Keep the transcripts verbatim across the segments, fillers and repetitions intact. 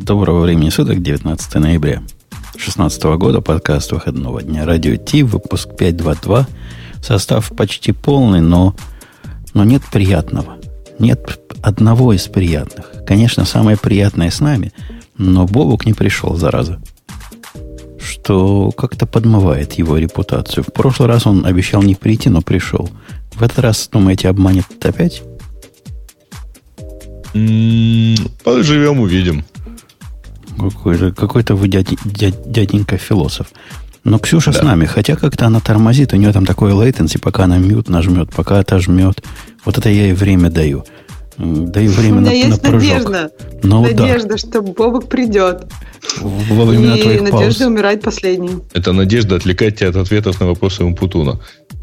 Доброго времени суток, девятнадцатое ноября две тысячи шестнадцатого года, подкаст выходного дня. Радио Ти, выпуск пятьсот двадцать два. Состав почти полный, но, но нет приятного. Нет одного из приятных. Конечно, самое приятное с нами, но Бобук не пришел, зараза. Что как-то подмывает его репутацию. В прошлый раз он обещал не прийти, но пришел. В этот раз, думаете, обманет опять? Поживем, увидим. Какой-то, какой-то вы дядь, дядь, дяденька-философ. Но Ксюша да. с нами, хотя как-то она тормозит, у нее там такое лейтенси, пока она мьют нажмет, пока отожмет. Вот это я ей время даю. Даю время у меня на, есть на прыжок. Надежда, Но надежда, да. что Бобок придет. Во времена и твоих надежда пауз. умирать последней. Это надежда отвлекать тебя от ответов на вопросы Умпутуна.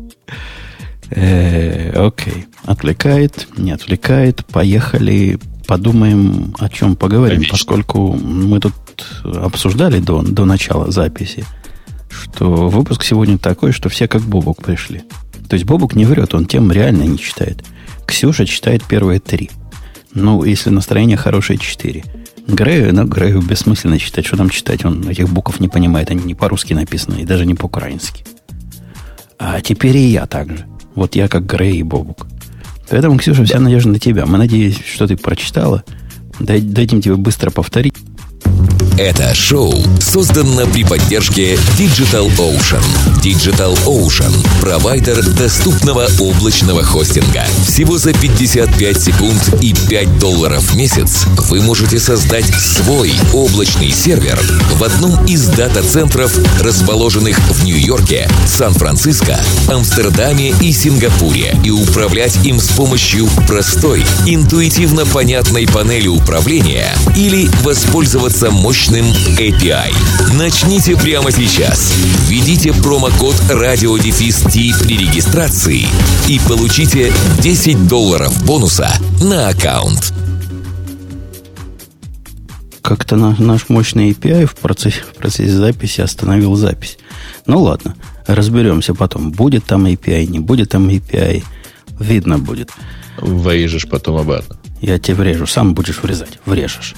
Э, окей. Отвлекает, не отвлекает. Поехали, подумаем, о чем поговорим. Отлично. Поскольку мы тут обсуждали до, до начала записи, что выпуск сегодня такой, что все как Бобук пришли. То есть Бобук не врет, он тем реально не читает. Ксюша читает первые три. Ну, если настроение хорошее, четыре. Грею, ну, Грею бессмысленно читать. Что там читать? Он этих букв не понимает. Они не по-русски написаны, и даже не по-украински. А теперь и я также. Вот я как Грей и Бобук. Поэтому, Ксюша, вся надежда на тебя. Мы надеемся, что ты прочитала. Дай, дадим тебе быстро повторить. Это шоу создано при поддержке Digital Ocean. Digital Ocean – провайдер доступного облачного хостинга. Всего за пятьдесят пять секунд и пять долларов в месяц вы можете создать свой облачный сервер в одном из дата-центров, расположенных в Нью-Йорке, Сан-Франциско, Амстердаме и Сингапуре, и управлять им с помощью простой, интуитивно понятной панели управления или воспользоваться мощным эй пи ай. Начните прямо сейчас. Введите промокод радиодефис-ти при регистрации и получите десять долларов бонуса на аккаунт. Как-то наш, наш мощный эй пи ай в процессе, в процессе записи остановил запись. Ну ладно, разберемся потом. Будет там эй пи ай, не будет там эй пи ай. Видно будет. Врежешь потом обратно. Я тебе врежу. Сам будешь врезать. Врежешь.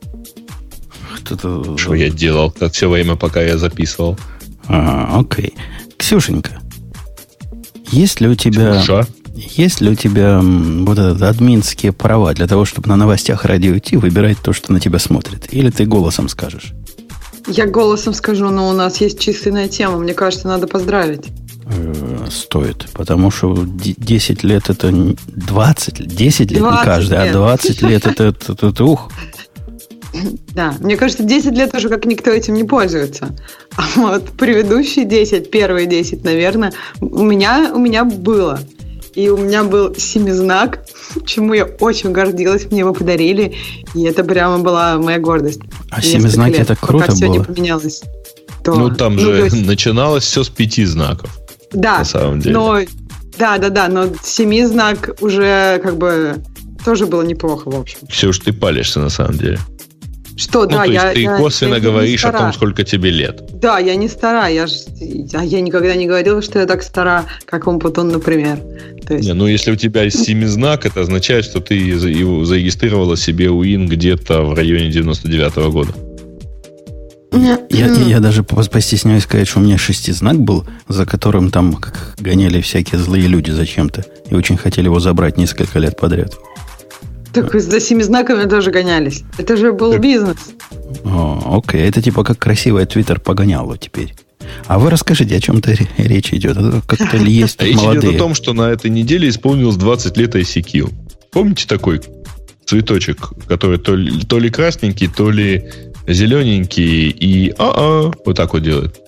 Что я делал, как все время, пока я записывал. Ага, окей. Ксюшенька, есть ли у тебя... Ксюша? Есть ли у тебя вот этот админские права для того, чтобы на новостях Радио Ти выбирать то, что на тебя смотрит? Или ты голосом скажешь? Я голосом скажу, но у нас есть численная тема. Мне кажется, надо поздравить. Стоит, потому что десять лет это двадцать, десять лет не каждый, лет. А двадцать лет это, это, это, это ух. Да, мне кажется, десять лет уже как никто этим не пользуется. А вот предыдущие десять, первые десять, наверное, у меня, у меня было. И у меня был семизнак, чему я очень гордилась, мне его подарили. И это прямо была моя гордость. А семизнаки это круто пока было. Все не поменялось. То, ну, там ну, же есть... начиналось все с пяти знаков. Да, на самом деле. Но, да, да, да, но семизнак уже как бы тоже было неплохо, в общем. Ксюш, ты палишься на самом деле. Что, ну, да, то есть я, ты я, косвенно я говоришь о том, сколько тебе лет. Да, я не стара. Я, ж, я, я никогда не говорила, что я так стара, как Умпутун, например. То есть... Не, ну, если у тебя семизнак, это означает, что ты зарегистрировала себе УИН где-то в районе девяносто девятого года. Я, я, я даже постесняюсь сказать, что у меня шестизнак был, за которым там как гоняли всякие злые люди зачем-то. И очень хотели его забрать несколько лет подряд. Так за семизнаками тоже гонялись. Это же был так. бизнес. О, окей. Это типа как красивый твиттер погоняло теперь. А вы расскажите, о чем-то речь идет. Как-то ли есть речь молодые? Речь идет о том, что на этой неделе исполнилось двадцать лет ай си кью. Помните такой цветочек, который то ли, то ли красненький, то ли зелененький и а-а, вот так вот делает?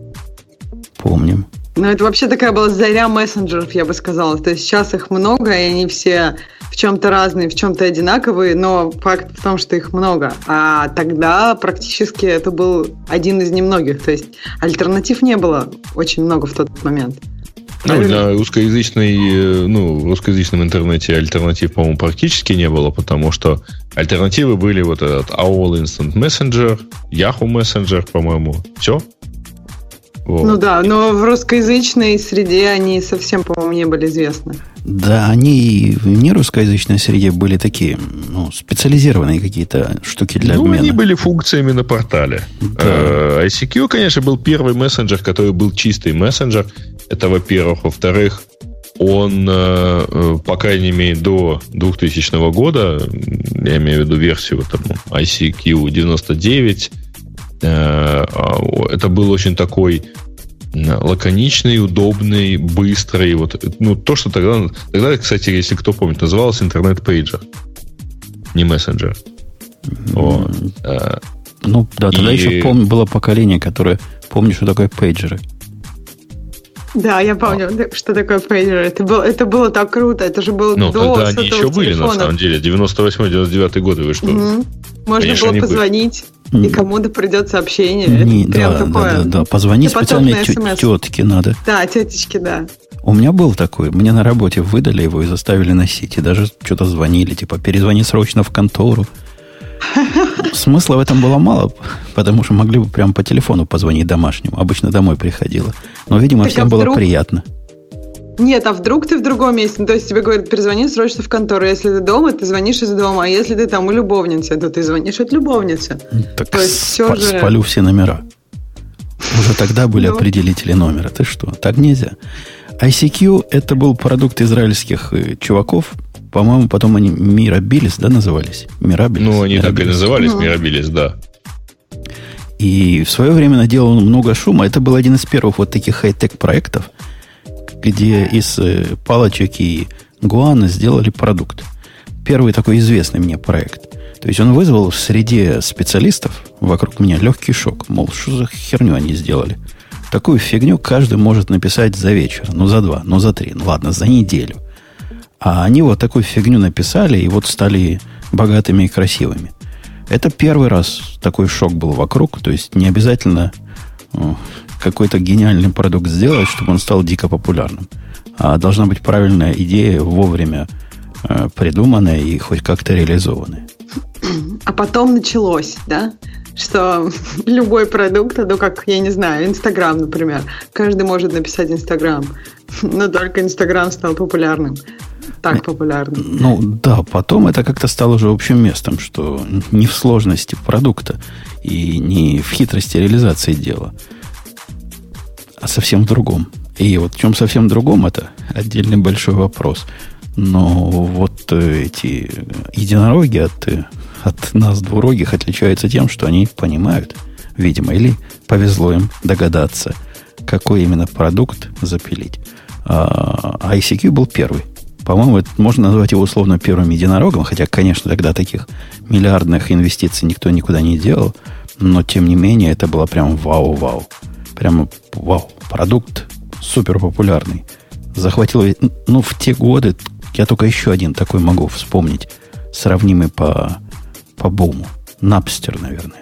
Помним. Ну, это вообще такая была заря мессенджеров, я бы сказала. То есть сейчас их много, и они все в чем-то разные, в чем-то одинаковые, но факт в том, что их много. А тогда практически это был один из немногих. То есть альтернатив не было очень много в тот момент. Ну, для русскоязычной, ну, в русскоязычном интернете альтернатив, по-моему, практически не было, потому что альтернативы были вот этот эй о эл Instant Messenger, Yahoo Messenger, по-моему. Все. Вот. Ну да, но в русскоязычной среде они совсем, по-моему, не были известны. Да, они и в нерусскоязычной среде были такие, ну, специализированные какие-то штуки для ну, обмена. Ну, они были функциями на портале. Да. ай си кью, конечно, был первый мессенджер, который был чистый мессенджер. Это, во-первых. Во-вторых, он, по крайней мере, до двухтысячного года, я имею в виду версию там, ай си кью девяносто девять, это был очень такой лаконичный, удобный, быстрый. Вот, ну, то, что тогда, тогда, кстати, если кто помнит, называлось интернет-пейджер. Не мессенджер. Вот. Ну, да, тогда и... еще помню, было поколение, которое помнит, что такое пейджеры. Да, я помню, а. что такое пейджер. Это было, это было так круто. Это же было ну, до тогда они еще были, на самом деле. девяносто восьмой девяносто девятый годы. Вы что? Угу. Можно Конечно, было позвонить, были. И кому-то придет сообщение. Не, это да, прям да, такое. Да, да, да. Позвонить специальной тё- тетке надо. Да, тетечке, да. У меня был такой. Мне на работе выдали его и заставили носить. И даже что-то звонили. Типа, перезвони срочно в контору. Смысла в этом было мало, потому что могли бы прямо по телефону позвонить домашнему. Обычно домой приходило. Но, видимо, так всем а вдруг... было приятно. Нет, а вдруг ты в другом месте? Ну, то есть тебе говорят, перезвони срочно в контору. Если ты дома, ты звонишь из дома. А если ты там у любовницы, то ты звонишь от любовницы. Так то есть спа- все же... спалю все номера. Уже тогда были ну. определители номера. Ты что? Так нельзя. ай си кью это был продукт израильских э, чуваков. По-моему, потом они Mirabilis, да, назывались? Mirabilis. Ну, они Mirabilis. так и назывались, ну. Mirabilis, да. И в свое время наделал много шума. Это был один из первых вот таких хай-тек проектов, где из э, палочек и гуана сделали продукт. Первый такой известный мне проект. То есть он вызвал в среде специалистов вокруг меня легкий шок. Мол, что за херню они сделали? Такую фигню каждый может написать за вечер. Ну, за два, ну, за три. Ну, ладно, за неделю. А они вот такую фигню написали и вот стали богатыми и красивыми. Это первый раз такой шок был вокруг. То есть не обязательно о, какой-то гениальный продукт сделать, чтобы он стал дико популярным. А должна быть правильная идея, вовремя э, придуманная и хоть как-то реализованная. А потом началось, да? Что любой продукт, ну как, я не знаю, Инстаграм, например. Каждый может написать Инстаграм. Но только Инстаграм стал популярным. Так популярным. Ну да, потом это как-то стало уже общим местом, что не в сложности продукта и не в хитрости реализации дела, а совсем в другом. И вот в чем совсем другом, это отдельный большой вопрос. Но вот эти единороги от, от нас двурогих отличаются тем, что они понимают, видимо, или повезло им догадаться, какой именно продукт запилить. А ай си кью был первый. По-моему, это можно назвать его условно первым единорогом, хотя, конечно, тогда таких миллиардных инвестиций никто никуда не делал, но, тем не менее, это было прям вау-вау. Прямо вау. Продукт супер популярный. Захватил, ну, в те годы, я только еще один такой могу вспомнить, сравнимый по, по буму. Napster, наверное.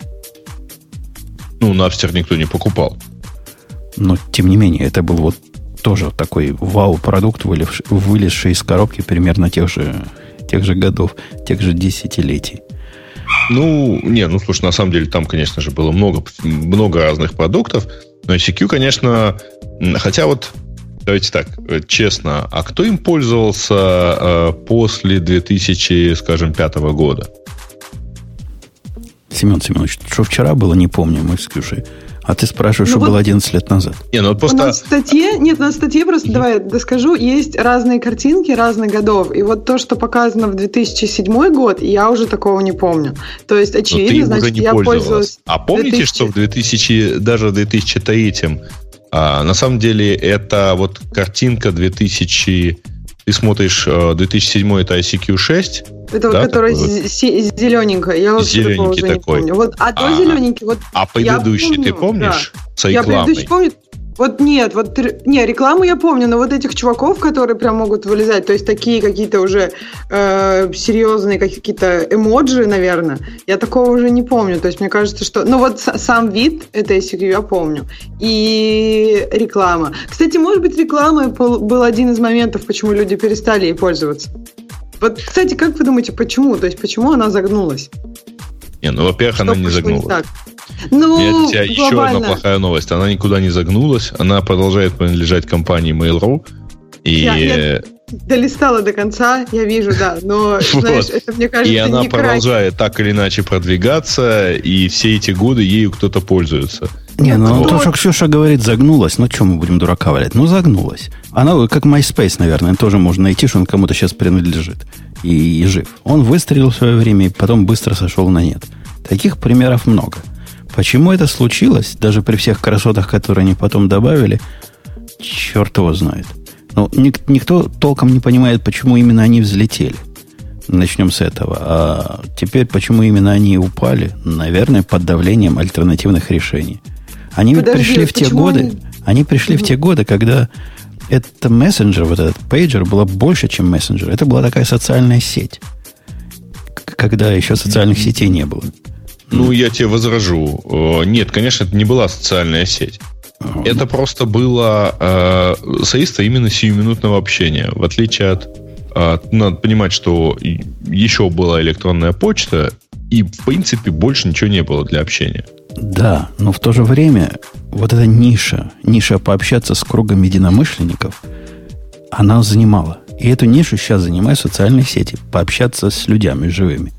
Ну, Napster никто не покупал. Но, тем не менее, это был вот тоже такой вау-продукт, вылезший, вылезший из коробки примерно тех же, тех же годов, тех же десятилетий. Ну, не, ну, слушай, на самом деле там, конечно же, было много, много разных продуктов, но ай си кью, конечно, хотя вот, давайте так, честно, а кто им пользовался э, после две тысячи, скажем, пятого года? Семен Семенович, что вчера было, не помню, мы с Ксюшей. А ты спрашиваешь, ну что вот было одиннадцать лет назад. Не, ну вот просто... На статье, нет, на статье просто, mm-hmm. давай доскажу, есть разные картинки разных годов. И вот то, что показано в две тысячи седьмой год, я уже такого не помню. То есть, очевидно, значит, я пользовалась... А помните, две тысячи... что в две тысячи, даже в две тысячи третьем, а, на самом деле, это вот картинка две тысячи... Ты смотришь, две тысячи седьмой это ай си кью шесть. Это да, вот, который вот. зелененькая. Я вот зелененький такой. Не помню. Вот, а то зелененький. Вот а предыдущий помню, ты помнишь? Да. С рекламой? Я предыдущий помню. Вот нет, вот не, рекламу я помню, но вот этих чуваков, которые прям могут вылезать, то есть такие какие-то уже э, серьезные какие-то эмоджи, наверное, я такого уже не помню. То есть мне кажется, что... Ну вот сам вид этой ай си кью я помню. И реклама. Кстати, может быть, реклама был один из моментов, почему люди перестали ей пользоваться. Вот, кстати, как вы думаете, почему? То есть почему она загнулась? Не, ну, во-первых, что она не загнулась. Ну, у меня для тебя еще глобально. одна плохая новость. Она никуда не загнулась. Она продолжает принадлежать компании Mail.ru. И... Я, я долистала до конца, я вижу, да. Но, вот. знаешь, это, мне кажется, и она не продолжает край. так или иначе продвигаться, и все эти годы ею кто-то пользуется. Не, ну вот. то, что Ксюша говорит, загнулась. Ну, что мы будем дурака валять? Ну, загнулась. Она, как MySpace, наверное, тоже можно найти, что он кому-то сейчас принадлежит. И, и жив. Он выстрелил в свое время, и потом быстро сошел на нет. Таких примеров много. Почему это случилось, даже при всех красотах, которые они потом добавили, черт его знает. Ну, ник- никто толком не понимает, почему именно они взлетели. Начнем с этого. А теперь, почему именно они упали? Наверное, под давлением альтернативных решений. Они ведь Подожди, пришли в те годы, они, они пришли угу. в те годы, когда это мессенджер, вот этот пейджер, было больше, чем мессенджер. Это была такая социальная сеть, когда еще социальных сетей не было. Ну, я тебе возражу. Нет, конечно, это не была социальная сеть. Это просто было э, средство именно сиюминутного общения. В отличие от... Э, надо понимать, что еще была электронная почта, и, в принципе, больше ничего не было для общения. Да, но в то же время вот эта ниша, ниша пообщаться с кругом единомышленников, она занимала. И эту нишу сейчас занимают социальные сети. Пообщаться с людьми живыми.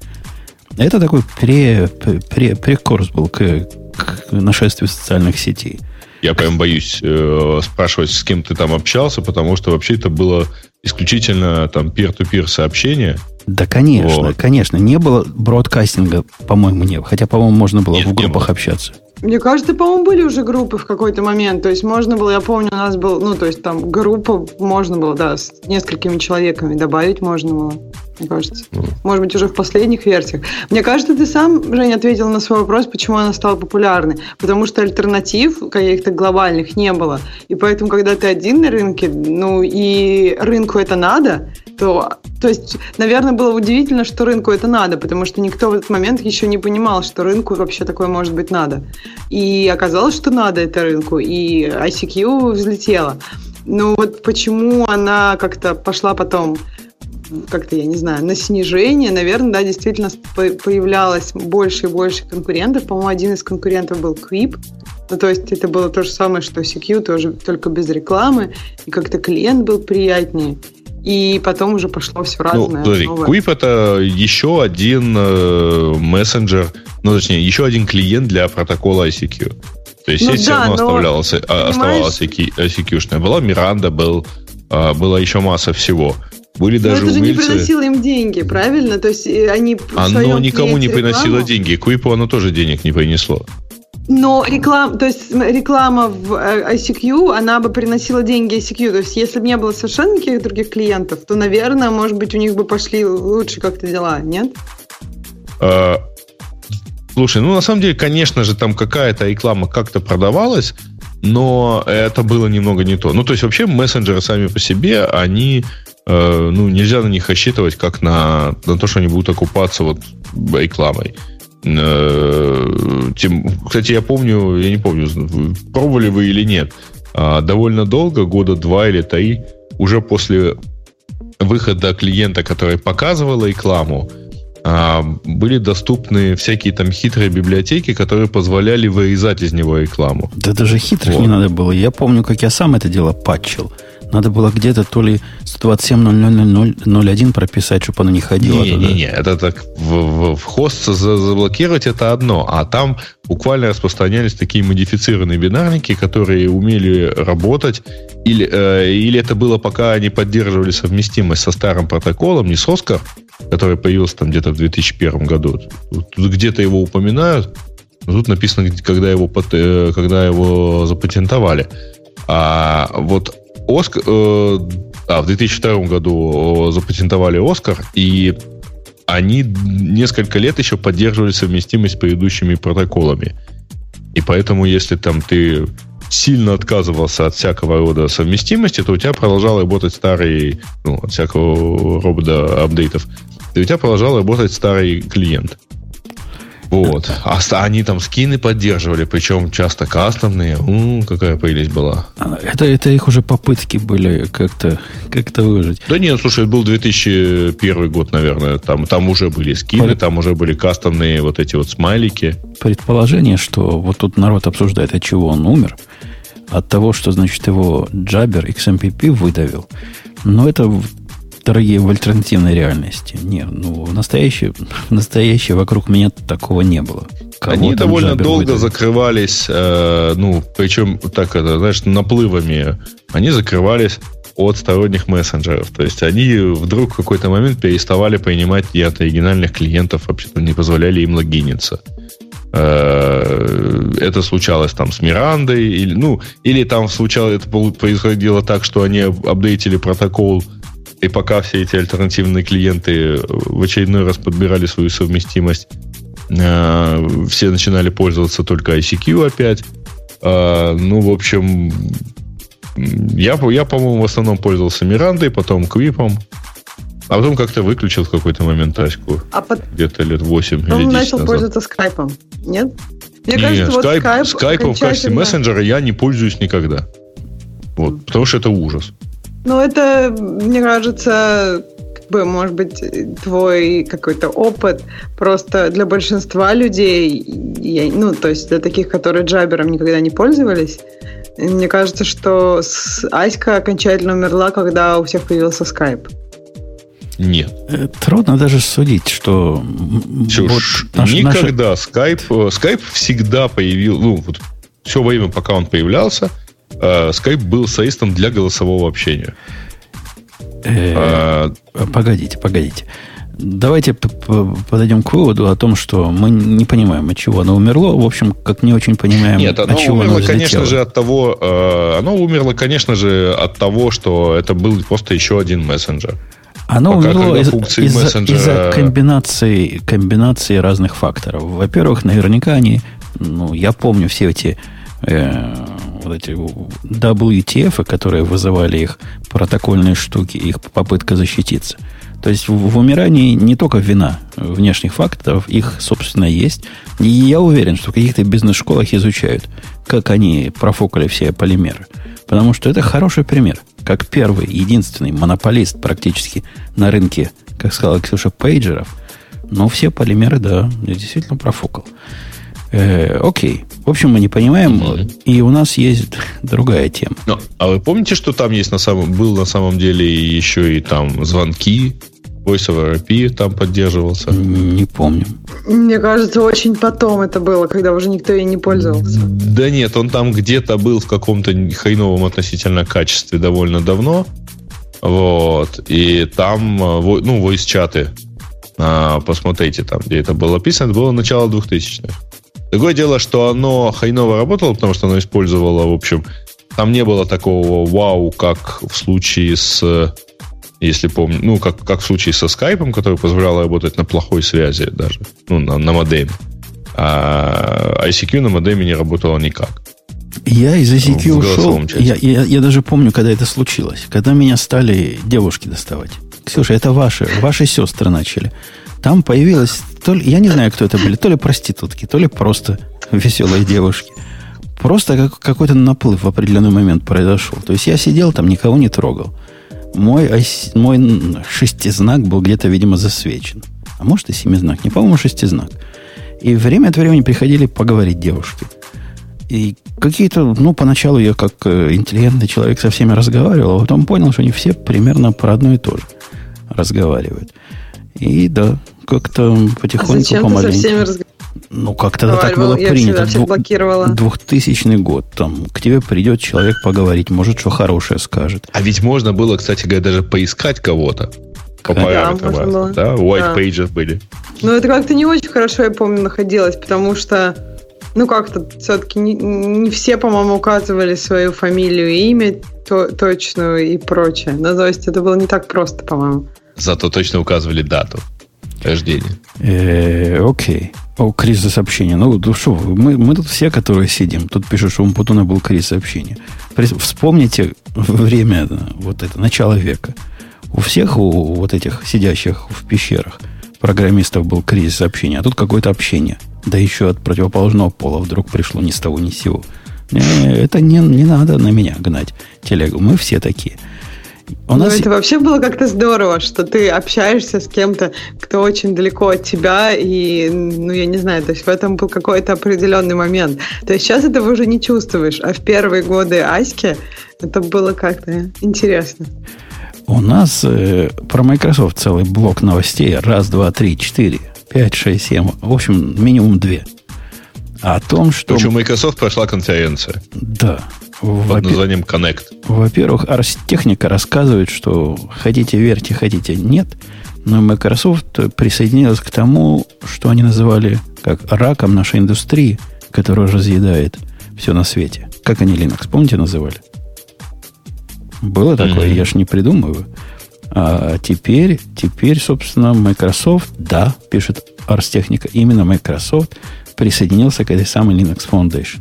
Это такой пре, пре, прекурс был к, к нашествию социальных сетей. Я прям боюсь э, спрашивать, с кем ты там общался, потому что вообще это было исключительно там peer-to-peer сообщение. Да, конечно, вот. конечно. Не было бродкастинга, по-моему, не было. Хотя, по-моему, можно было Нет, в группах общаться. Мне кажется, по-моему, были уже группы в какой-то момент. То есть можно было, я помню, у нас был, ну, то есть там группа можно было, да, с несколькими человеками добавить можно было, мне кажется. Mm. Может быть, уже в последних версиях. Мне кажется, ты сам, Женя, ответил на свой вопрос, почему она стала популярной. Потому что альтернатив каких-то глобальных не было. И поэтому, когда ты один на рынке, ну, и рынку это надо, то, то есть, наверное, было удивительно, что рынку это надо, потому что никто в этот момент еще не понимал, что рынку вообще такое может быть надо. И оказалось, что надо это рынку, и ай си кью взлетела. Но вот почему она как-то пошла потом, как-то, я не знаю, на снижение, наверное, да, действительно появлялось больше и больше конкурентов. По-моему, один из конкурентов был Quip. Ну, то есть это было то же самое, что си кью, тоже только без рекламы, и как-то клиент был приятнее. И потом уже пошло все разное. Ну, Quip — это еще один э, мессенджер, ну, точнее, еще один клиент для протокола ай си кью. То есть ну, сеть да, все равно оставлялась, оставалась ай си кью-шная. Была Miranda, был, э, была еще масса всего. Были даже но это умельцы... же не приносило им деньги, правильно? То есть они оно никому не приносило деньги. Quip оно тоже денег не принесло. Но реклама, то есть реклама в ай си кью, она бы приносила деньги ай си кью. То есть если бы не было совершенно никаких других клиентов, то, наверное, может быть, у них бы пошли лучше как-то дела, нет? А, слушай, ну, на самом деле, конечно же, там какая-то реклама как-то продавалась, но это было немного не то. Ну, то есть вообще мессенджеры сами по себе, они, э, ну, нельзя на них рассчитывать как на, на то, что они будут окупаться вот рекламой. Тем, кстати, я помню, я не помню, пробовали вы или нет, довольно долго, года два или три, уже после выхода клиента, который показывал рекламу, были доступны всякие там хитрые библиотеки, которые позволяли вырезать из него рекламу. Да даже хитрых вот. Не надо было. Я помню, как я сам это дело патчил. Надо было где-то то ли сто двадцать семь ноль ноль ноль ноль один прописать, чтобы оно не ходило. Не-не-не, это так в, в, в хост заблокировать это одно, а там буквально распространялись такие модифицированные бинарники, которые умели работать, или, э, или это было пока они поддерживали совместимость со старым протоколом, не с Оскар, который появился там где-то в две тысячи первом году. Тут где-то его упоминают, но тут написано, когда его, когда его запатентовали. А вот Оскар, э, а, в две тысячи втором году запатентовали Оскар, и они несколько лет еще поддерживали совместимость с предыдущими протоколами. И поэтому, если там ты сильно отказывался от всякого рода совместимости, то у тебя продолжал работать старый, ну, от всякого рода апдейтов, то у тебя продолжал работать старый клиент. Вот. А они там скины поддерживали, причем часто кастомные. У, какая прелесть была. Это, это их уже попытки были как-то, как-то выжить. Да нет, слушай, это был две тысячи первый год, наверное. Там, там уже были скины, Пред... там уже были кастомные вот эти вот смайлики. Предположение, что вот тут народ обсуждает, от чего он умер. От того, что, значит, его Jabber икс эм пи пи выдавил. Но это... Дорогие, в альтернативной реальности. Нет, ну, в настоящее, в настоящее вокруг меня такого не было. Кого Они довольно долго выдавили. закрывались, э, ну, причем, так это, знаешь, наплывами. Они закрывались от сторонних мессенджеров. То есть они вдруг в какой-то момент переставали принимать и от оригинальных клиентов, вообще-то не позволяли им логиниться. Э, это случалось там с Мирандой, или, ну, или там случалось, это происходило так, что они апдейтили протокол. И пока все эти альтернативные клиенты в очередной раз подбирали свою совместимость, э, все начинали пользоваться только ай си кью опять. Э, ну, в общем, я, я, по-моему, в основном пользовался Мирандой, потом Квипом, а потом как-то выключил в какой-то момент Аську. А под... Где-то лет восемь или десять начал назад. пользоваться Скайпом, нет? Мне нет, кажется, вот скайп, скайп скайпом в качестве мессенджера я не пользуюсь никогда. Вот, потому что это ужас. Ну, это, мне кажется, как бы, может быть, твой какой-то опыт просто для большинства людей, я, ну, то есть для таких, которые джабером никогда не пользовались, мне кажется, что Аська окончательно умерла, когда у всех появился скайп. Нет. Трудно даже судить, что... Чушь. Вот наш, никогда наши... скайп, скайп всегда появился, ну, вот все время, пока он появлялся, Skype был средством для голосового общения. А... Погодите, погодите. Давайте подойдем к выводу о том, что мы не понимаем, от чего оно умерло. В общем, как не очень понимаем, Нет, оно от чего умерло, оно конечно же, от того, оно умерло, конечно же, от того, что это был просто еще один мессенджер. Оно Пока, умерло из, из, мессенджера... из-за комбинации, комбинации разных факторов. Во-первых, наверняка они, ну, я помню все эти э, вот эти дабл ю ти эф, которые вызывали их протокольные штуки, их попытка защититься. То есть в, в умирании не только вина внешних факторов, их, собственно, есть. И я уверен, что в каких-то бизнес-школах изучают, как они профукали все полимеры. Потому что это хороший пример. Как первый, единственный монополист практически на рынке, как сказала Ксюша, пейджеров. Но все полимеры, да, действительно профукал. Э, окей. В общем, мы не понимаем. Mm-hmm. И у нас есть другая тема. Но, а вы помните, что там есть на самом, был на самом деле еще и там звонки? Voice over ай пи там поддерживался? Не помню. Мне кажется, очень потом это было, когда уже никто и не пользовался. Да нет, он там где-то был в каком-то хреновом относительно качестве довольно давно. Вот. И там, ну, voice-чаты. Посмотрите там, где это было описано. Это было начало двухтысячных. Другое дело, что оно хреново работало, потому что оно использовало, в общем, там не было такого вау, как в случае с... Если помню, ну, как, как в случае со скайпом, который позволял работать на плохой связи даже, ну, на, на модеме. А ай си кью на модеме не работало никак. Я из ай си кью ушел. Я, я, я даже помню, когда это случилось. Когда меня стали девушки доставать. Ксюша, это ваши, ваши сестры начали. Там появилось, то ли, я не знаю, кто это были, то ли проститутки, то ли просто веселые девушки. Просто как, какой-то наплыв в определенный момент произошел. То есть я сидел там, никого не трогал. Мой, мой шестизнак был где-то, видимо, засвечен. А может и семизнак. Не, по-моему, шестизнак. И время от времени приходили поговорить девушки. И какие-то, ну, поначалу я как интеллигентный человек со всеми разговаривал, а потом понял, что они все примерно про одно и то же разговаривают. И да, как-то потихоньку, а зачем помаленьку. Ты со всеми разговаривал? Ну, как-то так было я принято. Двух, двухтысячный год. Там к тебе придет человек поговорить, может, что хорошее скажет. А ведь можно было, кстати говоря, даже поискать кого-то. По параметрам. Да, да? White да. pages были. Ну, это как-то не очень хорошо, я помню, находилось, потому что, ну, как-то все-таки не, не все, по-моему, указывали свою фамилию и имя то, точную и прочее. Ну, то есть это было не так просто, по-моему. Зато точно указывали дату рождения. Э, окей. О, кризис сообщения. Ну, ну что, мы, мы тут все, которые сидим, тут пишут, что у Умпутуна был кризис сообщения. Вспомните время, вот это, начало века. У всех, у вот этих сидящих в пещерах программистов был кризис сообщения, а тут какое-то общение Да еще от противоположного пола вдруг пришло ни с того ни с сего. Это не, не надо на меня гнать телегу. Мы все такие. У ну, нас... это вообще было как-то здорово, что ты общаешься с кем-то, кто очень далеко от тебя, и, ну, я не знаю, то есть в этом был какой-то определенный момент. То есть сейчас этого уже не чувствуешь, а в первые годы Аськи это было как-то интересно. У нас э, про Microsoft целый блок новостей. Раз, два, три, четыре, пять, шесть, семь. В общем, минимум две. О том, что... В общем, у Microsoft прошла конференция. Да. Под названием Connect. Во-первых, Арстехника рассказывает, что хотите верьте, хотите нет, но Microsoft присоединилась к тому, что они называли как раком нашей индустрии, которая разъедает все на свете. Как они Linux, помните, называли? Было такое, mm-hmm. я ж не придумываю. А теперь, теперь, собственно, Microsoft, да, пишет Арстехника, именно Microsoft присоединился к этой самой Linux Foundation.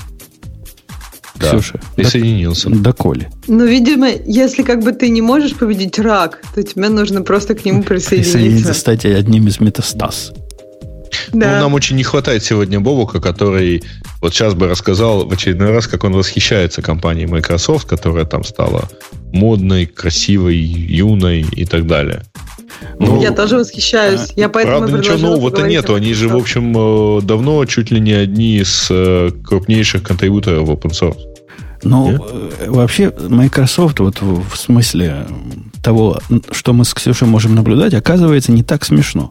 Да, Ксюша, присоединился. До, до Коли. Ну, видимо, если как бы ты не можешь победить рак, то тебе нужно просто к нему присоединиться. Присоединиться, стать одним из метастаз. Да. Ну, нам очень не хватает сегодня Бобука, который вот сейчас бы рассказал в очередной раз, как он восхищается компанией Microsoft, которая там стала модной, красивой, юной и так далее. Ну, я тоже восхищаюсь. Я поэтому правда, ничего нового-то нету. Они же, в общем, давно чуть ли не одни из крупнейших контрибьюторов в open source. Ну, Нет? Вообще, Microsoft, вот в смысле того, что мы с Ксюшей можем наблюдать, оказывается, не так смешно.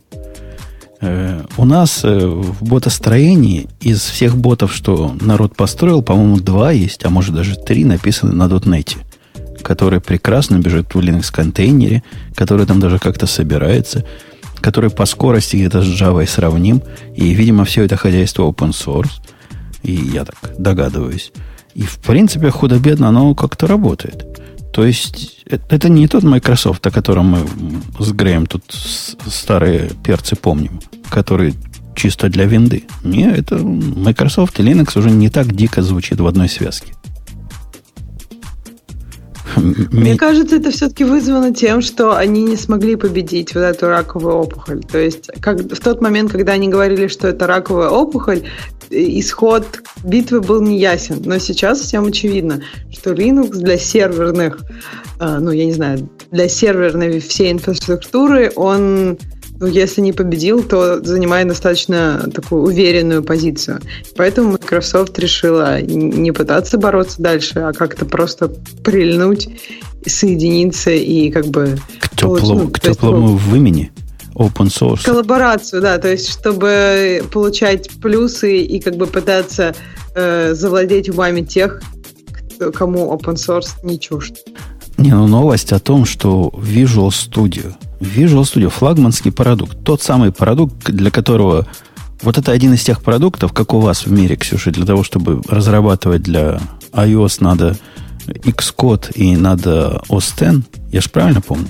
У нас в ботостроении из всех ботов, что народ построил, по-моему, два есть, а может даже три, написаны на .дот нет, который прекрасно бежит в Linux-контейнере, который там даже как-то собирается, который по скорости где-то с Java сравним. И, видимо, все это хозяйство open source. И я так догадываюсь. И, в принципе, худо-бедно оно как-то работает. То есть, это не тот Microsoft, о котором мы с Греем тут старые перцы помним, который чисто для винды. Не, это Microsoft и Linux уже не так дико звучит в одной связке. Мне кажется, это все-таки вызвано тем, что они не смогли победить вот эту раковую опухоль. То есть как, в тот момент, когда они говорили, что это раковая опухоль, исход битвы был неясен. Но сейчас всем очевидно, что Linux для серверных, ну, я не знаю, для серверной всей инфраструктуры, он... Ну, если не победил, то занимает достаточно такую уверенную позицию. Поэтому Microsoft решила не пытаться бороться дальше, а как-то просто прильнуть, соединиться и как бы... К теплому, ну, к теплому есть, в имени open source. Коллаборацию, да, то есть чтобы получать плюсы и как бы пытаться э, завладеть умами тех, кто, кому open source не чужд. Не, ну новость о том, что Visual Studio, Visual Studio флагманский продукт, тот самый продукт, для которого вот это один из тех продуктов, как у вас в мире, Ксюша, для того, чтобы разрабатывать для iOS надо Xcode и надо о эс десять, я же правильно помню?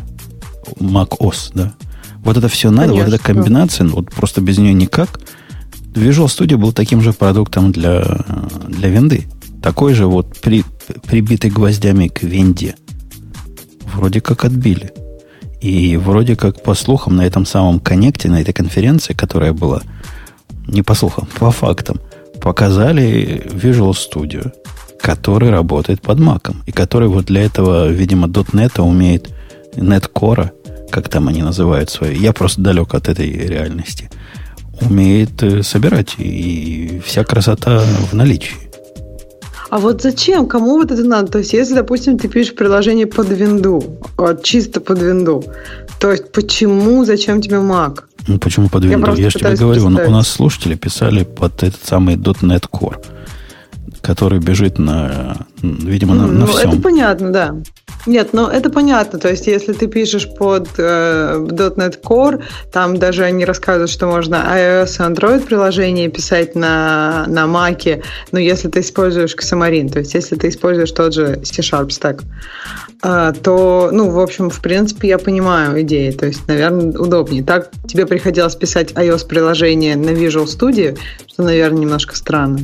macOS, да? Вот это все надо, Конечно. Вот эта комбинация, вот просто без нее никак. Visual Studio был таким же продуктом для, для винды. Такой же вот при, прибитый гвоздями к винде. Вроде как отбили. И вроде как, по слухам, на этом самом коннекте, на этой конференции, которая была, не по слухам, по фактам, показали Visual Studio, который работает под Mac'ом, и который вот для этого, видимо, .дот нет умеет, NetCore, как там они называют свои, я просто далек от этой реальности, умеет собирать, и вся красота в наличии. А вот зачем? Кому вот это надо? То есть, если, допустим, ты пишешь приложение под винду, вот, чисто под винду, то есть, почему, зачем тебе Mac? Ну, почему под винду? Я, Я же тебе говорю, у нас слушатели писали под этот самый .дот нет Core, который бежит на, видимо, на, ну, на всем. Это понятно, да. Нет, ну это понятно. То есть, если ты пишешь под э, .дот нет Core, там даже они рассказывают, что можно iOS и Android приложение писать на, на Mac, но если ты используешь Xamarin, то есть, если ты используешь тот же C-Sharp Stack, э, то, ну, в общем, в принципе, я понимаю идеи. То есть, наверное, удобнее. Так тебе приходилось писать iOS-приложение на Visual Studio, что, наверное, немножко странно.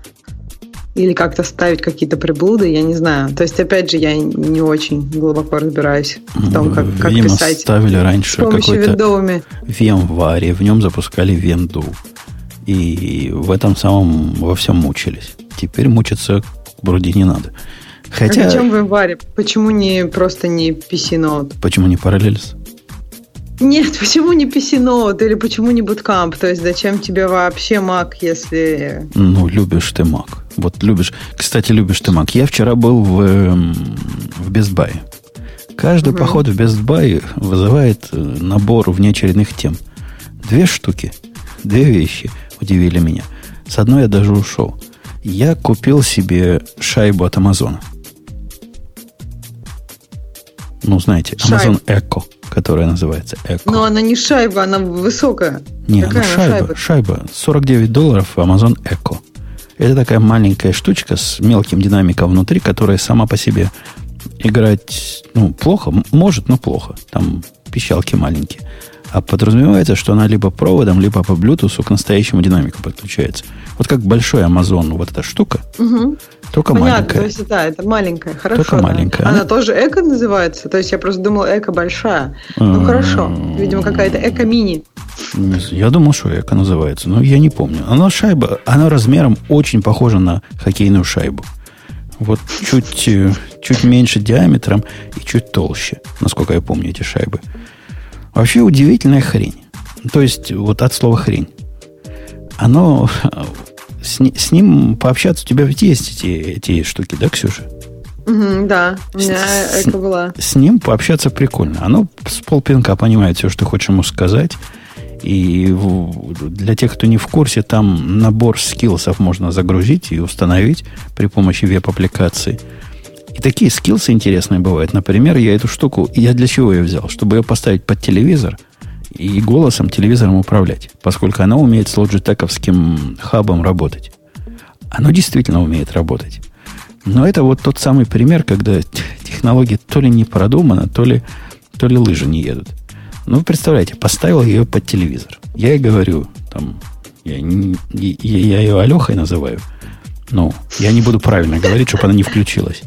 Или как-то ставить какие-то приблуды, я не знаю. То есть, опять же, я не очень глубоко разбираюсь в том, как, как Видимо, писать ставили раньше с помощью какой-то виндовыми. VMware, в нем запускали винду. И в этом самом во всем мучились. Теперь мучиться вроде не надо. Хотя... А зачем вы варе? Почему не просто не пи си Note? Почему не Parallels? Нет, почему не пи си Note или почему не Bootcamp? То есть зачем тебе вообще Mac, если... Ну, любишь ты Mac. Вот любишь... Кстати, любишь ты Mac. Я вчера был в, в Best Buy. Каждый угу. поход в Best Buy вызывает набор внеочередных тем. Две штуки, две вещи удивили меня. С одной я даже ушел. Я купил себе шайбу от Амазона. Ну, знаете, Amazon Echo, которая называется Echo. Но она не шайба, она высокая. Не, она шайба, шайба. Шайба. сорок девять долларов Amazon Echo. Это такая маленькая штучка с мелким динамиком внутри, которая сама по себе играть, ну, плохо. Может, но плохо. Там пищалки маленькие. А подразумевается, что она либо проводом, либо по Bluetooth к настоящему динамику подключается. Вот как большой Amazon, вот эта штука, угу. только Понятно, маленькая. То есть, да, это маленькая, хорошо. Только да. маленькая. Она, она тоже эко называется? То есть я просто думал, эко большая. Ну, хорошо. Видимо, какая-то эко-мини. Я думал, что эко называется, но я не помню. Она шайба, она размером очень похожа на хоккейную шайбу. Вот чуть, чуть меньше диаметром и чуть толще, насколько я помню эти шайбы. Вообще удивительная хрень. То есть, вот от слова хрень. Оно... С, с ним пообщаться у тебя ведь есть эти, эти штуки, да, Ксюша? Mm-hmm, да, у меня с, эко была. С, с ним пообщаться прикольно. Оно с полпинка понимает все, что ты хочешь ему сказать. И в, для тех, кто не в курсе, там набор скиллсов можно загрузить и установить при помощи веб-аппликации. И такие скиллсы интересные бывают. Например, я эту штуку... Я для чего ее взял? Чтобы ее поставить под телевизор и голосом телевизором управлять. Поскольку она умеет с лоджитековским хабом работать. Оно действительно умеет работать. Но это вот тот самый пример, когда технология то ли не продумана, то ли, то ли лыжи не едут. Ну, вы представляете, поставил ее под телевизор. Я ей говорю, там, я, я, я ее Алехой называю. Ну, я не буду правильно говорить, чтобы она не включилась.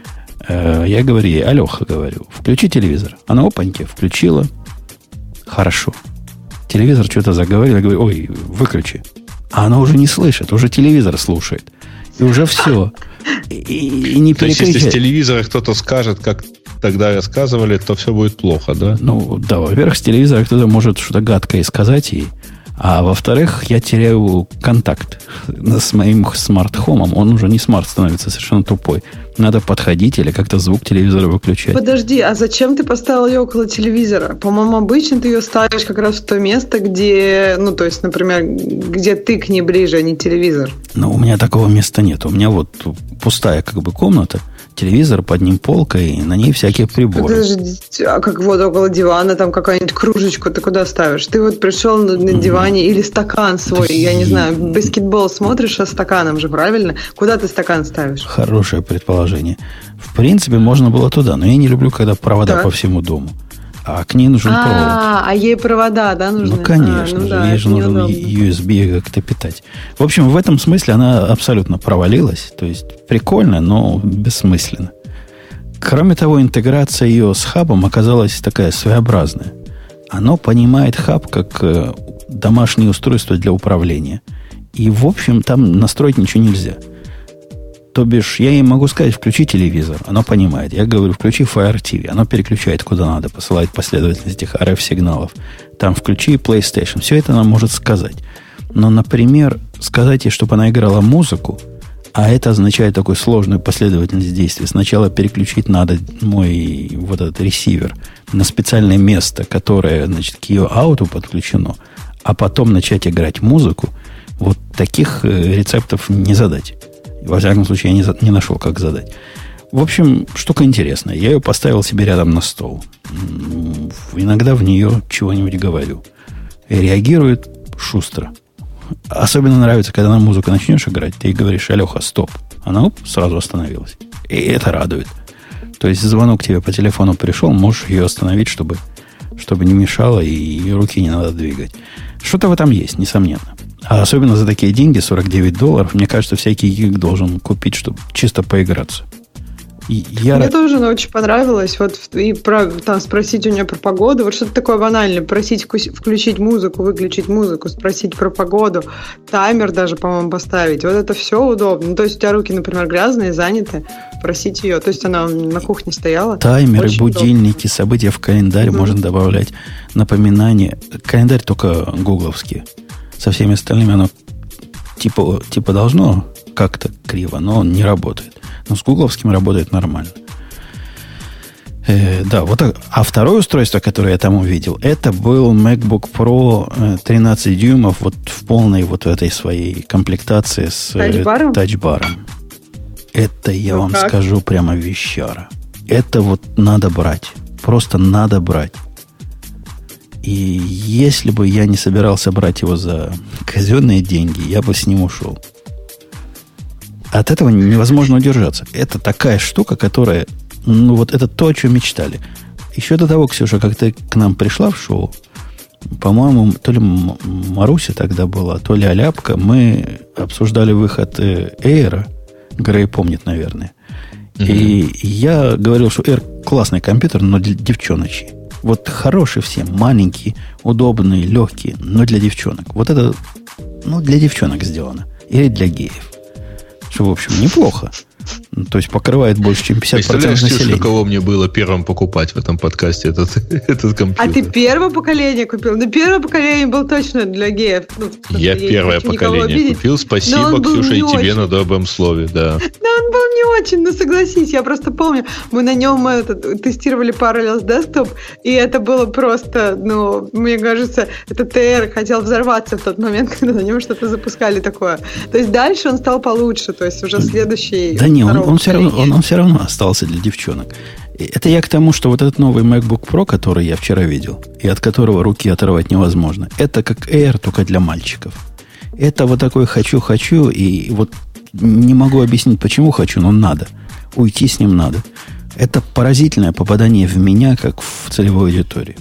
Я говорю ей, Алеха, говорю, включи телевизор. Она опаньки, включила. Хорошо. Телевизор что-то заговорил. Я говорю, ой, выключи. А она уже не слышит, уже телевизор слушает. И уже все. И, и не То есть, если с телевизора кто-то скажет, как тогда рассказывали, то все будет плохо, да? Ну, да, во-первых, с телевизора кто-то может что-то гадкое сказать ей. А во-вторых, я теряю контакт с моим смарт-хомом. Он уже не смарт становится, совершенно тупой. Надо подходить или как-то звук телевизора выключать. Подожди, а зачем ты поставил ее около телевизора? По-моему, обычно ты ее ставишь как раз в то место, где, ну, то есть, например, где ты к ней ближе, а не телевизор. Но у меня такого места нет. У меня вот пустая как бы комната, телевизор, под ним полка, и на ней всякие приборы. Подожди, а как вот около дивана, там какая-нибудь кружечку ты куда ставишь? Ты вот пришел на, на диване или стакан свой, да я не знаю, баскетбол смотришь со стаканом же, правильно? Куда ты стакан ставишь? Хорошее предположение. В принципе, можно было туда, но я не люблю, когда провода так. по всему дому. А к ней нужен а, провод. А ей провода, да, нужны? Ну, конечно а, ну, же. да, ей же нужен неудобно. ю эс би как-то питать. В общем, в этом смысле она абсолютно провалилась. То есть, прикольно, но бессмысленно. Кроме того, интеграция ее с хабом оказалась такая своеобразная. Оно понимает хаб как домашнее устройство для управления. И, в общем, там настроить ничего нельзя. То бишь, я ей могу сказать, включи телевизор. Оно понимает. Я говорю, включи Fire ти ви. Оно переключает куда надо, посылает последовательность этих ар эф-сигналов. Там включи PlayStation. Все это она может сказать. Но, например, сказать ей, чтобы она играла музыку, а это означает такую сложную последовательность действий. Сначала переключить надо мой вот этот ресивер на специальное место, которое, значит, к ее ауту подключено, а потом начать играть музыку. Вот таких рецептов не задать. Во всяком случае, я не, не нашел, как задать. В общем, штука интересная. Я ее поставил себе рядом на стол. Иногда в нее чего-нибудь говорю. И реагирует шустро. Особенно нравится, когда на музыку начнешь играть, ты ей говоришь, Алеха, стоп. Она оп, сразу остановилась. И это радует. То есть звонок тебе по телефону пришел, можешь ее остановить, чтобы, чтобы не мешало и руки не надо двигать. Что-то в этом есть, несомненно. А особенно за такие деньги, сорок девять долларов, мне кажется, всякий гик должен купить, чтобы чисто поиграться. И я... Мне тоже она очень понравилась. Вот и про, там, спросить у нее про погоду. Вот что-то такое банальное. Просить включить музыку, выключить музыку, спросить про погоду. Таймер даже, по-моему, поставить. Вот это все удобно. Ну, то есть у тебя руки, например, грязные, заняты. Просить ее. То есть она на кухне стояла. Таймеры, очень будильники, удобно. События в календарь mm-hmm. можно добавлять. Напоминания. Календарь только гугловский. Со всеми остальными оно типа, типа должно как-то криво, но он не работает. Но с гугловским работает нормально. Э, да, вот так. А второе устройство, которое я там увидел, это был MacBook Pro тринадцать дюймов вот в полной вот этой своей комплектации с тачбаром. тачбаром. Это, я ну вам как? скажу, прямо вещара. Это вот надо брать. Просто надо брать. И если бы я не собирался брать его за казенные деньги, я бы с ним ушел. От этого невозможно удержаться. Это такая штука, которая... Ну, вот это то, о чем мечтали. Еще до того, Ксюша, как ты к нам пришла в шоу, по-моему, то ли Маруся тогда была, то ли Аляпка, мы обсуждали выход Air. Грей помнит, наверное. Mm-hmm. И я говорил, что Air классный компьютер, но для девчоночий. Вот хороший всем, маленький, удобный, легкий, но для девчонок. Вот это, ну, для девчонок сделано. Или для геев. Что, в общем, неплохо. То есть покрывает больше, чем пятьдесят процентов населения. Представляешь, кого мне было первым покупать в этом подкасте этот, этот компьютер? А ты первое поколение купил? Ну, первое поколение был точно для геев. Ну, я первое поколение купил. Спасибо, Ксюша, и тебе очень. На добром слове. Да. Да, он был не очень, ну согласись. Я просто помню, мы на нем это, тестировали Parallels Desktop, и это было просто, ну, мне кажется, этот ТР хотел взорваться в тот момент, когда на нем что-то запускали такое. То есть дальше он стал получше, то есть уже следующий... Да не, он, он, все равно, он, он все равно остался для девчонок. Это я к тому, что вот этот новый MacBook Pro, который я вчера видел, и от которого руки оторвать невозможно, это как Air, только для мальчиков. Это вот такой хочу-хочу, и вот не могу объяснить, почему хочу, но надо. Уйти с ним надо. Это поразительное попадание в меня, как в целевую аудиторию.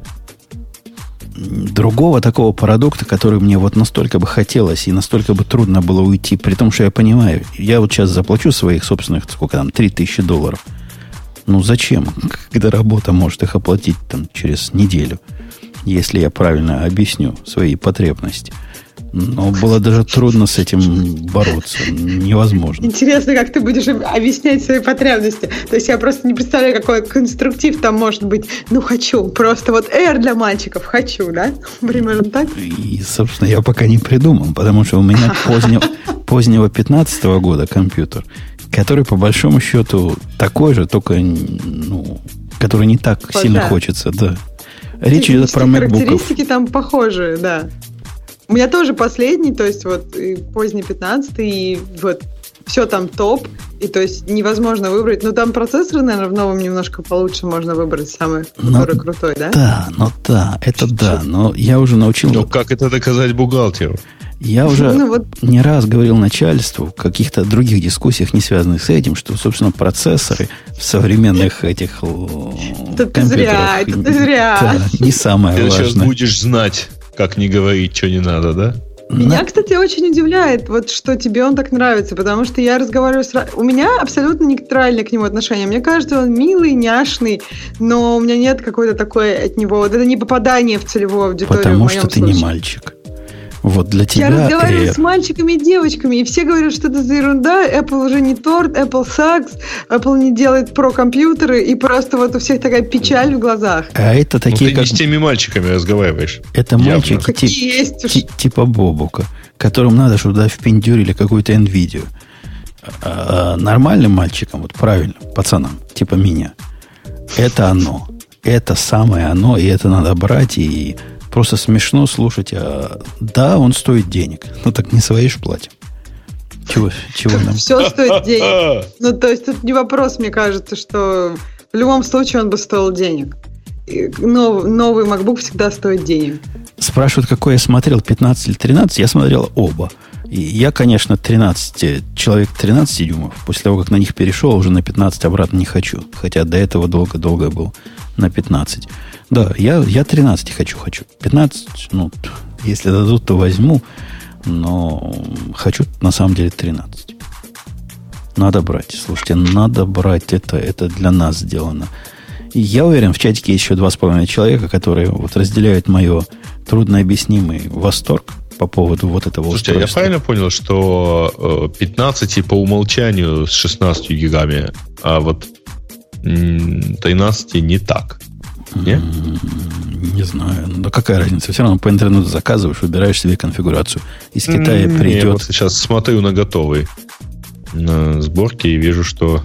Другого такого продукта, который мне вот настолько бы хотелось и настолько бы трудно было уйти, при том, что я понимаю, я вот сейчас заплачу своих собственных, сколько там, три тысячи долларов. Ну, зачем? Когда работа может их оплатить там через неделю, если я правильно объясню свои потребности. Но было даже трудно с этим бороться. Невозможно. Интересно, как ты будешь объяснять свои потребности. То есть я просто не представляю, какой конструктив там может быть. Ну, хочу. Просто вот Air для мальчиков хочу, да? Примерно так? И, собственно, я пока не придумал, потому что у меня позднего, позднего пятнадцатого года компьютер, который, по большому счету, такой же, только, ну, который не так Пожалуйста. Сильно хочется, да. Речь идет про MacBook'ов. Характеристики там похожие, да. У меня тоже последний, то есть вот и поздний пятнадцатый, и вот все там топ, и то есть невозможно выбрать. Но там процессор, наверное, в новом немножко получше можно выбрать, самый, который но, крутой, да? Да, ну да, это да, но я уже научил... Ну, как это доказать бухгалтеру? Я уже ну, вот. не раз говорил начальству в каких-то других дискуссиях, не связанных с этим, что, собственно, процессоры в современных этих это компьютерах... Зря, это ты зря. Да, не самое ты важное. Ты сейчас будешь знать, как не говорить, что не надо, да? Меня, да. кстати, очень удивляет, вот, что тебе он так нравится, потому что я разговариваю с... У меня абсолютно нейтральное к нему отношение. Мне кажется, он милый, няшный, но у меня нет какой-то такой от него... Вот это не попадание в целевую аудиторию. Потому в моем что ты случае. Не мальчик. Вот для тебя... Я разговариваю Air. с мальчиками и девочками, и все говорят, что это за ерунда, Apple уже не торт, Apple sucks, Apple не делает про-компьютеры, и просто вот у всех такая печаль в глазах. А это такие, ну, ты как... не с теми мальчиками разговариваешь. Это явно. мальчики тип... тип... типа Бобука, которым надо, чтобы туда впендюрили какую-то NVIDIA. А нормальным мальчикам, вот правильно, пацанам, типа меня, это оно. Это самое оно, и это надо брать, и... Просто смешно слушать, а да, он стоит денег. Ну так не свои ж платим. Чего, чего нам? Все стоит денег. Ну, то есть тут не вопрос, мне кажется, что в любом случае он бы стоил денег. Новый, новый MacBook всегда стоит денег. Спрашивают, какой я смотрел, пятнадцать или тринадцать. Я смотрел оба. И я, конечно, тринадцать, человек тринадцать дюймов. После того, как на них перешел, уже на пятнадцать обратно не хочу. Хотя до этого долго-долго был на пятнадцать. Да, я, я тринадцать хочу, хочу. пятнадцать, ну, если дадут, то возьму. Но хочу на самом деле тринадцать. Надо брать. Слушайте, надо брать. Это, это для нас сделано. И я уверен, в чатике есть еще два с половиной человека, которые вот разделяют мое труднообъяснимый восторг по поводу вот этого Слушайте, устройства. я правильно понял, что пятнадцать по умолчанию с шестнадцатью гигами, а вот тринадцать не так? Не? Не знаю. Да какая разница? Все равно по интернету заказываешь, выбираешь себе конфигурацию. Из Китая Mm, придет... Я вот сейчас смотрю на готовый на сборке и вижу, что...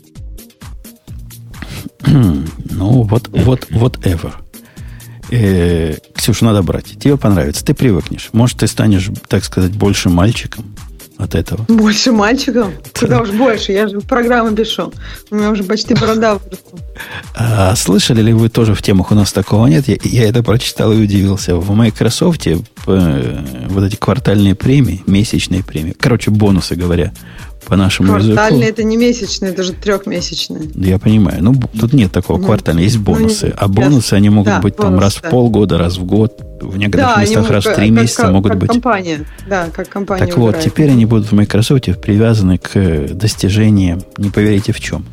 Ну, вот, вот, whatever. Э, Ксюша, надо брать. Тебе понравится. Ты привыкнешь. Может, ты станешь, так сказать, больше мальчиком от этого. Больше мальчиком? Куда уж больше. Я же программы пишу. У меня уже почти борода выросла. А слышали ли вы тоже в темах, у нас такого нет? Я, я это прочитал и удивился. В Microsoft э, вот эти квартальные премии, месячные премии, короче, бонусы, говоря по нашему языку. Квартальные это не месячные, это же трехмесячные. Я понимаю. Ну, тут нет такого Ну, квартального, есть бонусы. ну, А бонусы, они могут да, быть там бонусы, раз да. в полгода, раз в год. В некоторых Да, местах они раз в как- три как- месяца как- могут как быть. компания. Да, как компания Так вот, выбирает. теперь они будут в Microsoft привязаны к достижениям, не поверите в чем.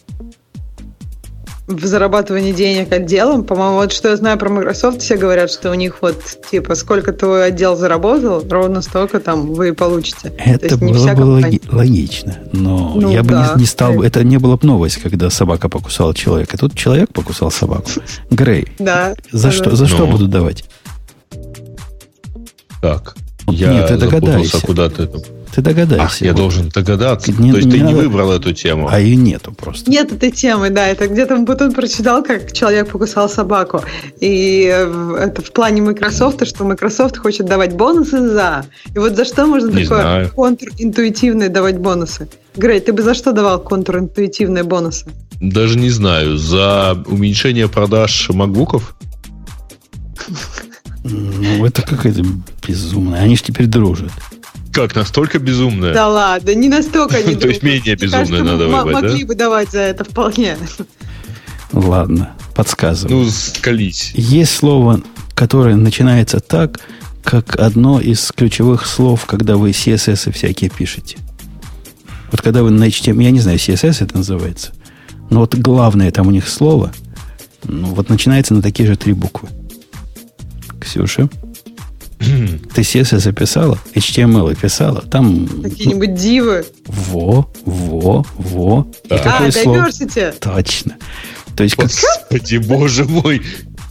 В зарабатывании денег отделом, по-моему, вот что я знаю про Microsoft, все говорят, что у них вот, типа, сколько твой отдел заработал, ровно столько там вы и получите. То Это есть не было вся бы компания. логи- логично, но Ну я бы да. не, не стал бы... Это не была бы новость, когда собака покусала человека. Тут человек покусал собаку. Грей, Да. за да, что, да. за что Ну. будут давать? Так. Вот Я нет, ты запутался догадайся. куда-то. Ты догадайся. Ах, я должен догадаться. Не- То есть не ты не надо- выбрал эту тему. А ее нету просто. Нет этой темы, да, это где-то Бутун прочитал, как человек покусал собаку. И э, это в плане Microsoft, что Microsoft хочет давать бонусы за. И вот за что можно Не такое знаю. контринтуитивное давать бонусы? Грей, ты бы за что давал контринтуитивные бонусы? Даже не знаю. За уменьшение продаж макбуков? Ну, это какая-то безумная. Они же теперь дружат. Как, настолько безумное? Да ладно, не настолько они То есть дружат. менее Мне безумные кажется, надо м- выбрать, могли да? бы давать за это вполне. Ладно, подсказываю. Ну, скались. Есть слово, которое начинается так, как одно из ключевых слов, когда вы си эс эс и всякие пишете. Вот когда вы на эйч ти эм эль, я не знаю, си эс эс это называется, но вот главное там у них слово, ну, вот начинается на такие же три буквы. Ксюша, ты си эс эс описала, эйч ти эм эль описала, там Какие-нибудь дивы. во, во, во. И Да. какое А, слово? diversity. Точно. То есть, как, Господи, боже мой.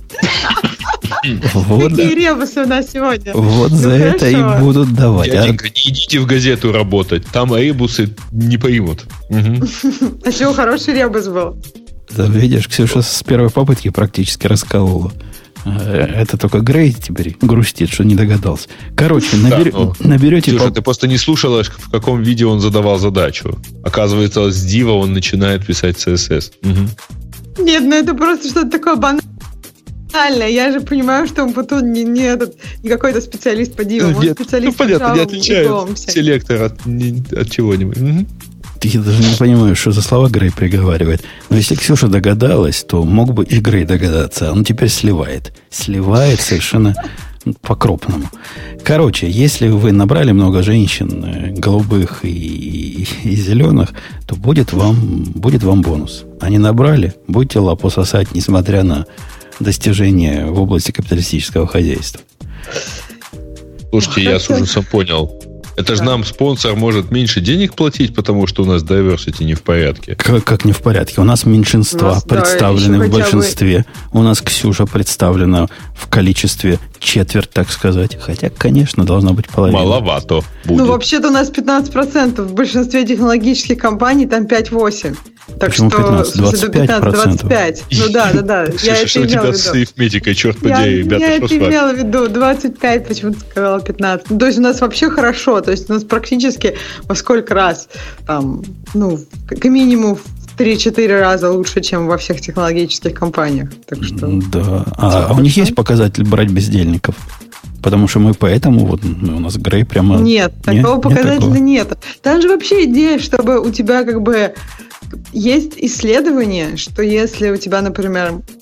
вот, Какие ребусы у нас сегодня. вот Ну, за это и хорошо. будут давать. А Дяденька, не идите в газету работать. Там ребусы не поймут. Мгм. А чего хороший ребус был? Да, видишь, Ксюша с первой попытки практически расколола. Э, Это только Грей теперь грустит, что не догадался. Короче, набер- Да, ну, наберете... Слушай, по- ты просто не слушала, в каком виде он задавал задачу. Оказывается, с дива он начинает писать си эс эс. Мгм. Нет, ну это просто что-то такое банальное. Я же понимаю, что он потом не, не, этот, не какой-то специалист по дивам. Он Нет, специалист ну, понятно, по не Java и отличает Go всяким. селектор от, не- от чего-нибудь. Мгм. Я даже не понимаю, что за слова Грей приговаривает. Но если Ксюша догадалась, то мог бы и Грей догадаться. Он теперь сливает. Сливает совершенно по-крупному. Короче, если вы набрали много женщин э, голубых и, и- и зеленых, то будет вам, будет вам бонус. А не набрали, будете лапу сосать, несмотря на достижения в области капиталистического хозяйства. Слушайте, я с ужасом понял. Это же Да. нам спонсор может меньше денег платить, потому что у нас diversity не в порядке. Как, как не в порядке? У нас меньшинства У нас, да, представлены еще в хотя бы- большинстве. У нас Ксюша представлена в количестве четверть, так сказать. Хотя, конечно, должна быть половина. Маловато будет. Ну, вообще-то у нас пятнадцать процентов. В большинстве технологических компаний там пять-восемь. Так Почему что, пятнадцать? в смысле, двадцать пять процентов. двадцать пять. Ну да, да, да. Я Слушай, это что у имела тебя в с виду. арифметикой, черт Я, подери, я ребята, что это с вами? имела в виду, двадцать пять, почему-то сказала пятнадцать. Ну, то есть у нас вообще хорошо, то есть у нас практически во сколько раз, там, ну, как минимум в три-четыре раза лучше, чем во всех технологических компаниях. Так что... Да. А, а у них есть показатель брать бездельников? Потому что мы поэтому, вот ну, у нас Грей прямо... Нет, Не- такого нет показателя такого? нет. Там же вообще идея, чтобы у тебя как бы есть исследование, что если у тебя, например,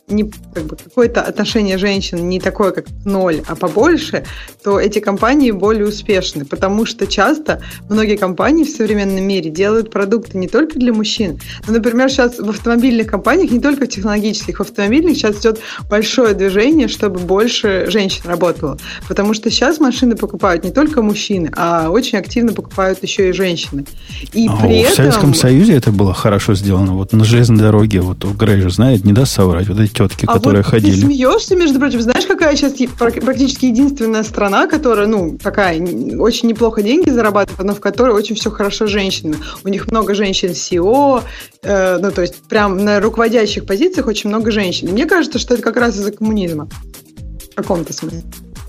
не, как бы, какое-то отношение женщин не такое, как ноль, а побольше, то эти компании более успешны, потому что часто многие компании в современном мире делают продукты не только для мужчин, но, например, сейчас в автомобильных компаниях, не только в технологических, в автомобильных сейчас идет большое движение, чтобы больше женщин работало, потому что сейчас машины покупают не только мужчины, а очень активно покупают еще и женщины. И а при в этом... Советском Союзе это было хорошо сделано. Вот на железной дороге, вот Грей же знает, не даст соврать, вот эти тетки, а которые вот ходили. Ты смеешься, между прочим, знаешь, какая сейчас практически единственная страна, которая, ну, такая, очень неплохо деньги зарабатывает, но в которой очень все хорошо женщинами. У них много женщин-си и о, э, ну, то есть прям на руководящих позициях очень много женщин. И мне кажется, что это как раз из-за коммунизма. В каком-то смысле.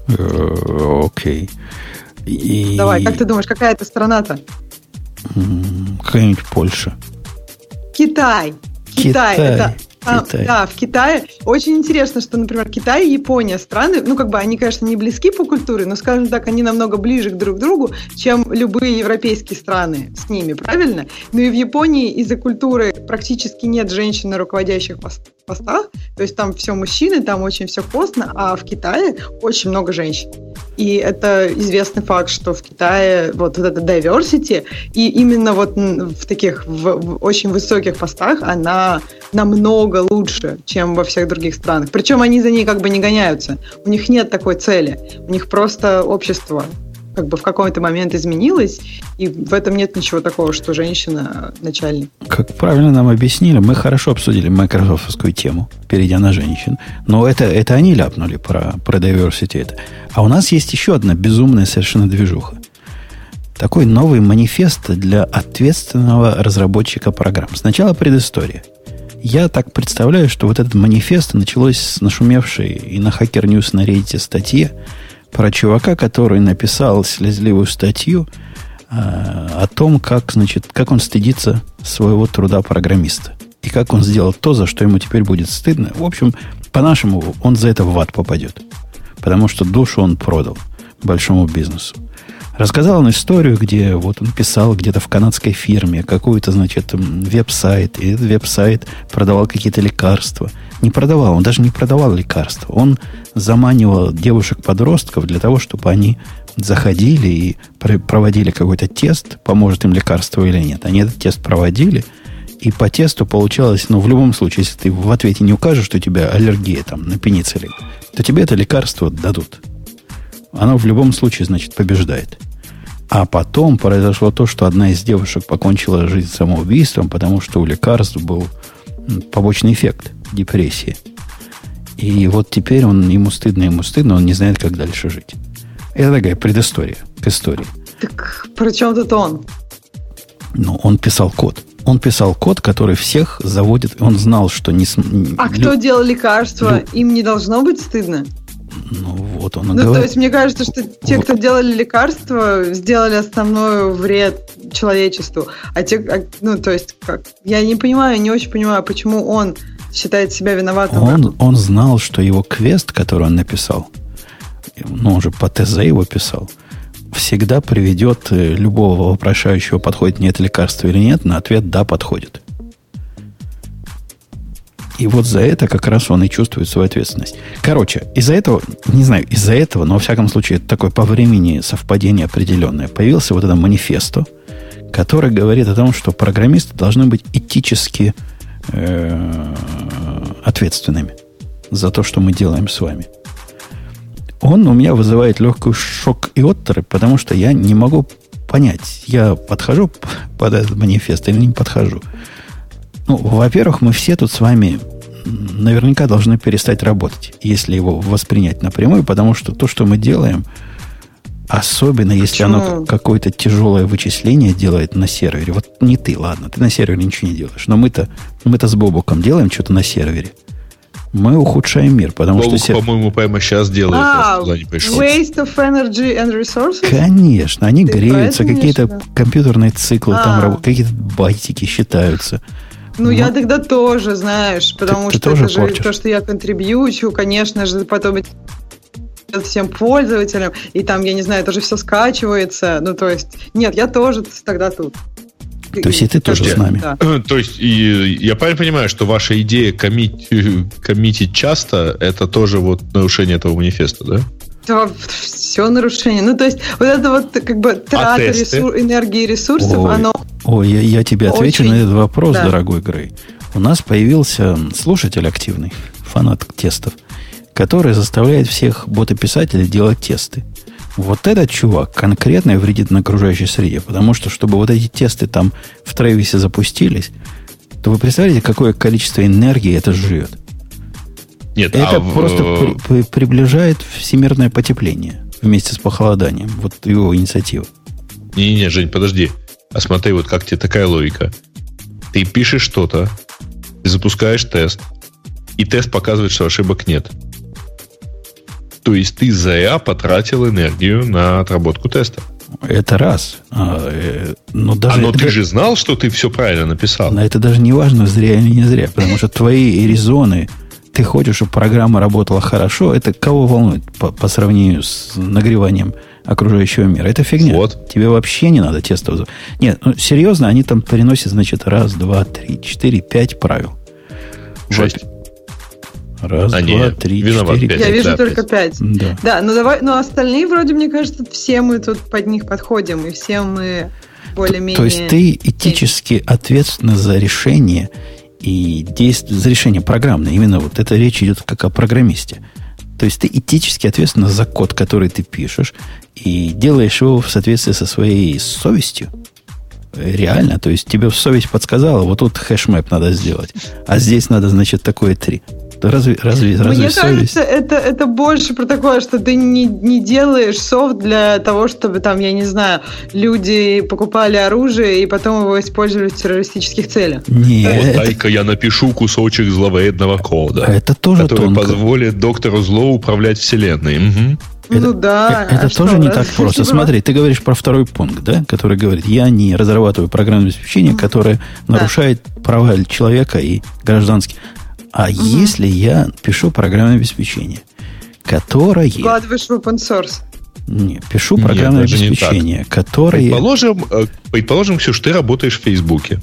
Окей. И... Давай, как ты думаешь, какая это страна-то? Какая-нибудь Польша. Китай. Китай. Китай. Это... А, Китай. да, в Китае. Очень интересно, что, например, Китай и Япония страны, ну, как бы они, конечно, не близки по культуре, но, скажем так, они намного ближе друг к другу, чем любые европейские страны с ними, правильно? Ну и в Японии из-за культуры практически нет женщин на руководящих постах, то есть там все мужчины, там очень все постно, а в Китае очень много женщин. И это известный факт, что в Китае вот, вот это diversity, и именно вот в таких в, в очень высоких постах она намного лучше, чем во всех других странах. Причем они за ней как бы не гоняются. У них нет такой цели. У них просто общество как бы в какой-то момент изменилось, и в этом нет ничего такого, что женщина начальник. Как правильно нам объяснили, мы хорошо обсудили майкрософтовскую тему, перейдя на женщин. Но это, это они ляпнули про, про diversity. Это. А у нас есть еще одна безумная совершенно движуха. Такой новый манифест для ответственного разработчика программ. Сначала предыстория. Я так представляю, что вот этот манифест началось с нашумевшей и на Hacker News на Reddit статьи про чувака, который написал слезливую статью э, о том, как, значит, как он стыдится своего труда программиста. И как он сделал то, за что ему теперь будет стыдно. В общем, по-нашему, он за это в ад попадет. Потому что душу он продал большому бизнесу. Рассказал он историю, где вот он писал где-то в канадской фирме какой-то, значит, веб-сайт. И этот веб-сайт продавал какие-то лекарства. Не продавал, он даже не продавал лекарства. Он заманивал девушек-подростков для того, чтобы они заходили и проводили какой-то тест, поможет им лекарство или нет. Они этот тест проводили, и по тесту получалось, ну, в любом случае, если ты в ответе не укажешь, что у тебя аллергия там, на пенициллин, то тебе это лекарство дадут. Оно в любом случае, значит, побеждает. А потом произошло то, что одна из девушек покончила жизнь самоубийством, потому что у лекарств был побочный эффект – депрессия. И вот теперь он, ему стыдно, ему стыдно, он не знает, как дальше жить. Это такая предыстория к истории. Так при чем тут он? Ну, он писал код. Он писал код, который всех заводит. Он знал, что не... А Лю... кто делал лекарства, Лю... им не должно быть стыдно? Ну, вот он и ну, говорит. То есть, мне кажется, что те, кто делали лекарства, сделали основной вред человечеству. А те, ну, то есть, как? Я не понимаю, не очень понимаю, почему он считает себя виноватым. Он, он знал, что его квест, который он написал, ну, он же по ТЗ его писал, всегда приведет любого вопрошающего, подходит мне это лекарство или нет, на ответ «да, подходит». И вот за это как раз он и чувствует свою ответственность. Короче, из-за этого, не знаю, из-за этого, но во всяком случае, это такое по времени совпадение определенное. Появился вот это манифесто, который говорит о том, что программисты должны быть этически э, ответственными за то, что мы делаем с вами. Он у меня вызывает легкий шок и отторопь, потому что я не могу понять, я подхожу под этот манифест или не подхожу. Ну, во-первых, мы все тут с вами наверняка должны перестать работать, если его воспринять напрямую, потому что то, что мы делаем, особенно если Почему? Оно какое-то тяжелое вычисление делает на сервере. Вот не ты, ладно, ты на сервере ничего не делаешь, но мы-то, мы-то с Бобуком делаем что-то на сервере. Мы ухудшаем мир, потому Бобук, что... Бобук, по-моему, прямо сейчас делает. А, waste of energy and resources? Конечно, они Ты греются, какие-то да? компьютерные циклы, а. там какие-то байтики считаются. Ну, Но... я тогда тоже, знаешь, потому ты, что ты это тоже же портишь. то, что я контрибьючу, конечно же, потом всем пользователям, и там, я не знаю, тоже все скачивается. Ну, то есть, нет, я тоже тогда тут. То есть и ты тоже с нами. Да. То есть и, я правильно понимаю, что ваша идея коммит, коммитить часто, это тоже вот нарушение этого манифеста, да? Да, все нарушение. Ну, то есть, вот это вот как бы трата а ресур, энергии и ресурсов, ой, оно... Ой, я, я тебе отвечу очень... на этот вопрос, да. дорогой Грей. У нас появился слушатель активный, фанат тестов, который заставляет всех ботописателей делать тесты. Вот этот чувак конкретно вредит на окружающей среде, потому что, чтобы вот эти тесты там в Трейвисе запустились, то вы представляете, какое количество энергии это жрет? Нет, это а просто в... при, при, приближает всемирное потепление вместе с похолоданием. Вот его инициатива. Не-не-не, Жень, подожди. А смотри, вот как тебе такая логика. Ты пишешь что-то, ты запускаешь тест, и тест показывает, что ошибок нет. То есть ты зря потратил энергию на отработку теста. Это раз. А, э, но даже а, но это, ты же знал, что ты все правильно написал. Но это даже не важно, зря или не зря, потому что твои резоны, ты хочешь, чтобы программа работала хорошо, это кого волнует по, по сравнению с нагреванием окружающего мира? Это фигня. Вот. Тебе вообще не надо тестов. Нет, ну, серьезно, они там приносят, значит, раз, два, три, четыре, пять правил. Шесть. Вот. Раз, а два, нет, три, виноват, четыре, пять. Я пять. вижу да, только пять. пять. Да. Да, но давай, но остальные вроде, мне кажется, все мы тут под них подходим, и все мы более-менее... То есть ты этически ответственна за решение и действие, за решение программное. Именно вот это речь идет как о программисте. То есть ты этически ответственна за код, который ты пишешь, и делаешь его в соответствии со своей совестью. Реально, то есть тебе совесть подсказала, вот тут хэшмэп надо сделать, а здесь надо, значит, такое три. Разве, разве, разве Мне совесть? кажется, это, это больше про такое, что ты не, не делаешь софт для того, чтобы там, я не знаю, люди покупали оружие и потом его использовали в террористических целях. Нет. Вот дай-ка я напишу кусочек зловредного кода, это тоже который тонко. позволит доктору Зло управлять вселенной. Угу. Это, ну да. это а тоже что, не да? так просто. Смотри, ты говоришь про второй пункт, да, который говорит, я не разрабатываю программное обеспечение, которое да. нарушает права человека и гражданских. А угу. если я пишу программное обеспечение, которое... Вкладываешь в open source. Не, пишу программное Нет, обеспечение, которое... Предположим, предположим, Ксюш, ты работаешь в Фейсбуке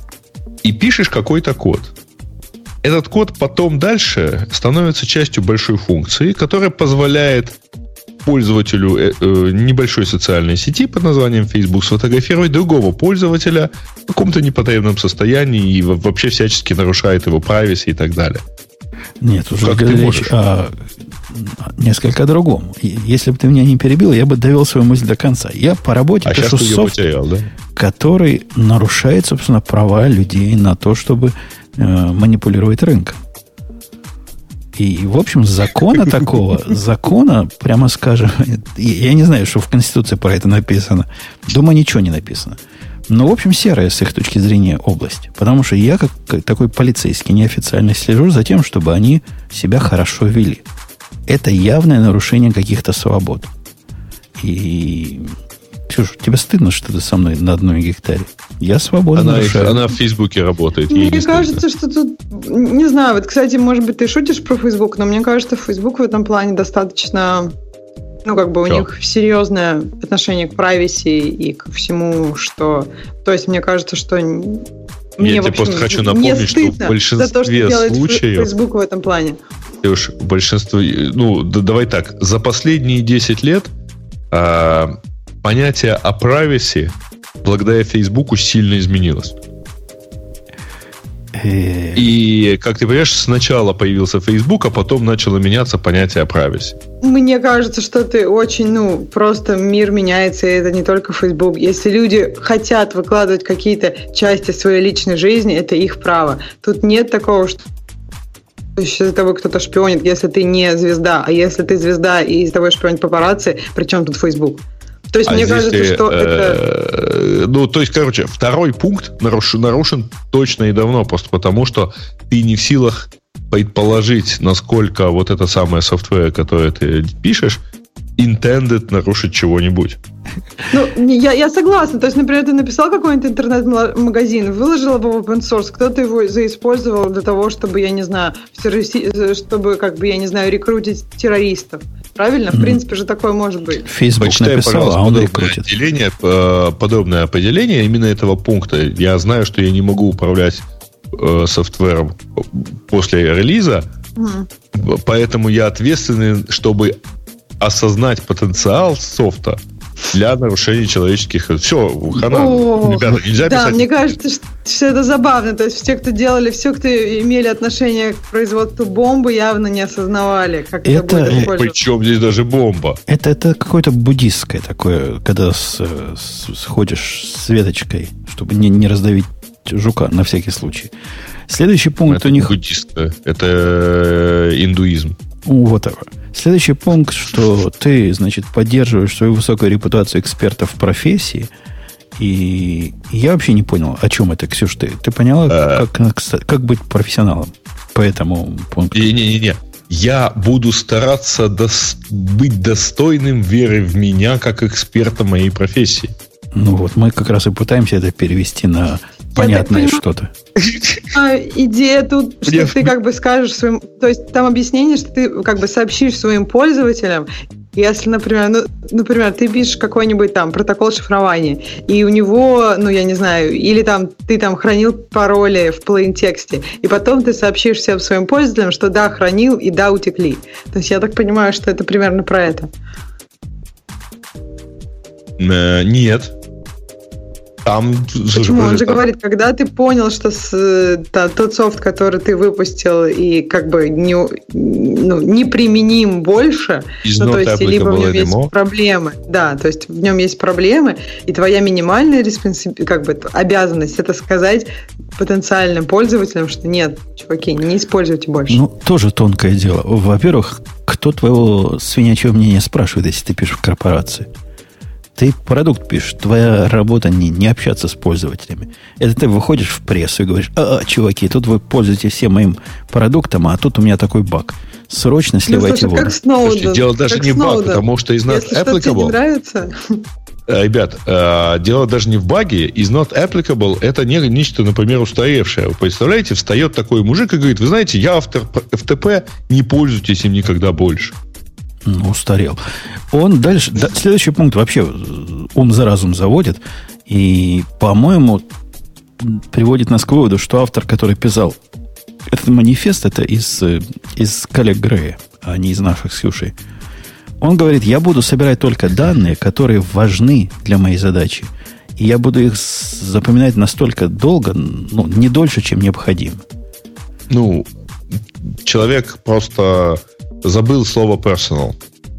и пишешь какой-то код. Этот код потом дальше становится частью большой функции, которая позволяет пользователю э, э, небольшой социальной сети под названием Facebook сфотографировать другого пользователя в каком-то непотребном состоянии и вообще всячески нарушает его privacy и так далее. Нет, уже как речь о несколько другом. Если бы ты меня не перебил, я бы довел свою мысль до конца. Я по работе а пишу софт, потерял, да? который нарушает, собственно, права людей на то, чтобы э, манипулировать рынком. И, в общем, закона такого, закона, прямо скажем, я не знаю, что в Конституции про это написано. Думаю, ничего не написано. Но, в общем, серая с их точки зрения область. Потому что я, как такой полицейский, неофициально слежу за тем, чтобы они себя хорошо вели. Это явное нарушение каких-то свобод. И... Ксюша, тебе стыдно, что ты со мной на одном гектаре? Я свободно она, нарушаю. Она в Фейсбуке работает. Мне кажется, что тут... Не знаю, вот, кстати, может быть, ты шутишь про Фейсбук, но мне кажется, Фейсбук в этом плане достаточно... Ну, как бы у Что? них серьезное отношение к privacy и ко всему, что... То есть, мне кажется, что... Мне, Я в тебе общем, просто хочу напомнить, что в большинстве за то, что делает случаев... Facebook в этом плане. Леш, большинство... Ну, да, давай так. За последние десять лет а, понятие о privacy благодаря Фейсбуку сильно изменилось. И, как ты понимаешь, сначала появился Facebook, а потом начало меняться понятие о privacy. Мне кажется, что ты очень, ну, просто мир меняется, и это не только Facebook. Если люди хотят выкладывать какие-то части своей личной жизни, это их право. Тут нет такого, что за тобой кто-то шпионит, если ты не звезда. А если ты звезда и за тобой шпионит папарацци, при чем тут Facebook? То есть, а мне кажется, ты, что э, это... Ну, то есть, короче, второй пункт нарушен, нарушен точно и давно, просто потому, что ты не в силах предположить, насколько вот это самое софтвер, которое ты пишешь, intended нарушить чего-нибудь. Ну, я, я согласна. То есть, например, ты написал какой-нибудь интернет-магазин, выложил его в open source, кто-то его заиспользовал для того, чтобы, я не знаю, чтобы, как бы, я не знаю, рекрутить террористов. Правильно? В mm. принципе же такое может быть. Facebook Почитай, написал, а он рекрутит. Отделение, подобное определение именно этого пункта. Я знаю, что я не могу управлять э, софтвером после релиза, mm. поэтому я ответственен, чтобы осознать потенциал софта для нарушения человеческих... Все, хана. О, ребята, нельзя да, писать... мне кажется, что все это забавно. То есть все, кто делали, все, кто имели отношение к производству бомбы, явно не осознавали, как это, это будет использоваться. Причем здесь даже бомба. Это, это какое-то буддистское такое, когда с, с, сходишь с веточкой, чтобы не, не раздавить жука на всякий случай. Следующий пункт это у них... буддистское. Это индуизм. Whatever. Следующий пункт, что ты, значит, поддерживаешь свою высокую репутацию эксперта в профессии. И я вообще не понял, о чем это, Ксюш, ты. Ты поняла, а... как, как быть профессионалом по этому пункту? Не-не-не. Я буду стараться дос- быть достойным веры в меня как эксперта моей профессии. Ну вот, мы как раз и пытаемся это перевести на понятное что-то. А, идея тут, что Мне... ты как бы скажешь своим... То есть там объяснение, что ты как бы сообщишь своим пользователям, если, например, ну, например, ты пишешь какой-нибудь там протокол шифрования, и у него, ну, я не знаю, или там ты там хранил пароли в plain-тексте, и потом ты сообщишь всем своим пользователям, что да, хранил, и да, утекли. То есть я так понимаю, что это примерно про это. Нет. Там, Почему? Он же там... говорит, когда ты понял, что с, та, тот софт, который ты выпустил, и как бы не, ну, неприменим больше, ну, то есть либо в нем есть проблемы, да, то есть в нем есть проблемы, и твоя минимальная респонси... как бы, обязанность это сказать потенциальным пользователям, что нет, чуваки, не используйте больше. Ну, тоже тонкое дело. Во-первых, кто твоего свинячьего мнения спрашивает, если ты пишешь в корпорации? Ты продукт пишешь, твоя работа не, не общаться с пользователями. Это ты выходишь в прессу и говоришь, а, чуваки, тут вы пользуетесь всем моим продуктом, а тут у меня такой баг. Срочно сливайте ну, слушай, воду. Как Сноуден, Слушайте, дело даже как не в баг, Сноуден. потому что is not Если applicable. Если тебе не нравится... Ребят, дело даже не в баге. Is not applicable – это не нечто, например, устаревшее. Вы представляете, встает такой мужик и говорит, вы знаете, я автор эф ти пи, не пользуйтесь им никогда больше. Ну, устарел. Он дальше... Да, следующий пункт вообще ум за разум заводит. И, по-моему, приводит нас к выводу, что автор, который писал этот манифест, это из, из коллег Грея, а не из наших с Ксюшей. Он говорит, я буду собирать только данные, которые важны для моей задачи. И я буду их запоминать настолько долго, ну, не дольше, чем необходимо. Ну, человек просто... забыл слово personal.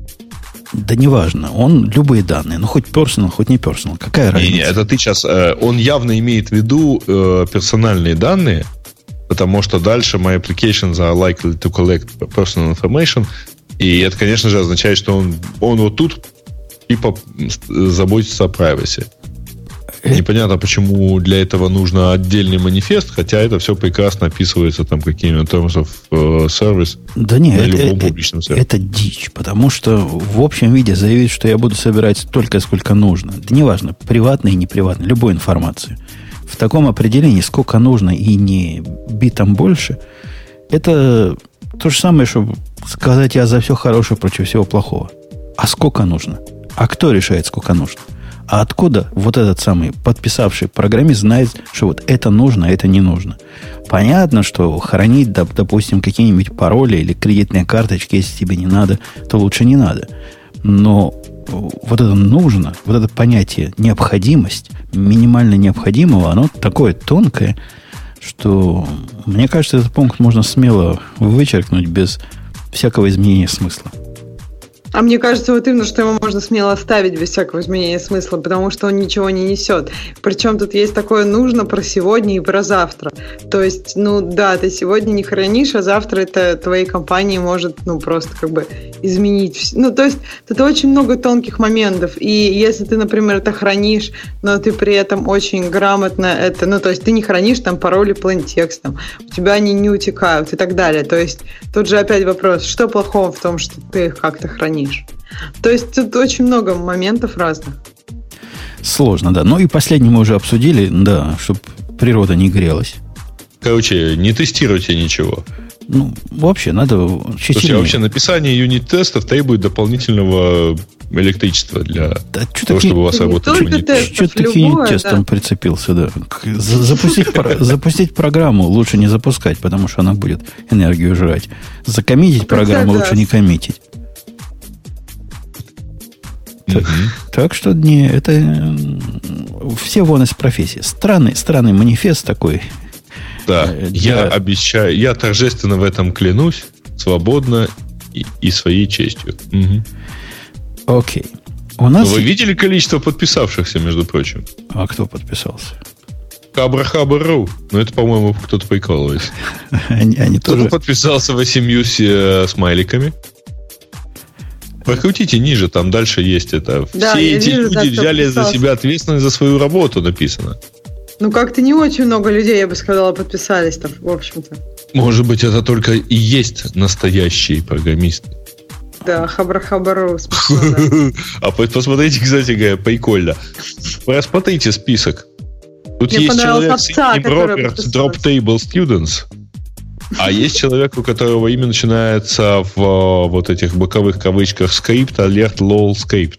Да неважно. Он любые данные. Ну, хоть personal, хоть не personal. Какая разница? Не, не, это ты сейчас... Э, он явно имеет в виду э, персональные данные, потому что дальше my applications are likely to collect personal information. И это, конечно же, означает, что он, он вот тут типа заботится о privacy. Непонятно, почему для этого нужно отдельный манифест, хотя это все прекрасно описывается там какими-то terms of uh, service. Да нет, на это, любом это, публичном сервисе. Это дичь, потому что в общем виде заявить, что я буду собирать столько, сколько нужно. Да неважно, приватно и неприватно, любую информацию. В таком определении, сколько нужно и не битом больше, это то же самое, что сказать я за все хорошее против всего плохого. А сколько нужно? А кто решает, сколько нужно? А откуда вот этот самый подписавший программист знает, что вот это нужно, а это не нужно? Понятно, что хранить, допустим, какие-нибудь пароли или кредитные карточки, если тебе не надо, то лучше не надо. Но вот это нужно, вот это понятие необходимость, минимально необходимого, оно такое тонкое, что, мне кажется, этот пункт можно смело вычеркнуть без всякого изменения смысла. А мне кажется, вот именно, что его можно смело оставить без всякого изменения смысла, потому что он ничего не несет. Причем тут есть такое нужно про сегодня и про завтра. То есть, ну да, ты сегодня не хранишь, а завтра это твоей компании может, ну, просто как бы изменить. Ну, то есть, тут очень много тонких моментов. И если ты, например, это хранишь, но ты при этом очень грамотно это... Ну, то есть, ты не хранишь там пароли plain-текстом, у тебя они не утекают и так далее. То есть, тут же опять вопрос, что плохого в том, что ты их как-то хранишь? То есть тут очень много моментов разных. Сложно, да. Ну и последний мы уже обсудили, да, чтобы природа не грелась. Короче, не тестируйте ничего. Ну, вообще, надо Слушай, а вообще написание юнит-тестов требует дополнительного электричества для да, того, таки, чтобы у вас работал юнит-тест. Что ты к юнит-тестам да. прицепился, да. Запустить, запустить программу лучше не запускать, потому что она будет энергию жрать. Закоммитить программу лучше не коммитить. Так, так что не, это все вон из профессии. Странный, странный манифест такой. Да, для... я обещаю, я торжественно в этом клянусь, свободно и, и своей честью. Угу. Окей. У нас... Вы видели количество подписавшихся, между прочим? А кто подписался? Хабра-хабра.ру. Ну, это, по-моему, кто-то прикалывается. они, они кто-то тоже... подписался восемью э, смайликами. Прокрутите ниже, там дальше есть это. Да, все эти вижу, люди взяли за себя ответственность за свою работу, написано. Ну, как-то не очень много людей, я бы сказала, подписались-то, в общем-то. Может быть, это только и есть настоящие программисты. Да, хабра-хабару. А посмотрите, кстати говоря, прикольно. Посмотрите список. Тут есть человек с Drop Table Students, а есть человек, у которого имя начинается в вот этих боковых кавычках скрипт, alert, lol, скрипт.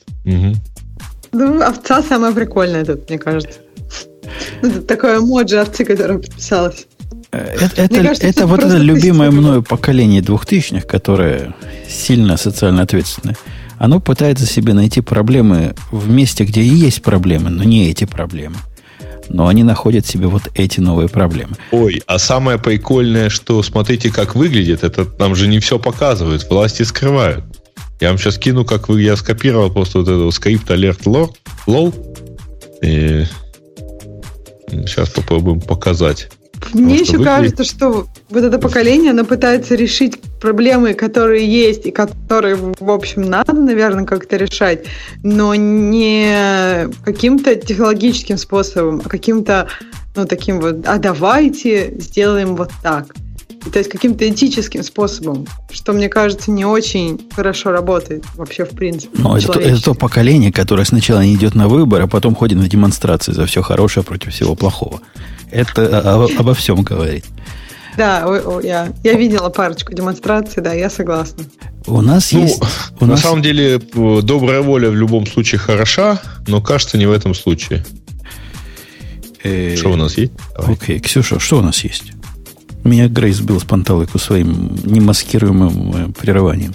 Ну, овца самая прикольная тут, мне кажется. Это такое эмоджи овцы, которая подписалась. Это, это, кажется, это вот это любимое мною поколение двухтысячных, которое сильно социально ответственное. Оно пытается себе найти проблемы в месте, где и есть проблемы, но не эти проблемы. Но они находят себе вот эти новые проблемы. Ой, а самое прикольное, что смотрите, как выглядит, это нам же не все показывают, власти скрывают. Я вам сейчас кину, как вы, я скопировал просто вот этот скрипт alert lol. И сейчас попробуем показать. Мне еще выглядит... кажется, что вот это поколение, оно пытается решить проблемы, которые есть, и которые, в общем, надо, наверное, как-то решать, но не каким-то технологическим способом, а каким-то, ну, таким вот, а давайте сделаем вот так. И, то есть каким-то этическим способом, что, мне кажется, не очень хорошо работает вообще, в принципе. Но это, это то поколение, которое сначала не идет на выборы, а потом ходит на демонстрации за все хорошее против всего плохого. Это обо, обо всем говорит. Да, о, о, я, я видела парочку демонстраций, да, я согласна. У нас ну, есть... У на нас... самом деле, добрая воля в любом случае хороша, но, кажется, не в этом случае. Э-э- что у нас есть? Давай. Окей, Ксюша, что у нас есть? Меня Грейс сбил с панталыку своим немаскируемым прерыванием.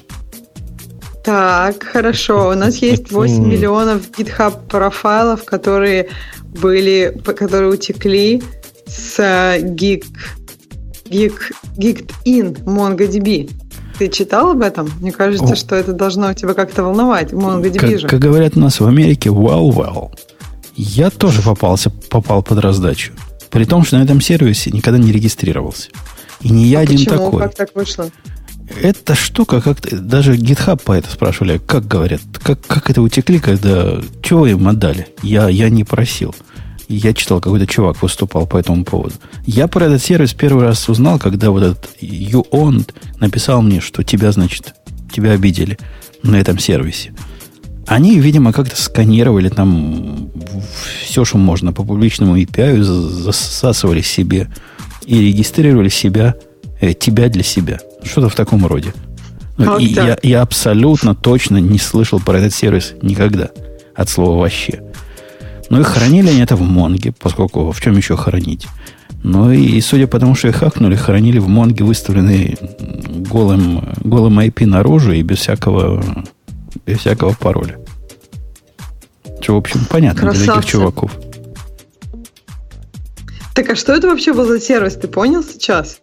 Так, хорошо. У нас есть восемь миллионов GitHub профайлов, которые были, которые утекли с Geek, Geek, GeekIn MongoDB. Ты читал об этом? Мне кажется, О. что это должно тебя как-то волновать. MongoDB как, же. Как говорят у нас в Америке, вау-вау. Я тоже попался, попал под раздачу. При том, что на этом сервисе никогда не регистрировался. И не я а один почему? такой. Как так вышло? Эта штука как-то... Даже GitHub по это спрашивали, как говорят, как, как это утекли, когда... Чего им отдали? Я, я не просил. Я читал, какой-то чувак выступал по этому поводу. Я про этот сервис первый раз узнал, когда вот этот YouOwned написал мне, что тебя, значит, тебя обидели на этом сервисе. Они, видимо, как-то сканировали там все, что можно по публичному эй пи ай, засасывали себе и регистрировали себя, э, тебя для себя. Что-то в таком роде. Ну, и я, я абсолютно точно не слышал про этот сервис никогда. От слова вообще. Ну и хранили они это в Монге, поскольку в чем еще хранить. Ну и, и судя по тому, что их хакнули, хранили в Монге, выставленные голым, голым ай пи наружу и без всякого... без всякого пароля. Что, в общем, понятно. Красавцы. Для таких чуваков. Так, а что это вообще был за сервис? Ты понял сейчас?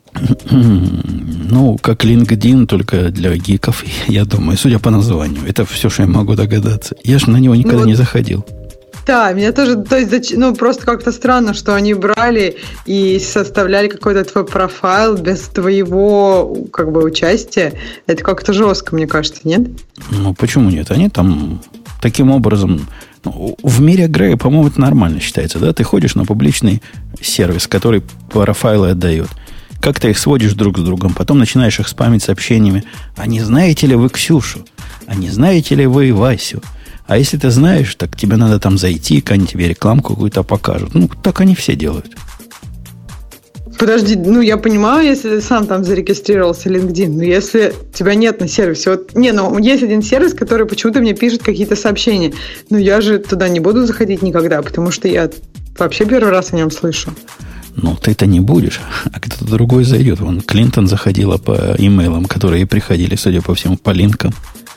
Ну, как LinkedIn, только для гиков, я думаю, судя по названию. Это все, что я могу догадаться. Я же на него никогда ну, не заходил. Да, меня тоже, то есть, ну, просто как-то странно, что они брали и составляли какой-то твой профайл без твоего, как бы, участия. Это как-то жестко, мне кажется, нет? Ну, почему нет? Они там таким образом... Ну, в мире Грея, по-моему, это нормально считается, да? Ты ходишь на публичный сервис, который профайлы отдает. Как ты их сводишь друг с другом, потом начинаешь их спамить сообщениями. А не знаете ли вы Ксюшу? А не знаете ли вы Васю? А если ты знаешь, так тебе надо там зайти, они тебе рекламку какую-то покажут. Ну, так они все делают. Подожди, ну я понимаю, если ты сам там зарегистрировался LinkedIn, но если тебя нет на сервисе, вот, не, ну есть один сервис, который почему-то мне пишет какие-то сообщения, но я же туда не буду заходить никогда, потому что я вообще первый раз о нем слышу. Ну, ты-то не будешь, а кто-то другой зайдет. Вон Клинтон заходила по имейлам, которые приходили, судя по всему, по линкам.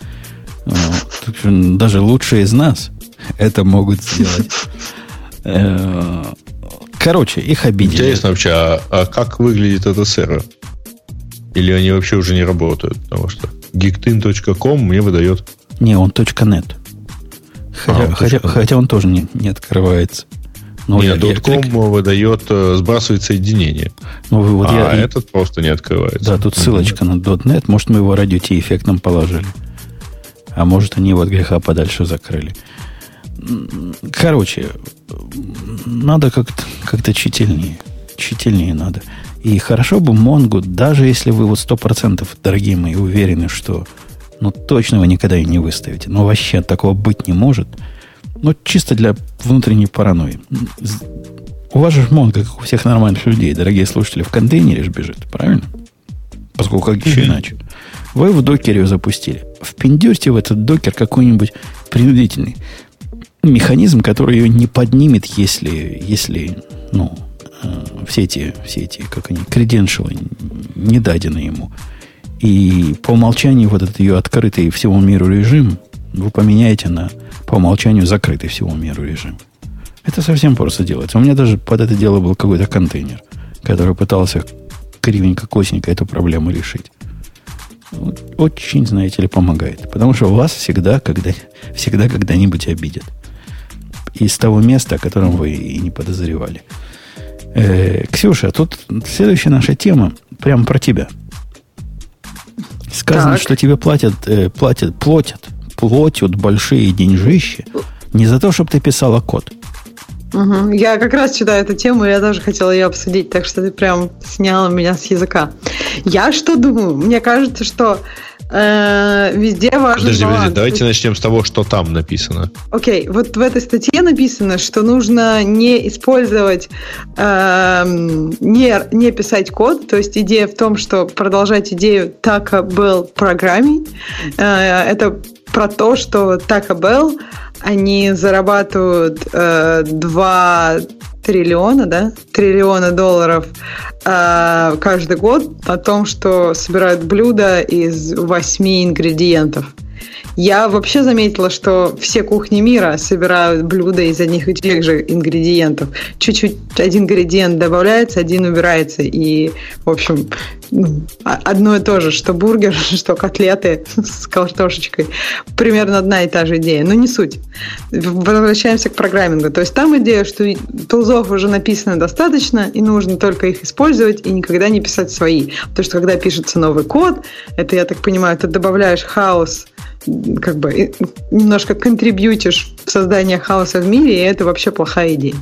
Вот. Даже лучшие из нас это могут сделать. Короче, их обидели. Интересно вообще, а, а как выглядит этот сервер? Или они вообще уже не работают? Потому что geektin точка ком мне выдает... Не, он .нет. Хотя, а, хотя, хотя он тоже не, не открывается. Но Нет, .com клик... выдает, сбрасывает соединение. Ну, вот а я... этот просто не открывается. Да, тут ссылочка на .нет. Может, мы его радиотеэффектом положили. А может, они его от греха подальше закрыли. Короче, надо как-то, как-то тщательнее. Тщательнее надо. И хорошо бы Монгу, даже если вы вот сто процентов, дорогие мои, уверены, что ну точно вы никогда ее не выставите. Но вообще такого быть не может. Ну, чисто для внутренней паранойи. У вас же Монго, как у всех нормальных людей, дорогие слушатели, в контейнере же бежит, правильно? Поскольку как еще иначе. Вы в докере ее запустили. Впендюрьте в этот докер какой-нибудь принудительный механизм, который ее не поднимет, если, если ну, э, все эти, все эти, как они, креденшалы не дадены ему. И по умолчанию вот этот ее открытый всему миру режим вы поменяете на по умолчанию закрытый всему миру режим. Это совсем просто делается. У меня даже под это дело был какой-то контейнер, который пытался кривенько-косенько эту проблему решить. Вот, очень, знаете ли, помогает. Потому что вас всегда, когда, всегда когда-нибудь обидят. Из того места, о котором вы и не подозревали. Э, Ксюша, тут следующая наша тема прямо про тебя. Сказано, так. что тебе платят, э, платят, платят, платят большие деньжищи не за то, чтобы ты писала код. Угу. Я как раз читаю эту тему, и я тоже хотела ее обсудить, так что ты прям сняла меня с языка. Я что думаю? Мне кажется, что э, везде важно Подожди, баланс. подожди, давайте начнем с того, что там написано. Окей, вот в этой статье написано, что нужно не использовать, э, не, не писать код, то есть идея в том, что продолжать идею Taco Bell программинг, э, это про то, что Taco Bell они зарабатывают э, два триллиона, да, триллиона долларов э, каждый год на том, что собирают блюда из восьми ингредиентов. Я вообще заметила, что все кухни мира собирают блюда из одних и тех же ингредиентов. Чуть-чуть один ингредиент добавляется, один убирается. И, в общем, одно и то же, что бургер, что котлеты с картошечкой. Примерно одна и та же идея, но не суть. Возвращаемся к программингу. То есть там идея, что тулзов уже написано достаточно, и нужно только их использовать и никогда не писать свои. Потому что когда пишется новый код, это, я так понимаю, ты добавляешь хаос, как бы немножко контрибьютишь в создание хаоса в мире, и это вообще плохая идея.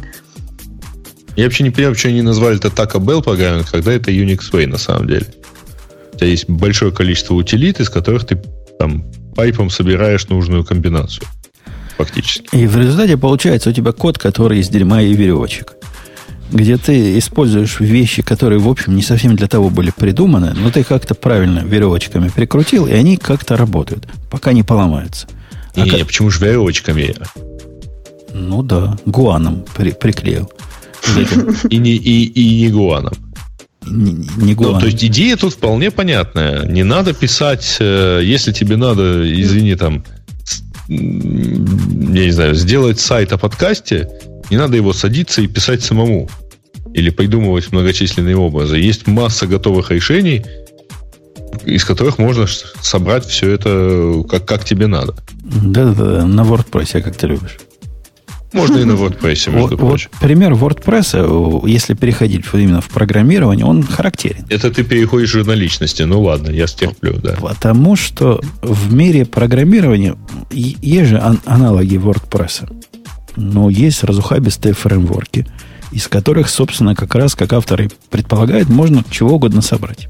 Я вообще не понимаю, почему они назвали это Taco Bell программинг, когда это Unix Way на самом деле. У тебя есть большое количество утилит, из которых ты там пайпом собираешь нужную комбинацию. Фактически. И в результате получается у тебя код, который из дерьма и веревочек. Где ты используешь вещи, которые, в общем, не совсем для того были придуманы, но ты как-то правильно веревочками прикрутил, и они как-то работают, пока не поломаются. Не, а не, как... не, почему же веревочками? Ну да, гуаном при, приклеил. И не, и, и не гуаном. Не, не гуаном. Ну, то есть идея тут вполне понятная. Не надо писать, если тебе надо, извини, там, я не знаю, сделать сайт о подкасте, не надо его садиться и писать самому. Или придумывать многочисленные образы. Есть масса готовых решений, из которых можно собрать все это как, как тебе надо. Да-да-да, на WordPress, как ты любишь. Можно и на WordPress, между вот, прочим. Вот пример WordPress, если переходить именно в программирование, он характерен. Это ты переходишь уже на личности. Ну ладно, я стерплю, да. Потому что в мире программирования есть же аналоги WordPress. Но есть разухабистые фреймворки, из которых, собственно, как раз, как авторы предполагают, можно чего угодно собрать.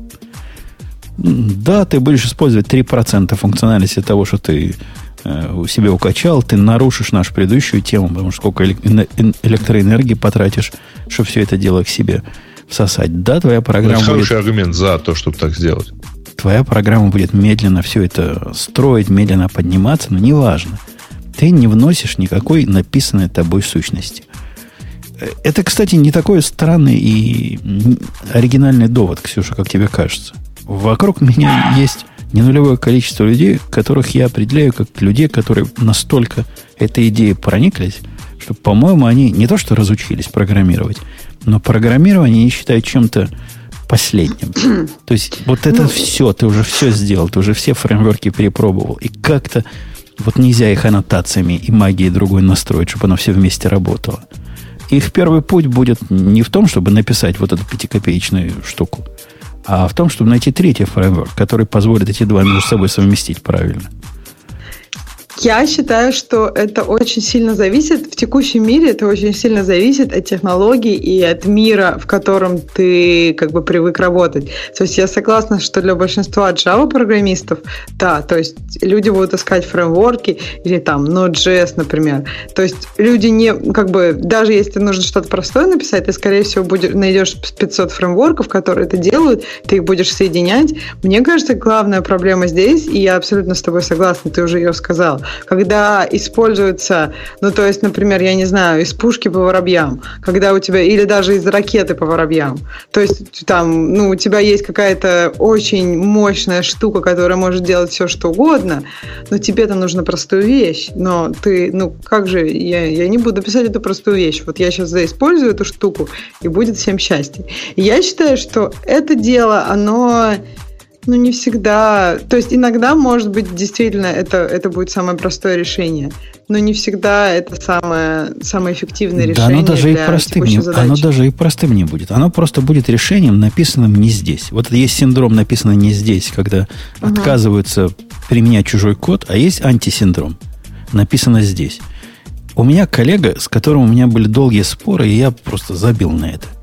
Да, ты будешь использовать три процента функциональности того, что ты э, у себя укачал, ты нарушишь нашу предыдущую тему, потому что сколько электроэнергии потратишь, чтобы все это дело к себе всосать. Да, твоя программа Это будет... хороший аргумент за то, чтобы так сделать. Твоя программа будет медленно все это строить, медленно подниматься, но неважно. Ты не вносишь никакой написанной тобой сущности. Это, кстати, не такой странный и оригинальный довод, Ксюша, как тебе кажется. Вокруг меня есть ненулевое количество людей, которых я определяю как людей, которые настолько этой идеей прониклись, что, по-моему, они не то что разучились программировать, но программирование они считают чем-то последним. То есть вот это все, ты уже все сделал, ты уже все фреймворки перепробовал. И как-то вот нельзя их аннотациями и магией другой настроить, чтобы оно все вместе работало. Их первый путь будет не в том, чтобы написать вот эту пятикопеечную штуку, а в том, чтобы найти третий фреймворк, который позволит эти два между собой совместить правильно. Я считаю, что это очень сильно зависит, в текущем мире это очень сильно зависит от технологий и от мира, в котором ты как бы привык работать. То есть я согласна, что для большинства Java-программистов, да, то есть люди будут искать фреймворки или там Node.js, например. То есть люди не, как бы, даже если нужно что-то простое написать, ты, скорее всего, будешь, найдешь пятьсот фреймворков, которые это делают, ты их будешь соединять. Мне кажется, главная проблема здесь, и я абсолютно с тобой согласна, ты уже ее сказал, когда используется, ну, то есть, например, я не знаю, из пушки по воробьям, когда у тебя, или даже из ракеты по воробьям, то есть, там, ну, у тебя есть какая-то очень мощная штука, которая может делать все, что угодно, но тебе-то нужна простую вещь, но ты, ну, как же, я, я не буду писать эту простую вещь, вот я сейчас заиспользую эту штуку, и будет всем счастье. И я считаю, что это дело, оно... Ну, не всегда. То есть иногда, может быть, действительно это, это будет самое простое решение. Но не всегда это самое, самое эффективное решение. Да, оно даже, для и простым не, оно даже и простым не будет. Оно просто будет решением, написанным не здесь. Вот есть синдром, написанный не здесь, когда угу. отказываются применять чужой код, а есть антисиндром, написано здесь. У меня коллега, с которым у меня были долгие споры, и я просто забил на это.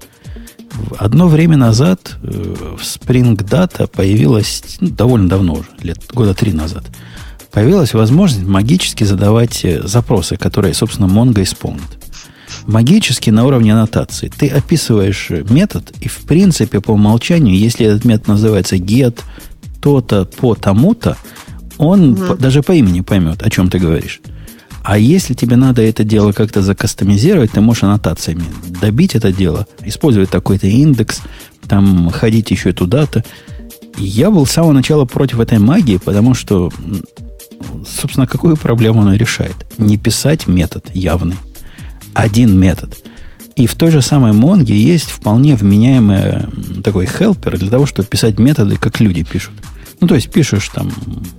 Одно время назад в Spring Data появилась, ну, довольно давно уже, лет, года три назад, появилась возможность магически задавать запросы, которые, собственно, Mongo исполнит. Магически на уровне аннотации. Ты описываешь метод, и в принципе по умолчанию, если этот метод называется get то-то по тому-то, он угу. по, даже по имени поймет, о чем ты говоришь. А если тебе надо это дело как-то закастомизировать, ты можешь аннотациями добить это дело, использовать такой-то индекс, там ходить еще туда-то. И я был с самого начала против этой магии, потому что, собственно, какую проблему она решает? Не писать метод явный. Один метод. И в той же самой Mongo есть вполне вменяемый такой хелпер для того, чтобы писать методы, как люди пишут. Ну, то есть пишешь там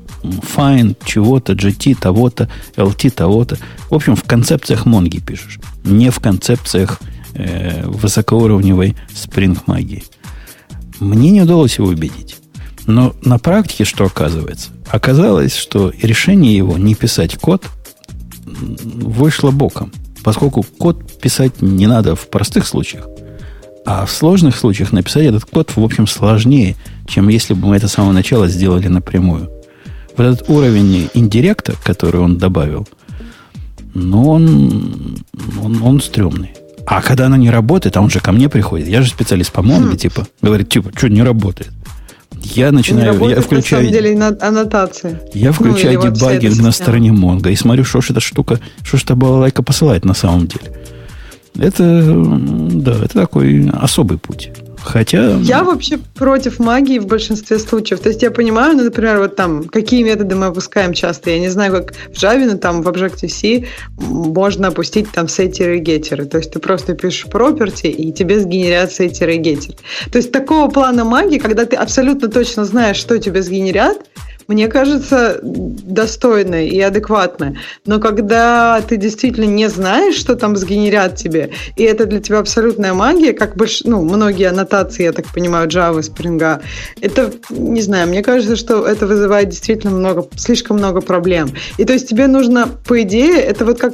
find чего-то, джи ти того-то, эл ти того-то. В общем, в концепциях Mongo пишешь. Не в концепциях э, высокоуровневой Spring магии. Мне не удалось его убедить. Но на практике что оказывается? Оказалось, что решение его не писать код вышло боком. Поскольку код писать не надо в простых случаях, а в сложных случаях написать этот код, в общем, сложнее, чем если бы мы это с самого начала сделали напрямую. Вот этот уровень индиректа, который он добавил, ну, он, он, он стрёмный. А когда она не работает, а он же ко мне приходит, я же специалист по Mongo, хм. типа, говорит, типа, что не работает? Я начинаю, работает, я включаю... На самом деле, аннотация. Я включаю ну, дебаги на стороне Mongo и смотрю, что ж эта штука, что ж эта балалайка посылает на самом деле. Это, да, это такой особый путь. Хотя... Я вообще против магии в большинстве случаев. То есть я понимаю, ну, например, вот там, какие методы мы опускаем часто. Я не знаю, как в Java, но там в Objective-C можно опустить там сеттеры и геттеры. То есть ты просто пишешь property, и тебе сгенерят сеттеры и геттеры. То есть такого плана магии, когда ты абсолютно точно знаешь, что тебе сгенерят, мне кажется, достойно и адекватно. Но когда ты действительно не знаешь, что там сгенерят тебе, и это для тебя абсолютная магия, как больш... ну, многие аннотации, я так понимаю, Java, Spring, это, не знаю, мне кажется, что это вызывает действительно много, слишком много проблем. И то есть тебе нужно, по идее, это вот как...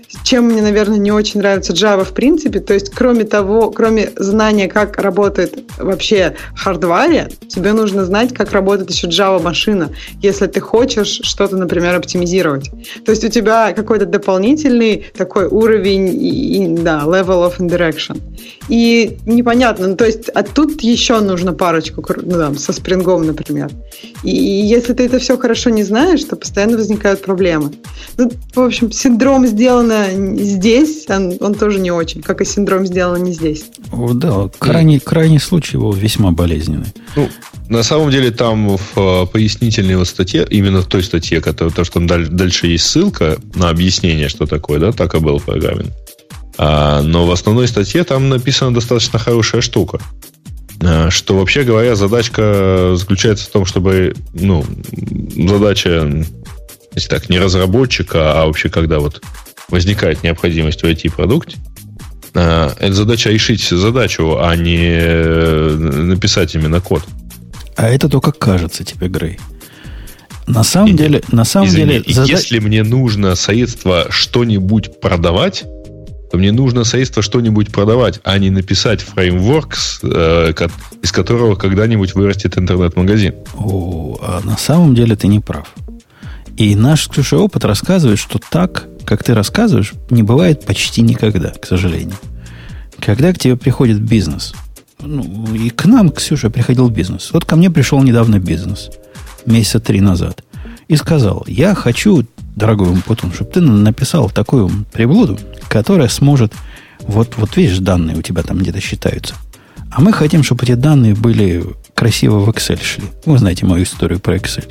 чем мне, наверное, не очень нравится Java в принципе, то есть кроме того, кроме знания, как работает вообще хардвare, тебе нужно знать, как работает еще Java-машина, если ты хочешь что-то, например, оптимизировать. То есть у тебя какой-то дополнительный такой уровень, и, да, level of indirection. И непонятно, ну, то есть, а тут еще нужно парочку, ну, там, со спрингом, например. И если ты это все хорошо не знаешь, то постоянно возникают проблемы. Ну, в общем, синдром «сделано здесь», он, он тоже не очень, как и синдром «сделано не здесь». О, да, крайний, крайний случай его весьма болезненный. Ну, на самом деле, там в пояснительной вот статье, именно в той статье, которая, то, что там дальше есть ссылка на объяснение, что такое, да, так и был программинг. А, но в основной статье там написана достаточно хорошая штука. А, что, вообще говоря, задачка заключается в том, чтобы, ну, задача, если так, не разработчика, а вообще, когда вот возникает необходимость в ай ти-продукте, а, это задача решить задачу, а не написать именно код. А это только кажется тебе, Грей. На самом и, деле, на самом извини, деле, зада... если мне нужно средство что-нибудь продавать, то мне нужно средство что-нибудь продавать, а не написать фреймворк, э, из которого когда-нибудь вырастет интернет-магазин. О, а на самом деле ты не прав. И наш, Ксюша, опыт рассказывает, что так, как ты рассказываешь, не бывает почти никогда, к сожалению. Когда к тебе приходит бизнес, ну, и к нам, Ксюша, приходил бизнес. Вот ко мне пришел недавно бизнес, месяца три назад, и сказал: я хочу, дорогой Умпутун, чтобы ты написал такую приблуду, которая сможет, вот, вот видишь, данные у тебя там где-то считаются. А мы хотим, чтобы эти данные были красиво в Excel шли. Вы знаете мою историю про Excel.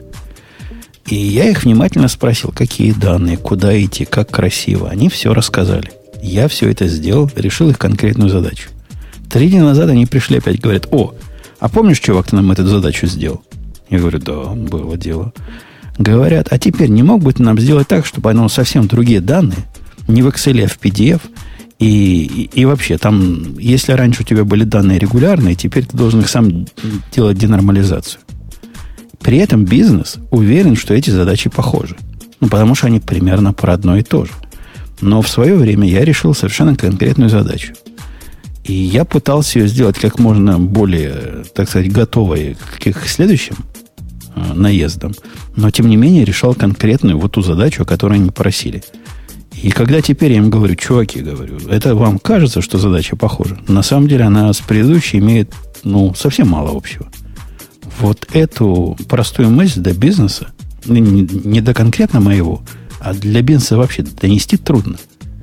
И я их внимательно спросил, какие данные, куда идти, как красиво. Они все рассказали. Я все это сделал, решил их конкретную задачу. Три дня назад они пришли опять, говорят: о, а помнишь, чувак, ты нам эту задачу сделал? Я говорю: да, было дело. Говорят: а теперь не мог бы ты нам сделать так, чтобы оно совсем другие данные, не в Excel, а в пи ди эф, и, и, и вообще, там, если раньше у тебя были данные регулярные, теперь ты должен их сам делать денормализацию. При этом бизнес уверен, что эти задачи похожи. Ну, потому что они примерно про одно и то же. Но в свое время я решил совершенно конкретную задачу. И я пытался ее сделать как можно более, так сказать, готовой к их следующим э, наездам. Но, тем не менее, решал конкретную вот ту задачу, о которой они просили. И когда теперь я им говорю: чуваки, говорю, это вам кажется, что задача похожа? На самом деле она с предыдущей имеет, ну, совсем мало общего. Вот эту простую мысль до бизнеса, не, не до конкретно моего, а для бизнеса вообще донести трудно.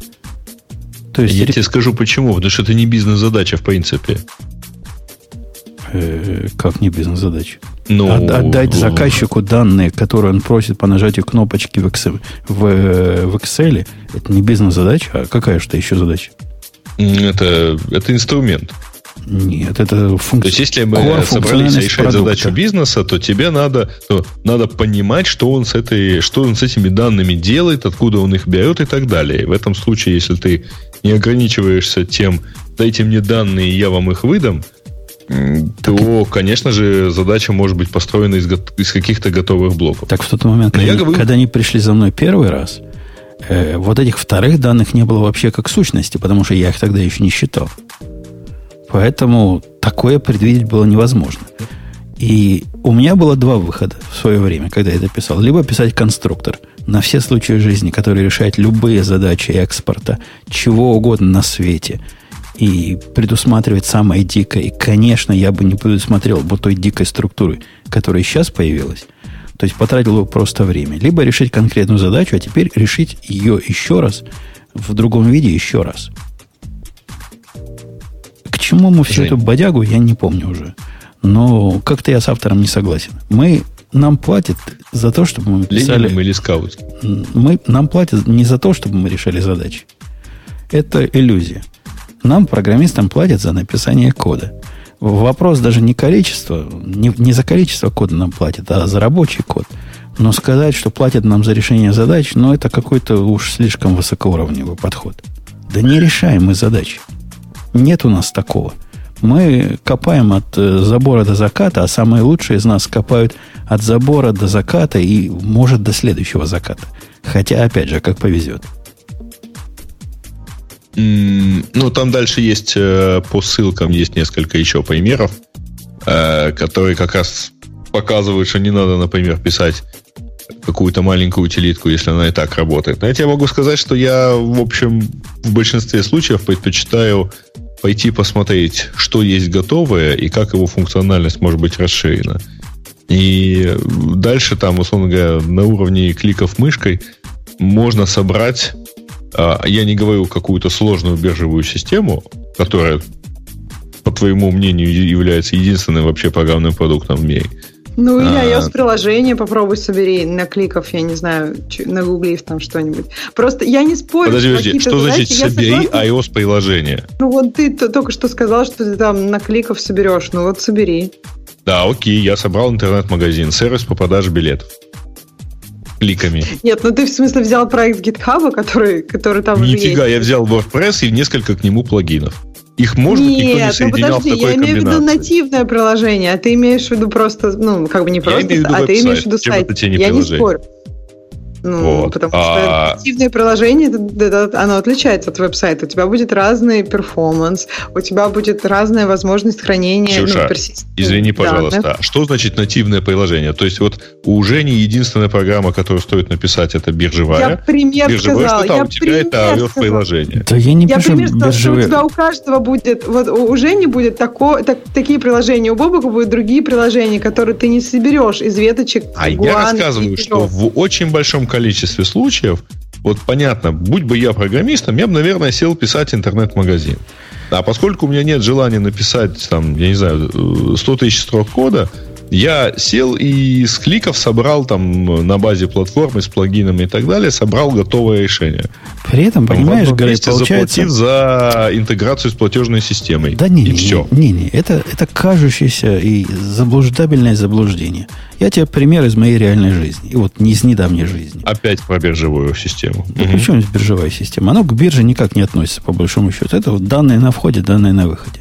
То есть, я тебе скажу почему. Потому что это не бизнес-задача, в принципе. Э, как не бизнес-задача? Ну, От, отдать заказчику данные, которые он просит по нажатию кнопочки в Excel, в, в Excel, это не бизнес-задача, а какая же-то еще задача? Это, это инструмент. Нет, это функция. То есть, если мы собрались решать задачу бизнеса, то тебе надо, то надо понимать, что он с этой, что он с этими данными делает, откуда он их берет и так далее. В этом случае, если ты не ограничиваешься тем: дайте мне данные, и я вам их выдам, так то, и... конечно же, задача может быть построена из, из каких-то готовых блоков. Так в тот момент, когда, говорю... когда они пришли за мной первый раз, э, вот этих вторых данных не было вообще как сущности, потому что я их тогда еще не считал. Поэтому такое предвидеть было невозможно. И у меня было два выхода в свое время, когда я это писал. Либо писать конструктор на все случаи жизни, который решает любые задачи экспорта, чего угодно на свете, и предусматривать самое дикое. И, конечно, я бы не предусмотрел вот той дикой структуры, которая сейчас появилась. То есть потратил бы просто время. Либо решить конкретную задачу, а теперь решить ее еще раз, в другом виде еще раз. К чему мы всю Жень. эту бодягу, я не помню уже. Но как-то я с автором не согласен. Мы, нам платят за то, чтобы мы писали... Ленин или скаут? Мы, нам платят не за то, чтобы мы решали задачи. Это иллюзия. Нам, программистам, платят за написание кода. Вопрос даже не количество, не, не за количество кода нам платят, а за рабочий код. Но сказать, что платят нам за решение задач, ну, это какой-то уж слишком высокоуровневый подход. Да не решаем мы задачи. Нет у нас такого. Мы копаем от забора до заката, а самые лучшие из нас копают от забора до заката и, может, до следующего заката. Хотя, опять же, как повезет. Ну, там дальше есть, по ссылкам есть несколько еще примеров, которые как раз показывают, что не надо, например, писать какую-то маленькую утилитку, если она и так работает. Но я тебе могу сказать, что я, в общем, в большинстве случаев предпочитаю пойти посмотреть, что есть готовое и как его функциональность может быть расширена. И дальше там, условно говоря, на уровне кликов мышкой можно собрать, я не говорю какую-то сложную биржевую систему, которая, по твоему мнению, является единственным вообще программным продуктом в мире. Ну, или iOS-приложение попробуй собери на кликов, я не знаю, нагуглив там что-нибудь. Просто я не спорю. Подожди, подожди, что значит собери iOS-приложение? Ну, вот ты только что сказал, что ты там на кликов соберешь. Ну, вот собери. Да, окей, я собрал интернет-магазин, сервис по продаже билетов. Кликами. Нет, ну ты в смысле взял проект GitHub, который, который там уже есть. Нифига, я взял WordPress и несколько к нему плагинов. Их, может быть, никто не соединял в такой комбинации. Нет, ну подожди, я имею в виду нативное приложение, а ты имеешь в виду просто, ну, как бы не просто, а ты имеешь в виду сайт. Я не спорю. Ну, вот. Потому что а... нативное приложение, оно отличается от веб-сайта. У тебя будет разный перформанс, у тебя будет разная возможность хранения. Ксюша, ну, извини, пожалуйста. Данных. Что значит нативное приложение? То есть вот у Жени единственная программа, которую стоит написать, это биржевая. Я пример биржевая сказал. Что-то, я у тебя это iOS-приложение. Да я не я пишу пример сказал, биржевые. Что у тебя у каждого будет, вот у Жени будет тако, так, такие приложения, у Бобука будут другие приложения, которые ты не соберешь из веточек. А я рассказываю, что в очень большом количестве случаев, вот понятно, будь бы я программистом, я бы, наверное, сел писать интернет-магазин. А поскольку у меня нет желания написать, там, я не знаю, сто тысяч строк кода, я сел и с кликов собрал там на базе платформы с плагинами и так далее, собрал готовое решение. При этом, понимаешь, Гарри, получается... заплатив за интеграцию с платежной системой. Да не, и не, все. Не, не, это, это кажущееся и заблуждабельное заблуждение. Я тебе пример из моей реальной жизни. И вот не из недавней жизни. Опять про биржевую систему. Да, угу. Причем здесь биржевая система? Оно к бирже никак не относится, по большому счету. Это вот данные на входе, данные на выходе.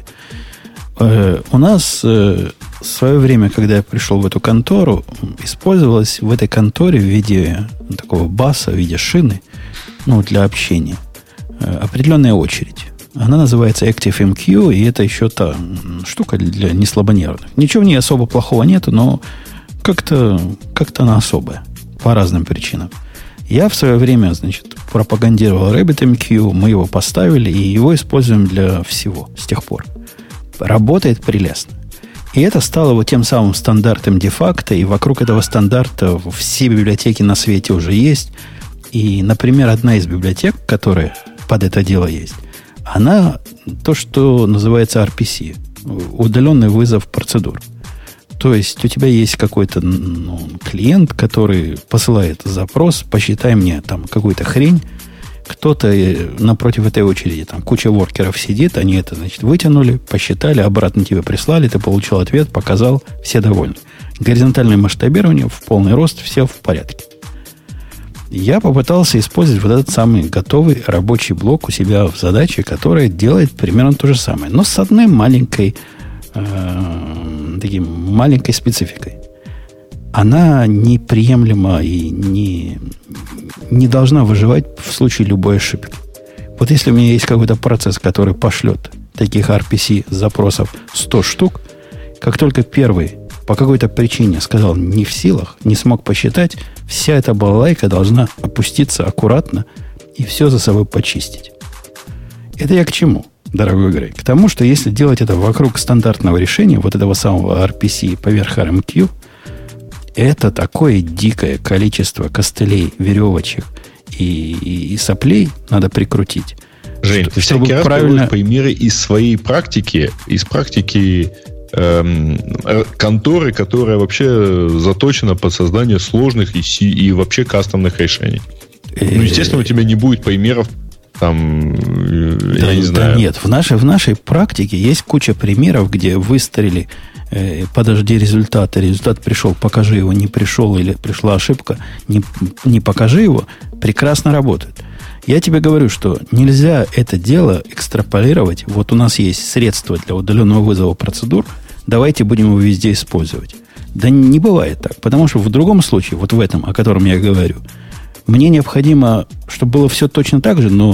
Э, у нас э, в свое время, когда я пришел в эту контору, использовалась в этой конторе в виде такого баса, в виде шины, ну, для общения, э, определенная очередь. Она называется ActiveMQ, и это еще та штука для неслабонервных. Ничего в ней особо плохого нету, но как-то, как-то она особая. По разным причинам. Я в свое время, значит, пропагандировал RabbitMQ, мы его поставили, и его используем для всего с тех пор. Работает прелестно. И это стало вот тем самым стандартом де-факто, и вокруг этого стандарта все библиотеки на свете уже есть. И, например, одна из библиотек, которая под это дело есть, она то, что называется ар пи си, удаленный вызов процедур. То есть у тебя есть какой-то ну, клиент, который посылает запрос, посчитай мне там какую-то хрень, кто-то напротив этой очереди, там куча воркеров сидит, они это, значит, вытянули, посчитали, обратно тебе прислали, ты получил ответ, показал, все довольны. Горизонтальное масштабирование в полный рост, все в порядке. Я попытался использовать вот этот самый готовый рабочий блок у себя в задаче, который делает примерно то же самое, но с одной маленькой, э, таким маленькой спецификой. Она неприемлема и не, не должна выживать в случае любой ошибки. Вот если у меня есть какой-то процесс, который пошлет таких ар пи си запросов сто штук, как только первый по какой-то причине сказал не в силах, не смог посчитать, вся эта балалайка должна опуститься аккуратно и все за собой почистить. Это я к чему, дорогой Грей? К тому, что если делать это вокруг стандартного решения, вот этого самого ар пи си поверх ар эм кью, это такое дикое количество костылей, веревочек и, и, и соплей надо прикрутить. Жень, ты всякий раз приводишь примеры из своей практики, из практики эм, конторы, которая вообще заточена под создание сложных и, и вообще кастомных решений. Ну, естественно, у тебя не будет примеров там, да, я не знаю. Да нет, в нашей, в нашей практике есть куча примеров, где выстрелили подожди результата, результат пришел, покажи его, не пришел или пришла ошибка, не, не покажи его, прекрасно работает. Я тебе говорю, что нельзя это дело экстраполировать. Вот у нас есть средства для удаленного вызова процедур, давайте будем его везде использовать. Да не бывает так, потому что в другом случае, вот в этом, о котором я говорю, мне необходимо, чтобы было все точно так же, но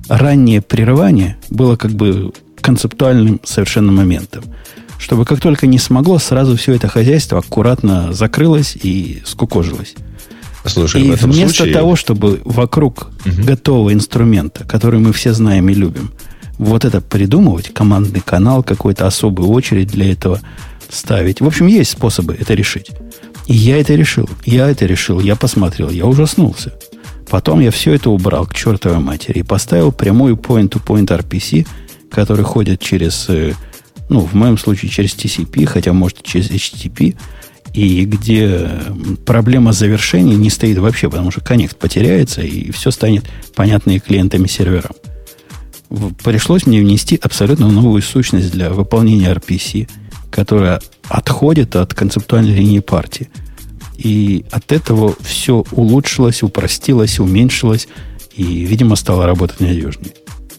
раннее прерывание было как бы концептуальным совершенно моментом. Чтобы как только не смогло, сразу все это хозяйство аккуратно закрылось и скукожилось. Слушай, и в этом вместо случае... того, чтобы вокруг угу. готового инструмента, который мы все знаем и любим, вот это придумывать, командный канал, какой-то особую очередь для этого ставить. В общем, есть способы это решить. И я это решил. Я это решил. Я посмотрел. Я ужаснулся. Потом я все это убрал к чертовой матери и поставил прямую point-to-point ар пи си, который ходит через, ну, в моем случае через ти си пи, хотя может через эйч ти ти пи, и где проблема завершения не стоит вообще, потому что коннект потеряется, и все станет понятно и клиентам, и серверам. Пришлось мне внести абсолютно новую сущность для выполнения ар пи си, которая отходит от концептуальной линии партии. И от этого все улучшилось, упростилось, уменьшилось, и, видимо, стало работать надежнее.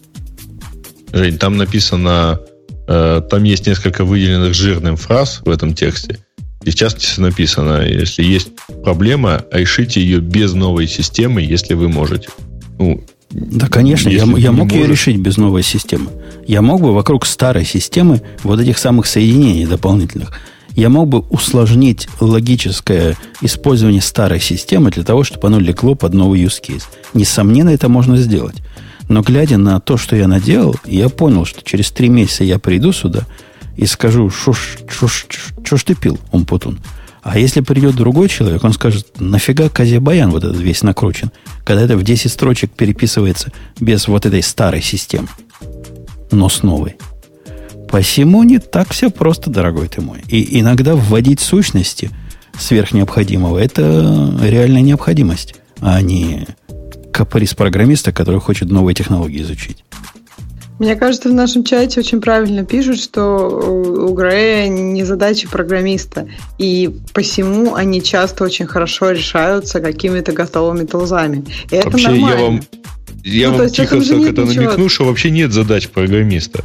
Жень, там написано, э, там есть несколько выделенных жирным фраз в этом тексте. И в частности написано, если есть проблема, решите ее без новой системы, если вы можете. Ну, да, конечно, я, я мог ее решить без новой системы. Я мог бы вокруг старой системы вот этих самых соединений дополнительных, я мог бы усложнить логическое использование старой системы для того, чтобы оно легло под новый use case. Несомненно, это можно сделать. Но глядя на то, что я наделал, я понял, что через три месяца я приду сюда и скажу, что ж ты пил, Умпутун. А если придет другой человек, он скажет, нафига Казе-Баян вот этот весь накручен, когда это в десять строчек переписывается без вот этой старой системы, но с новой. Посему не так все просто, дорогой ты мой. И иногда вводить сущности сверх необходимого – это реальная необходимость, а не каприз программиста, который хочет новые технологии изучить. Мне кажется, в нашем чате очень правильно пишут, что у Грея не задачи программиста, и посему они часто очень хорошо решаются какими-то готовыми тулзами. И это вообще, нормально. Я вам, я ну, вам тихо это намекну, что вообще нет задач программиста.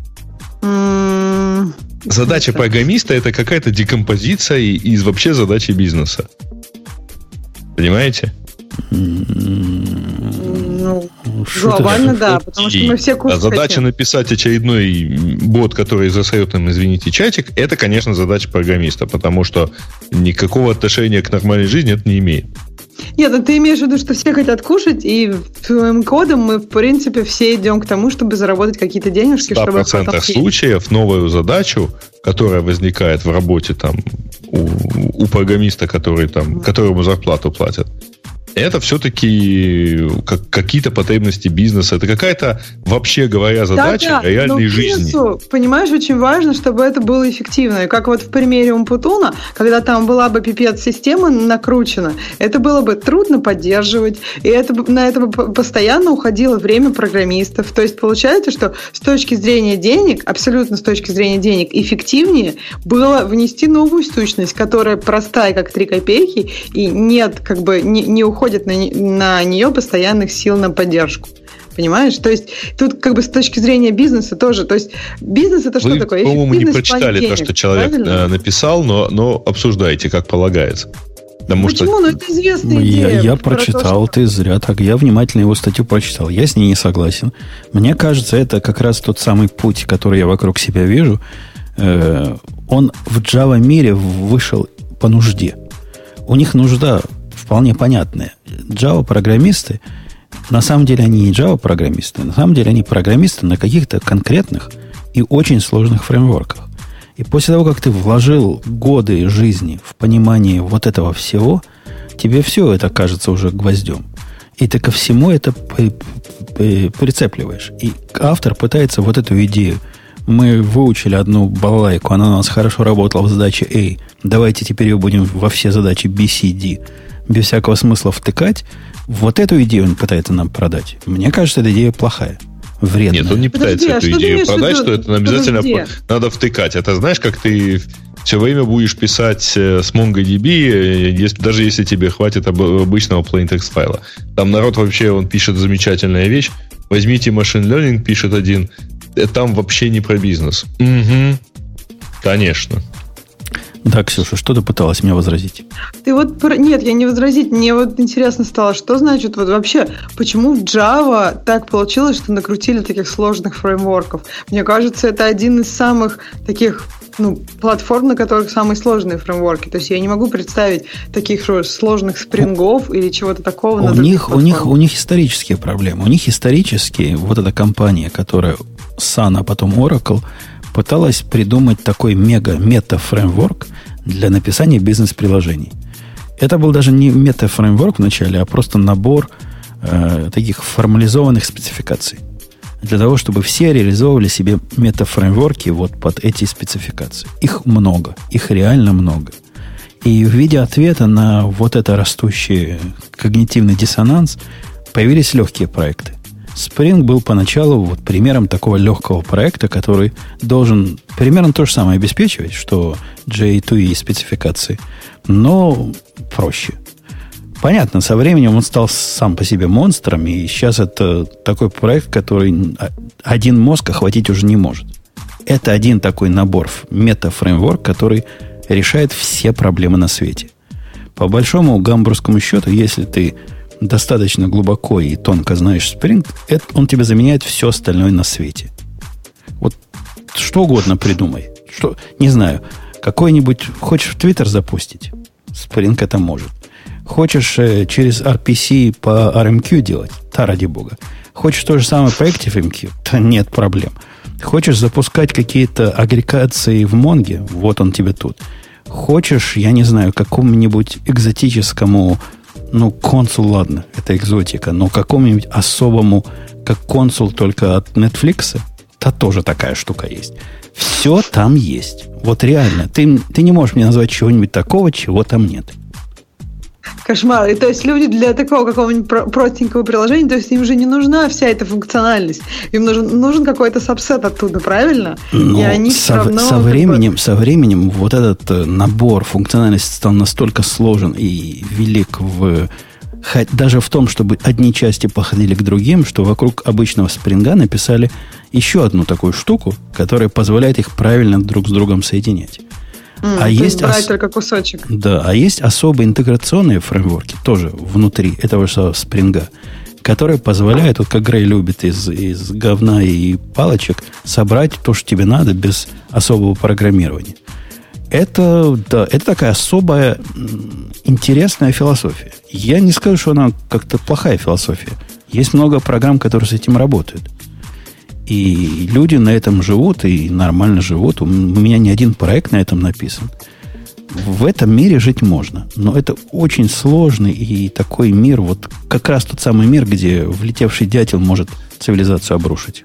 Mm-hmm. Задача программиста – это какая-то декомпозиция из вообще задачи бизнеса. Понимаете? Ну, глобально, да, потому что мы все кушать а задача хотим. Написать очередной бот, который засорет нам, извините, чатик, это, конечно, задача программиста, потому что никакого отношения к нормальной жизни это не имеет. Нет, ну ты имеешь в виду, что все хотят кушать, и своим кодом мы, в принципе, все идем к тому, чтобы заработать какие-то денежки, чтобы... В ста процентах случаев новую задачу, которая возникает в работе там, у, у программиста, который, там, которому зарплату платят, это все-таки как, какие-то потребности бизнеса. Это какая-то, вообще говоря, задача да, да, реальной но жизни. Бизнесу, понимаешь, очень важно, чтобы это было эффективно. И как вот в примере Умпутуна, когда там была бы пипец-система накручена, это было бы трудно поддерживать, и это, на это постоянно уходило время программистов. То есть получается, что с точки зрения денег, абсолютно с точки зрения денег, эффективнее было внести новую сущность, которая простая, как три копейки, и нет, как бы не, не уходит на, на нее постоянных сил на поддержку. Понимаешь? То есть тут как бы с точки зрения бизнеса тоже. То есть бизнес это что Вы, такое? По-моему, не прочитали денег, то, что человек правильно? написал, но, но обсуждайте, как полагается. Потому Почему? Что... Ну это известная идея. Я, я прочитал, то, что... ты зря так. Я внимательно его статью прочитал. Я с ней не согласен. Мне кажется, это как раз тот самый путь, который я вокруг себя вижу. Э, он в Java мире вышел по нужде. У них нужда вполне понятные. Java-программисты, на самом деле они не Java-программисты, на самом деле они программисты на каких-то конкретных и очень сложных фреймворках. И после того, как ты вложил годы жизни в понимание вот этого всего, тебе все это кажется уже гвоздем. И ты ко всему это прицепливаешь. И автор пытается вот эту идею. Мы выучили одну балалайку, она у нас хорошо работала в задаче A. Давайте теперь ее будем во все задачи B, C, D без всякого смысла втыкать. Вот эту идею он пытается нам продать. Мне кажется, эта идея плохая, вредная. Нет, он не пытается Подожди, эту а идею продать, что это обязательно Подожди. надо втыкать. Это знаешь, как ты все время будешь писать с MongoDB, если, даже если тебе хватит обычного plaintext файла. Там народ вообще, он пишет замечательная вещь. Возьмите Machine Learning, пишет один. Там вообще не про бизнес. Угу. Конечно. Да, Ксюша, что ты пыталась мне возразить? Ты вот... Нет, я не возразить. Мне вот интересно стало, что значит вот вообще, почему в Java так получилось, что накрутили таких сложных фреймворков? Мне кажется, это один из самых таких... ну, платформ, на которых самые сложные фреймворки. То есть я не могу представить таких сложных спрингов или чего-то такого. У них, у, них, у них исторические проблемы. У них исторически вот эта компания, которая Sun, а потом Oracle, пыталась придумать такой мега-мета-фреймворк для написания бизнес-приложений. Это был даже не мета-фреймворк вначале, а просто набор э, таких формализованных спецификаций. Для того, чтобы все реализовывали себе метафреймворки вот под эти спецификации. Их много, их реально много. И в виде ответа на вот это растущий когнитивный диссонанс появились легкие проекты. Spring был поначалу вот примером такого легкого проекта, который должен примерно то же самое обеспечивать, что джей ту и спецификации, но проще. Понятно, со временем он стал сам по себе монстром, и сейчас это такой проект, который один мозг охватить уже не может. Это один такой набор, мета-фреймворк, который решает все проблемы на свете. По большому гамбургскому счету, если ты достаточно глубоко и тонко знаешь Spring, это, он тебе заменяет все остальное на свете. Вот что угодно придумай. Что, не знаю, какой-нибудь... Хочешь в Twitter запустить? Spring это может. Хочешь э, через ар пи си по ар эм кью делать? Да, ради бога. Хочешь то же самое по ActiveMQ? Да нет проблем. Хочешь запускать какие-то агрегации в Монге? Вот он тебе тут. Хочешь, я не знаю, какому-нибудь экзотическому, ну, консул, ладно, это экзотика, но какому-нибудь особому, как консул только от Netflix, да тоже такая штука есть. Все там есть. Вот реально. Ты, ты не можешь мне назвать чего-нибудь такого, чего там нет. Кошмар. И то есть люди для такого какого-нибудь простенького приложения, то есть им же не нужна вся эта функциональность. Им нужен, нужен какой-то сабсет оттуда, правильно? Но и они со, все равно... Со временем, как бы... со временем вот этот набор функциональности стал настолько сложен и велик в... даже в том, чтобы одни части походили к другим, что вокруг обычного спринга написали еще одну такую штуку, которая позволяет их правильно друг с другом соединять. Mm, а есть брать ос... только кусочек. Да, а есть особые интеграционные фреймворки, тоже внутри этого же спринга, которые позволяют, вот как Грей любит из, из говна и палочек, собрать то, что тебе надо, без особого программирования. Это, да, это такая особая интересная философия. Я не скажу, что она как-то плохая философия. Есть много программ, которые с этим работают. И люди на этом живут, и нормально живут. У меня не один проект на этом написан. В этом мире жить можно. Но это очень сложный и такой мир, вот как раз тот самый мир, где влетевший дятел может цивилизацию обрушить.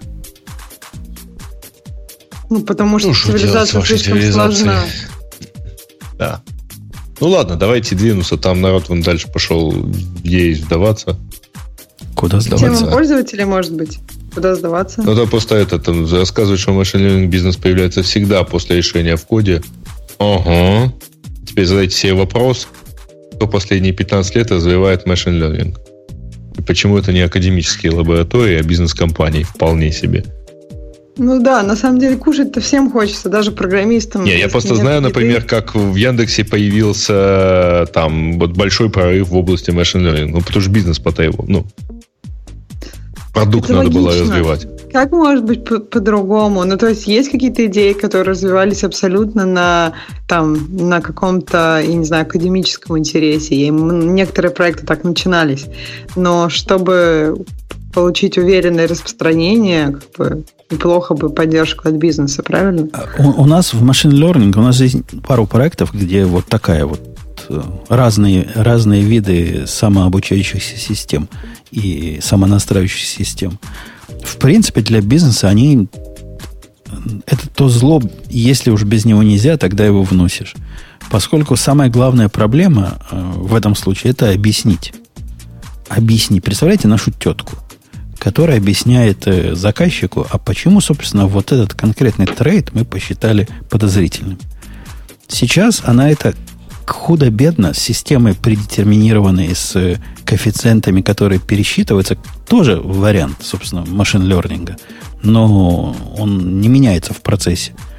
Ну, потому что ну, цивилизация слишком сложна. Да. Ну ладно, давайте двинуться. Там народ вон дальше пошел ей сдаваться. Куда сдаваться? Тема пользователей, может быть. Куда сдаваться? Ну, да, просто это там рассказывают, что машин learning бизнес появляется всегда после решения в коде. Ага. Теперь задайте себе вопрос, кто последние пятнадцать лет развивает машин learning. И почему это не академические лаборатории, а бизнес-компании вполне себе. Ну да, на самом деле кушать-то всем хочется, даже программистам. Не, я просто знаю, например, как в Яндексе появился там вот большой прорыв в области машин learning. Ну, потому что бизнес потребовал. Ну, продукт это надо логично. было развивать. Как может быть по- по-другому? Ну, то есть, есть какие-то идеи, которые развивались абсолютно на, там, на каком-то, я не знаю, академическом интересе. И некоторые проекты так начинались. Но чтобы получить уверенное распространение, как бы, неплохо бы поддержку от бизнеса, правильно? У, у нас в Machine Learning у нас есть пару проектов, где вот такая вот разные, разные виды самообучающихся систем и самонастраивающихся систем. В принципе, для бизнеса они это то зло, если уж без него нельзя, тогда его вносишь. Поскольку самая главная проблема в этом случае это объяснить. Объяснить. Представляете нашу тетку, которая объясняет заказчику, а почему, собственно, вот этот конкретный трейд мы посчитали подозрительным. Сейчас она это худо-бедно с системой предетерминированной, с коэффициентами, которые пересчитываются, тоже вариант, собственно, машин-лернинга, но он не меняется в процессе.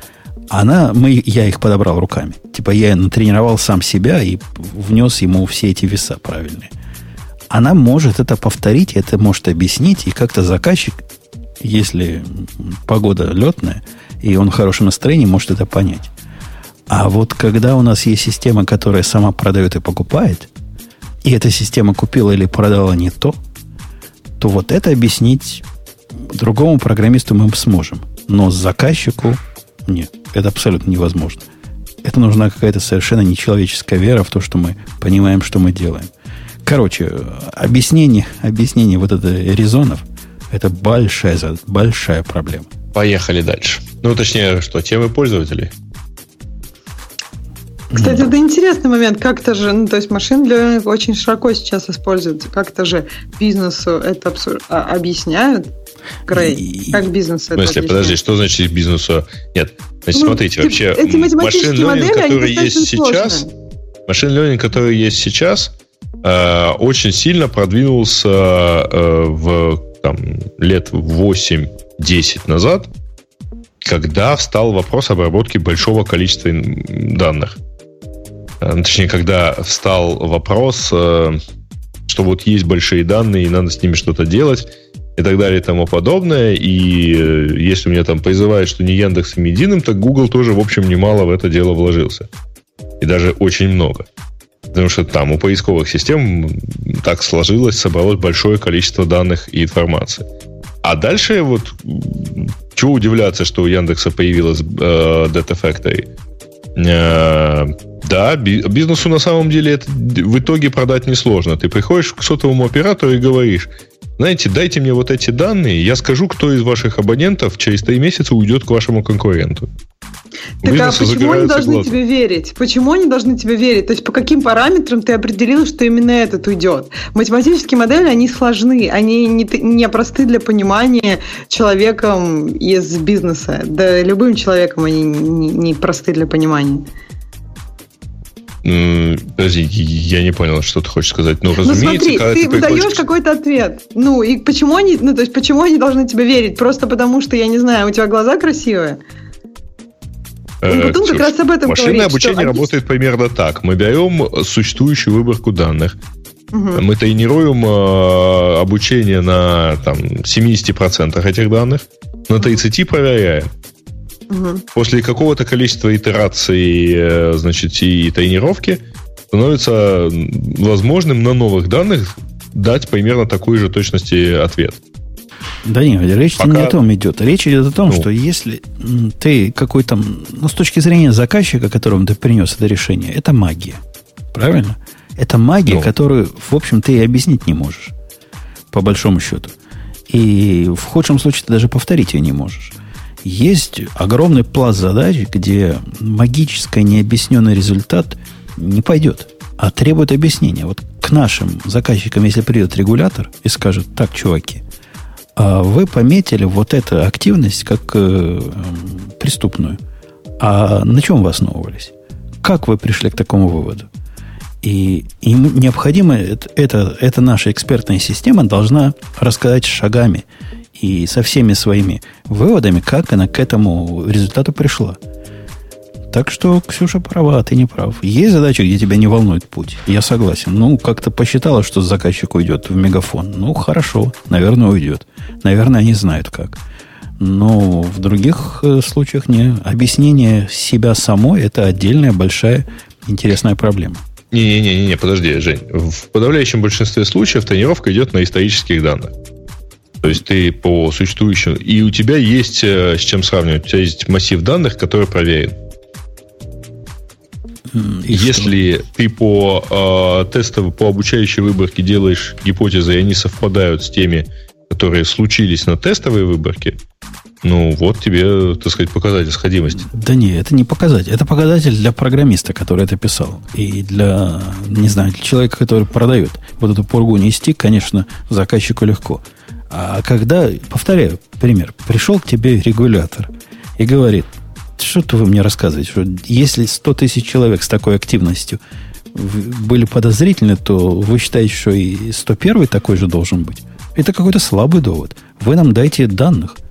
Она, мы, я их подобрал руками. Типа я натренировал сам себя и внес ему все эти веса правильные. Она может это повторить, это может объяснить, и как-то заказчик, если погода летная, и он в хорошем настроении, может это понять. А вот когда у нас есть система, которая сама продает и покупает, и эта система купила или продала не то, то вот это объяснить другому программисту мы сможем. Но заказчику нет, это абсолютно невозможно. Это нужна какая-то совершенно нечеловеческая вера в то, что мы понимаем, что мы делаем. Короче, объяснение, объяснение вот этой резонов – это большая, большая проблема. Поехали дальше. Ну, точнее, что, темы пользователей. Кстати, это интересный момент. Как-то же, ну, то есть машин learning очень широко сейчас используется. Как-то же бизнесу это абсур... а, объясняют. Грей, и... как бизнес это объясняет? Подожди, что значит бизнесу? Нет, значит, ну, смотрите, вообще эти математические модели, который есть сейчас, машин learning, который есть сейчас, э, очень сильно продвинулся э, в там, лет восемь-десять назад, когда встал вопрос обработки большого количества данных. Точнее, когда встал вопрос, что вот есть большие данные, и надо с ними что-то делать, и так далее, и тому подобное. И если меня там призывают, что не Яндексом единым, так Google тоже, в общем, немало в это дело вложился. И даже очень много. Потому что там у поисковых систем так сложилось, собралось большое количество данных и информации. А дальше вот чего удивляться, что у Яндекса появилась э, Data Factory. Э, да, бизнесу на самом деле это в итоге продать несложно. Ты приходишь к сотовому оператору и говоришь: знаете, дайте мне вот эти данные, я скажу, кто из ваших абонентов через три месяца уйдет к вашему конкуренту. Так а почему они должны глаза. тебе верить? Почему они должны тебе верить? То есть по каким параметрам ты определил, что именно этот уйдет? Математические модели, они сложны, они не, не просты для понимания человеком из бизнеса. Да любым человеком они не, не просты для понимания. Подожди, я не понял, что ты хочешь сказать. Ну, разумеется, ну, смотри, когда ты, ты выдаешь приходишь... какой-то ответ. Ну, и почему они, ну, то есть, почему они должны тебе верить? Просто потому, что, я не знаю, у тебя глаза красивые? Э, Потом как раз об этом машинное говорит, обучение работает примерно так. Мы берем существующую выборку данных, угу. мы тренируем э, обучение на там, семьдесят процентов этих данных, на тридцать процентов проверяем. Угу. После какого-то количества итераций, э, значит, и тренировки становится возможным на новых данных дать примерно такой же точности ответ. Да нет, речь Пока... не о том идет. Речь идет о том, ну. что если ты какой-то... Ну, с точки зрения заказчика, которому ты принес это решение, это магия. Правильно? Это магия, ну. которую, в общем, ты и объяснить не можешь. По большому счету. И в худшем случае ты даже повторить ее не можешь. Есть огромный пласт задач, где магический необъясненный результат не пойдет, а требует объяснения. Вот к нашим заказчикам, если придет регулятор и скажет: так, чуваки, вы пометили вот эту активность как э, преступную. А на чем вы основывались? Как вы пришли к такому выводу? И им необходимо, это, это, это наша экспертная система должна рассказать шагами и со всеми своими выводами, как она к этому результату пришла. Так что, Ксюша права, ты не прав. Есть задачи, где тебя не волнует путь. Я согласен. Ну, как-то посчитала, что заказчик уйдет в Мегафон. Ну, хорошо, наверное, уйдет. Наверное, они знают как. Но в других э, случаях не. Объяснение себя самой – это отдельная большая интересная проблема. Не-не-не, подожди, Жень. В подавляющем большинстве случаев тренировка идет на исторических данных. То есть ты по существующим... И у тебя есть э, с чем сравнивать. У тебя есть массив данных, который проверен. И Если что? ты по э, тестовой, по обучающей выборке делаешь гипотезы, и они совпадают с теми, которые случились на тестовой выборке, ну вот тебе, так сказать, показатель сходимости. Да не, это не показатель. Это показатель для программиста, который это писал. И для, не знаю, для человека, который продает. Вот эту пургу нести, конечно, заказчику легко. А когда, повторяю пример, пришел к тебе регулятор и говорит: что-то вы мне рассказываете, что если сто тысяч человек с такой активностью были подозрительны, то вы считаете, что и сто первый такой же должен быть? Это какой-то слабый довод. Вы нам дайте данных.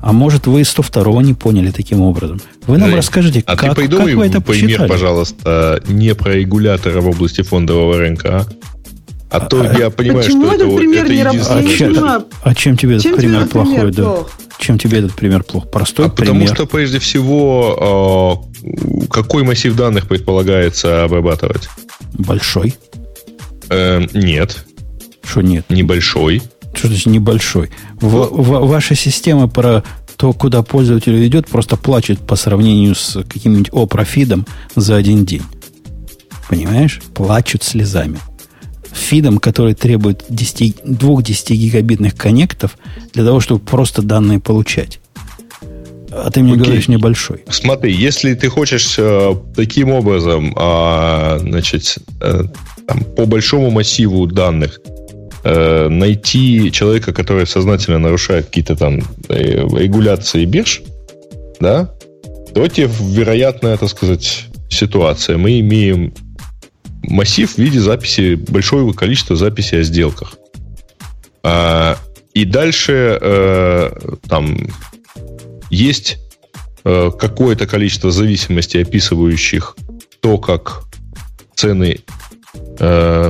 А может, вы сто второго не поняли таким образом. Вы нам Жень, расскажите, а как, ты как вы это пример, посчитали? Пожалуйста, не про регулятора в области фондового рынка, а? А, а то а, я понимаю, что это, пример это не единственное. А, чем, а чем тебе чем этот пример тебе плохой? Пример да? плох? Чем тебе этот пример плох? Простой а пример. Потому что, прежде всего, э, какой массив данных предполагается обрабатывать? Большой. Э, нет. Что нет? Небольшой. Что значит небольшой? В, в, ваша система про то, куда пользователь идет, просто плачет по сравнению с каким-нибудь Опра-фидом за один день. Понимаешь? Плачут слезами. Фидом, который требует двух-десятигигабитных коннектов для того, чтобы просто данные получать. А ты мне Окей. говоришь небольшой. Смотри, если ты хочешь э, таким образом э, значит, э, там, по большому массиву данных э, найти человека, который сознательно нарушает какие-то там э, регуляции бирж, да, то тебе вероятная, так сказать, ситуация. Мы имеем массив в виде записи, большого количества записей о сделках. А, и дальше э, там есть э, какое-то количество зависимостей, описывающих то, как цены э,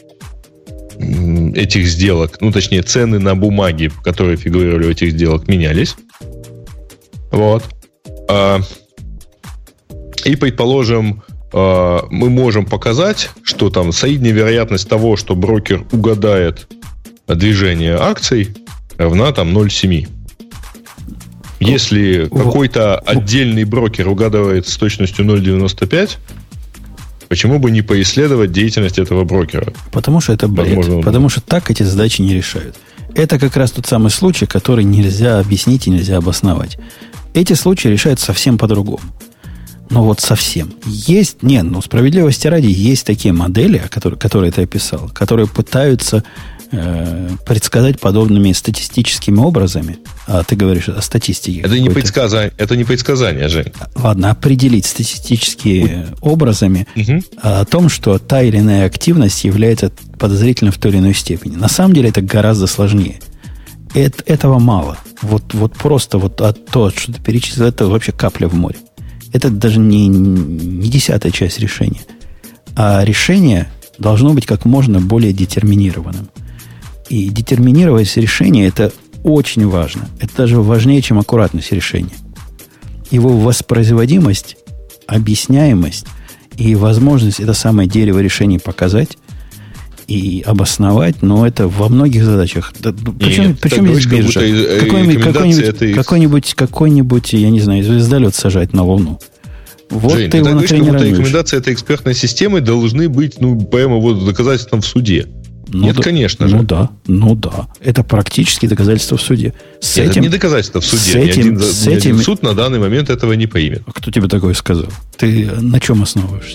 этих сделок, ну, точнее, цены на бумаги, которые фигурировали в этих сделок, менялись. Вот. А, и, предположим, мы можем показать, что там средняя вероятность того, что брокер угадает движение акций, равна там ноль целых семь десятых. Если какой-то отдельный брокер угадывает с точностью ноль целых девяносто пять, почему бы не поисследовать деятельность этого брокера? Потому что это бред. Возможно, Потому что так эти задачи не решают. Это как раз тот самый случай, который нельзя объяснить и нельзя обосновать. Эти случаи решают совсем по-другому. Ну вот совсем. Есть, нет, ну справедливости ради, есть такие модели, которые, которые ты описал, которые пытаются э, предсказать подобными статистическими образами. А ты говоришь о статистике. Это не, предсказание, это не предсказание, Жень. Ладно, определить статистическими образами угу. о том, что та или иная активность является подозрительной в той или иной степени. На самом деле это гораздо сложнее. Это, этого мало. Вот, вот просто вот от то, что ты перечислил, это вообще капля в море. Это даже не, не десятая часть решения. А решение должно быть как можно более детерминированным. И детерминировать решение – это очень важно. Это даже важнее, чем аккуратность решения. Его воспроизводимость, объясняемость и возможность это самое дерево решений показать и обосновать, но это во многих задачах. Да, причем Нет, причем есть биржа. Какой-нибудь, какой-нибудь, это... какой-нибудь, какой-нибудь, я не знаю, звездолет сажать на Луну. Вот Жень, ты его натренируешь. Рекомендации этой экспертной системы должны быть, ну, прямо вот доказательством в суде. Ну, Нет, да, конечно же. Ну да, ну да. Это практически доказательство в суде. С Нет, этим, это не доказательство в суде. С этим, ни один, с ни этим... один суд на данный момент этого не примет. А кто тебе такое сказал? Ты на чем основываешься?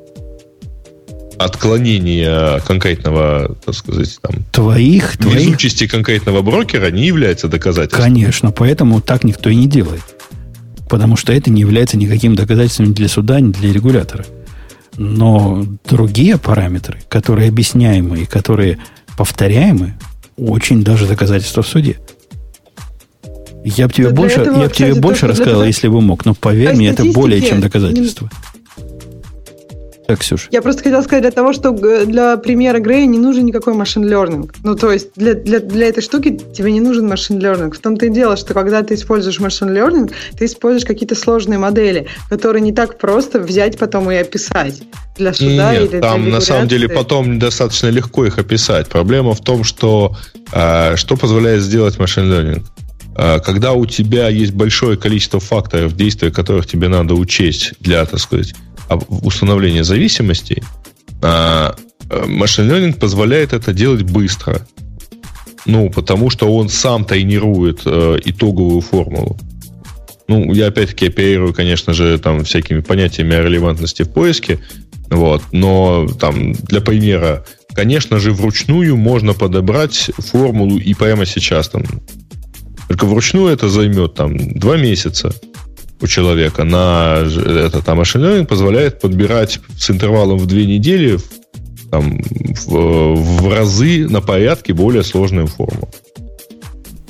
Отклонение конкретного, так сказать, там, твоих, везучести твоих... конкретного брокера не является доказательством. Конечно, поэтому так никто и не делает. Потому что это не является никаким доказательством ни для суда, ни для регулятора. Но другие параметры, которые объясняемы и которые повторяемы, очень даже доказательства в суде. Я бы тебе больше, этого, я б тебе больше рассказал, для... если бы мог, но поверь мне, это более чем доказательство. Так, Ксюша. Я просто хотела сказать для того, что для примера Грея не нужен никакой машин learning. Ну, то есть для, для, для этой штуки тебе не нужен машин learning. В том-то и дело, что когда ты используешь машин learning, ты используешь какие-то сложные модели, которые не так просто взять потом и описать для суда Нет, или там для на самом деле потом достаточно легко их описать. Проблема в том, что э, что позволяет сделать машин learning? Э, когда у тебя есть большое количество факторов, действия которых тебе надо учесть для, так сказать, установления зависимостей, машин learning позволяет это делать быстро. Ну, потому что он сам тренирует э, итоговую формулу. Ну, я опять-таки оперирую, конечно же, там всякими понятиями о релевантности в поиске, вот, но там для примера, конечно же, вручную можно подобрать формулу и прямо сейчас там. Только вручную это займет там два месяца. У человека на это там машин learning позволяет подбирать с интервалом в две недели там, в, в разы на порядке более сложную форму.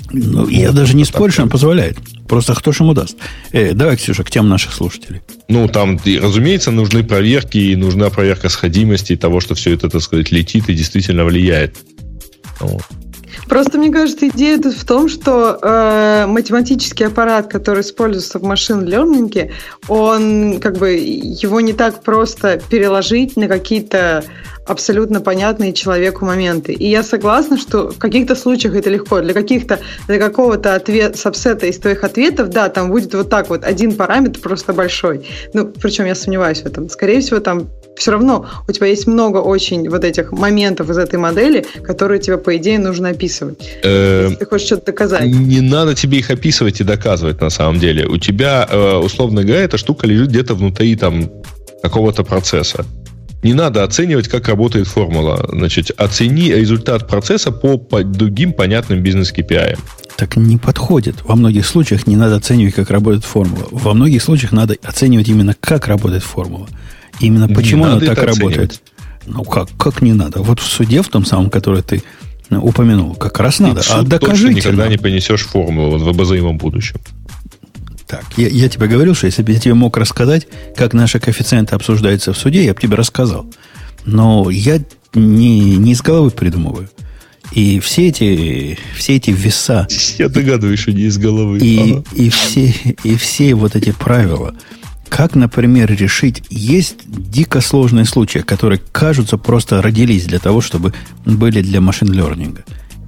Ну, я даже не спорю, что он позволяет. Просто кто ж ему даст. Э, давай, Ксюша, к тем наших слушателей. Ну, там, разумеется, нужны проверки, и нужна проверка сходимости того, что все это, так сказать, летит и действительно влияет. Вот. Просто, мне кажется, идея тут в том, что э, математический аппарат, который используется в машин-лернинге, он, как бы, его не так просто переложить на какие-то абсолютно понятные человеку моменты. И я согласна, что в каких-то случаях это легко. Для каких-то, для какого-то ответ, сабсета из твоих ответов, да, там будет вот так вот один параметр просто большой. Ну, причем я сомневаюсь в этом. Скорее всего, там все равно у тебя есть много очень вот этих моментов из этой модели, которые тебе, по идее, нужно описывать. Если ты хочешь что-то доказать. Не надо тебе их описывать и доказывать, на самом деле. У тебя, условно говоря, эта штука лежит где-то внутри там какого-то процесса. Не надо оценивать, как работает формула. Значит, оцени результат процесса по, по другим понятным бизнес-кей пи ай. Так не подходит. Во многих случаях не надо оценивать, как работает формула. Во многих случаях надо оценивать именно, как работает формула. Именно почему она так работает. Ну, как, как не надо? Вот в суде, в том самом, который ты упомянул, как раз надо. А докажите. Ты никогда нам не понесешь формулу в обозримом будущем. Так, я, я тебе говорил, что если бы я тебе мог рассказать, как наши коэффициенты обсуждаются в суде, я бы тебе рассказал. Но я не, не из головы придумываю. И все эти, все эти веса... Я догадываюсь, что не из головы. И, ага. и, все, и все вот эти правила... Как, например, решить... Есть дико сложные случаи, которые, кажутся, просто родились для того, чтобы были для машин-лернинга.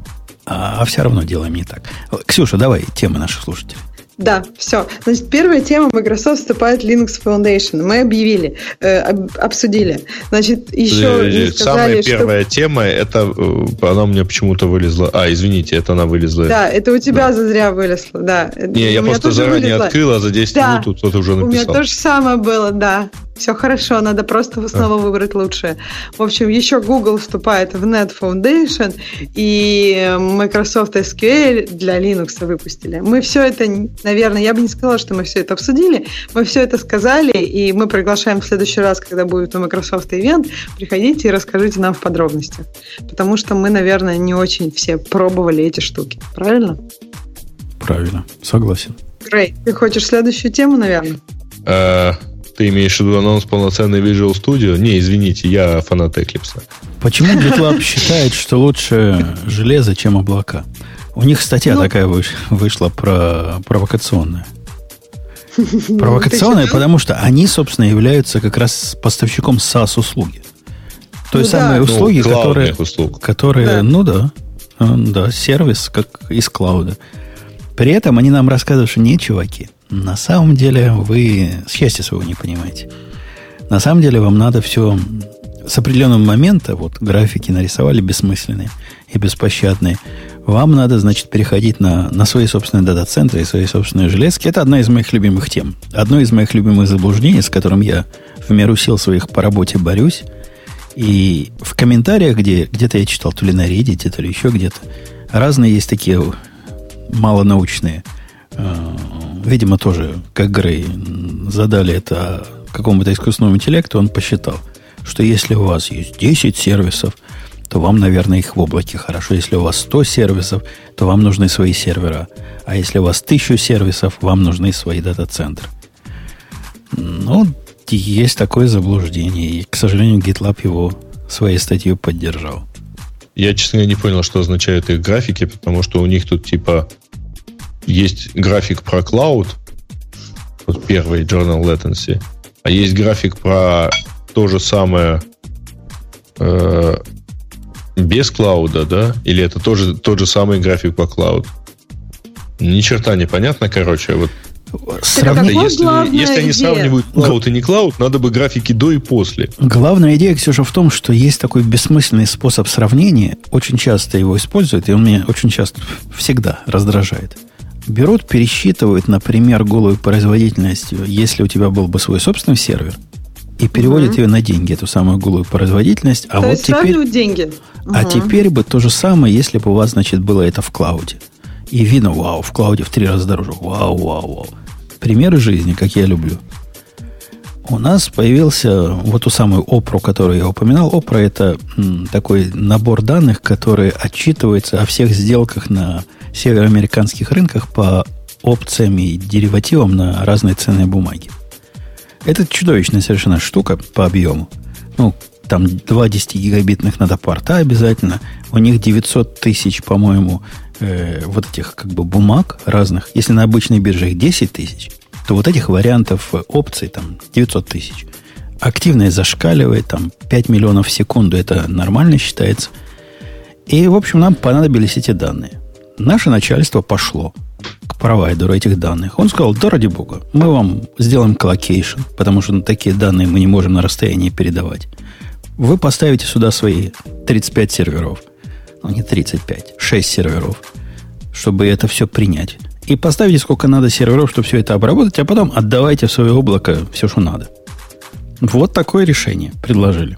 А, а все равно делаем не так. Ксюша, давай темы наших слушателей. Да, все. Значит, первая тема: Microsoft вступает в Linux Foundation. Мы объявили, э, об, обсудили. Значит, еще не сказали, самая что... первая тема, это она у меня почему-то вылезла. А, извините, это она вылезла. Да, это у тебя да. зазря вылезло, да. Не, я просто заранее вылезла. Открыл, а за десять да. минут тут кто-то уже написал. У меня то же самое было, да. Все хорошо, надо просто снова а. выбрать лучшее. В общем, еще Google вступает в Net Foundation, и Microsoft эс кью эль для Linux выпустили. Мы все это, наверное, я бы не сказала, что мы все это обсудили, мы все это сказали, и мы приглашаем в следующий раз, когда будет у Microsoft ивент, приходите и расскажите нам в подробностях. Потому что мы, наверное, не очень все пробовали эти штуки. Правильно? Правильно, согласен. Грей, ты хочешь следующую тему, наверное? Ты имеешь в виду анонс полноценной Visual Studio? Не, извините, я фанат Eclipse. Почему GitLab считает, что лучше железо, чем облака? У них статья ну, такая выш, вышла про провокационная. Провокационная, потому что они, собственно, являются как раз поставщиком SaaS-услуги. Той ну, самой да. услуги, ну, которые, услуг. которые да. ну да, да, сервис как из клауда. При этом они нам рассказывают, что нет, чуваки, на самом деле вы счастья своего не понимаете. На самом деле вам надо все с определенного момента, вот графики нарисовали бессмысленные и беспощадные, вам надо, значит, переходить на, на свои собственные дата-центры и свои собственные железки. Это одна из моих любимых тем. Одно из моих любимых заблуждений, с которым я в меру сил своих по работе борюсь. И в комментариях, где, где-то я читал, то ли на Reddit, то ли еще где-то, разные есть такие малонаучные, видимо, тоже, как Грей, задали это какому-то искусственному интеллекту, он посчитал, что если у вас есть десять сервисов, то вам, наверное, их в облаке хорошо. Если у вас сто сервисов, то вам нужны свои сервера. А если у вас тысячу сервисов, вам нужны свои дата-центры. Ну, есть такое заблуждение. И, к сожалению, GitLab его своей статьей поддержал. Я, честно говоря, не понял, что означают их графики, потому что у них тут типа есть график про клауд, вот первый Journal Latency, а есть график про то же самое э, без клауда, да? Или это тоже тот же самый график по клауд? Ни черта не понятно, короче. Вот. Сравни... Если, если они сравнивают клауд и не клауд, надо бы графики до и после. Главная идея, Ксюша, в том, что есть такой бессмысленный способ сравнения. Очень часто его используют, и он меня очень часто, всегда раздражает. Берут, пересчитывают, например, голую производительность, если у тебя был бы свой собственный сервер, и переводят угу. ее на деньги, эту самую голую производительность. А то вот есть теперь, деньги. А угу. теперь бы то же самое, если бы у вас, значит, было это в клауде. И видно, вау, в клауде в три раза дороже. Вау, вау, вау. Примеры жизни, как я люблю. У нас появился вот ту самую Опру, которую я упоминал. Опра – это м, такой набор данных, который отчитывается о всех сделках на североамериканских рынках по опциям и деривативам на разные ценные бумаги. Это чудовищная совершенно штука по объему. Ну, там два десятигигабитных надо порта обязательно. У них девятьсот тысяч, по-моему, э, вот этих как бы бумаг разных. Если на обычной бирже их десять тысяч, то вот этих вариантов опций там девятьсот тысяч. Активность зашкаливает, там пять миллионов в секунду, это нормально считается. И, в общем, нам понадобились эти данные. Наше начальство пошло к провайдеру этих данных. Он сказал: да ради бога, мы вам сделаем коллокейшн, потому что такие данные мы не можем на расстоянии передавать. Вы поставите сюда свои тридцать пять серверов. Ну, не тридцать пять, шесть серверов, чтобы это все принять. И поставите сколько надо серверов, чтобы все это обработать, а потом отдавайте в свое облако все, что надо. Вот такое решение предложили.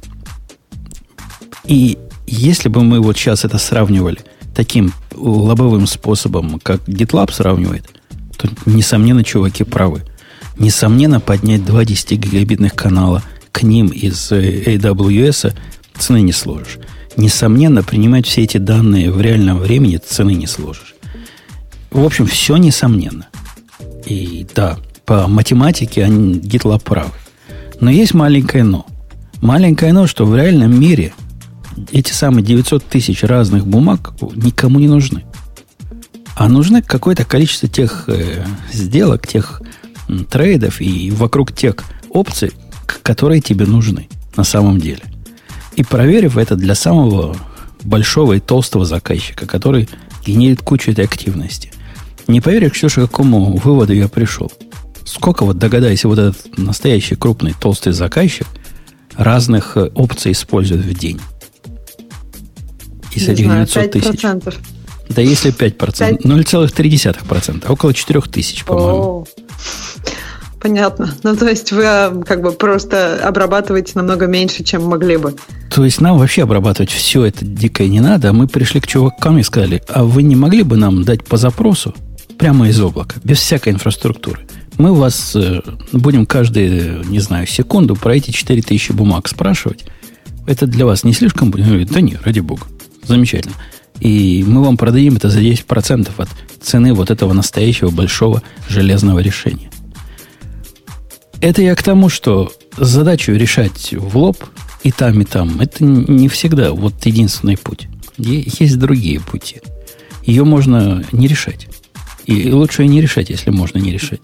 И если бы мы вот сейчас это сравнивали таким лобовым способом, как GitLab сравнивает, то, несомненно, чуваки правы. Несомненно, поднять два десятигигабитных канала к ним из эй дабл ю эс цены не сложишь. Несомненно, принимать все эти данные в реальном времени цены не сложишь. В общем, все несомненно. И да, по математике они, GitLab прав. Но есть маленькое но. Маленькое но, что в реальном мире эти самые девятьсот тысяч разных бумаг никому не нужны. А нужно какое-то количество тех э, сделок, тех э, трейдов и вокруг тех опций, которые тебе нужны на самом деле. И проверив это для самого большого и толстого заказчика, который генерит кучу этой активности. Не поверишь, Ксюша, к какому выводу я пришел. Сколько, вот догадайся, вот этот настоящий крупный толстый заказчик разных опций использует в день? Из этих девятьсот тысяч. Да если пять процентов, ноль целых три десятых процента, около четыре тысячи, по-моему. Понятно. Ну, то есть вы как бы просто обрабатываете намного меньше, чем могли бы. То есть нам вообще обрабатывать все это дикое не надо, а мы пришли к чувакам и сказали: а вы не могли бы нам дать по запросу прямо из облака, без всякой инфраструктуры? Мы вас э, будем каждую, не знаю, секунду про эти четыре тысячи бумаг спрашивать. Это для вас не слишком будет? Он говорит: да нет, ради бога. Замечательно. И мы вам продадим это за десять процентов от цены вот этого настоящего большого железного решения. Это я к тому, что задачу решать в лоб и там, и там, это не всегда вот единственный путь. Есть другие пути. Ее можно не решать. И лучше не решать, если можно не решать.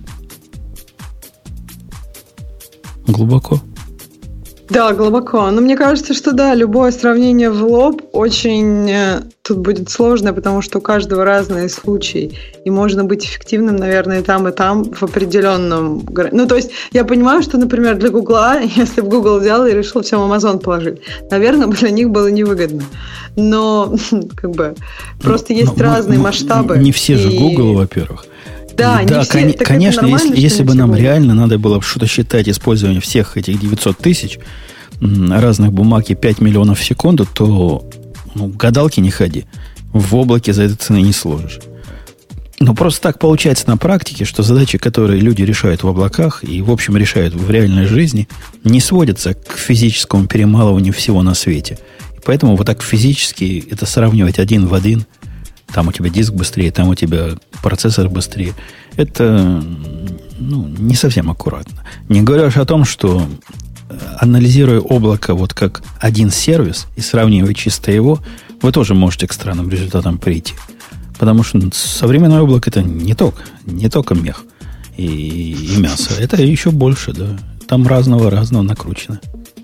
Глубоко? Да, глубоко. Но мне кажется, что да, любое сравнение в лоб очень э, тут будет сложно, потому что у каждого разные случаи. И можно быть эффективным, наверное, и там, и там в определенном... Ну, то есть, я понимаю, что, например, для Гугла, если бы Google взял и решил всем Amazon положить, наверное, для них было невыгодно. Но, как бы, просто но, есть но, разные но, масштабы. Не все и... же Google, во-первых. Да, да, не все, кон- конечно, если, если бы нам реально надо было что-то считать использование всех этих девятьсот тысяч разных бумаг и пять миллионов в секунду, то ну, гадалки не ходи. В облаке за это цены не сложишь. Но просто так получается на практике, что задачи, которые люди решают в облаках и, в общем, решают в реальной жизни, не сводятся к физическому перемалыванию всего на свете. И поэтому вот так физически это сравнивать один в один. Там у тебя диск быстрее, там у тебя процессор быстрее. Это ну, не совсем аккуратно. Не говоря уж о том, что анализируя облако вот как один сервис и сравнивая чисто его, вы тоже можете к странным результатам прийти. Потому что современное облако это не только, не только мех и, и мясо. Это еще больше, да. Там разного-разного накручено.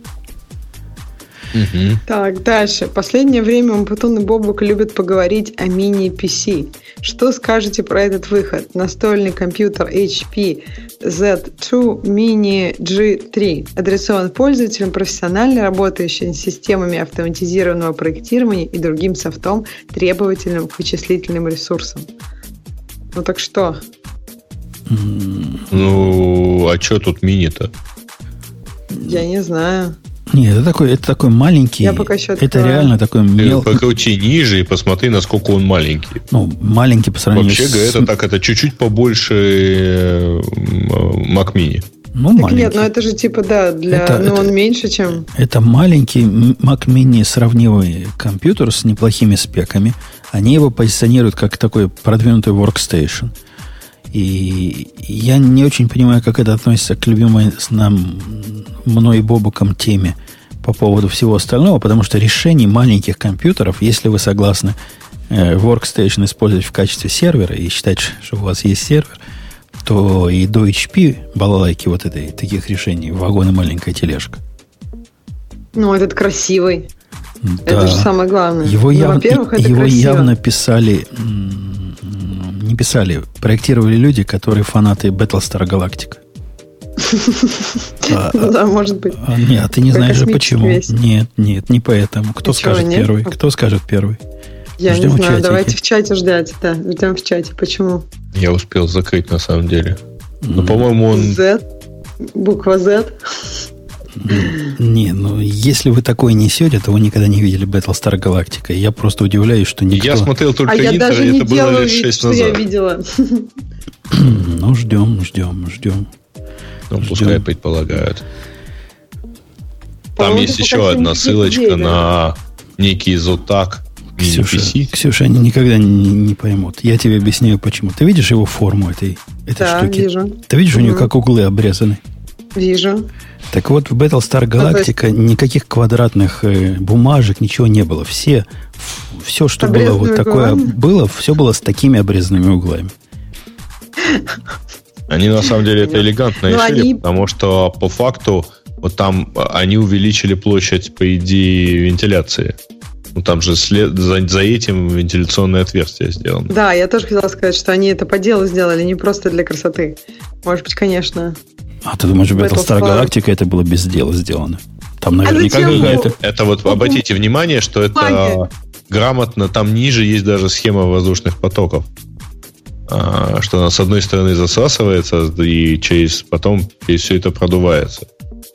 Угу. Так, дальше. Последнее время Умпутун и Бобук любят поговорить о мини-пи си. Что скажете про этот выход? Настольный компьютер эйч пи зет два Mini джи три адресован пользователям, профессионально работающим с системами автоматизированного проектирования и другим софтом, требовательным к вычислительным ресурсам. Ну так что? Ну, а что тут мини-то? Я не знаю. Нет, это такой, это такой маленький. Я пока еще это открываю. реально такой мелкий. Покрути ниже и посмотри, насколько он маленький. Ну, маленький по сравнению Вообще, с... Вообще, это так, это чуть-чуть побольше Mac Mini. Ну, так маленький. Нет, ну это же типа, да, для, это, ну это, он меньше, чем... Это маленький Mac Mini сравнивый компьютер с неплохими спеками. Они его позиционируют как такой продвинутый workstation. И я не очень понимаю, как это относится к любимой с нам, мной и Бобуком теме по поводу всего остального, потому что решений маленьких компьютеров, если вы согласны э, workstation использовать в качестве сервера и считать, что у вас есть сервер, то и до эйч пи балалайки вот этой, таких решений, вагон и маленькая тележка. Ну, этот красивый. Да. Это же самое главное. Его, ну, явно, во-первых, это его красиво. явно писали, не писали, проектировали люди, которые фанаты Battlestar Galactica. Да, может быть. Нет, ты не знаешь же почему. Нет, нет, не поэтому. Кто скажет первый? Кто скажет первый? Я не знаю, давайте в чате ждать. Да, ждем в чате. Почему? Я успел закрыть на самом деле. Но, по-моему, он... Z? Буква Z? Не, ну если вы такое несете, то вы никогда не видели Battlestar Galactica. Я просто удивляюсь, что никто... Я смотрел только а Интер, я даже не это было лет шесть назад. Я видела. Ну, ждем, ждем, ждем. Ну, пускай предполагают. Там есть еще одна ссылочка на некий Zotac Ксюша, Ксюша, они никогда не, не поймут. Я тебе объясняю, почему. Ты видишь его форму этой, этой да, штуки? Вижу. Ты видишь, угу. у нее как углы обрезаны? Вижу. Так вот, в Battlestar Galactica ну, никаких квадратных э, бумажек, ничего не было. Все, все что было вот такое, было, все было с такими обрезанными углами. Они на самом деле это элегантно ну, решили, они... потому что по факту вот там они увеличили площадь, по идее, вентиляции. Ну, там же след... за, за этим вентиляционное отверстие сделано. Да, я тоже хотела сказать, что они это по делу сделали, не просто для красоты. Может быть, конечно. А ты думаешь, в Battlestar Galactica это было без дела сделано? Там наверняка а какая-то... Это вот обратите внимание, что это Ваня. Грамотно, там ниже есть даже схема воздушных потоков. А, что она с одной стороны засасывается и через потом через все это продувается.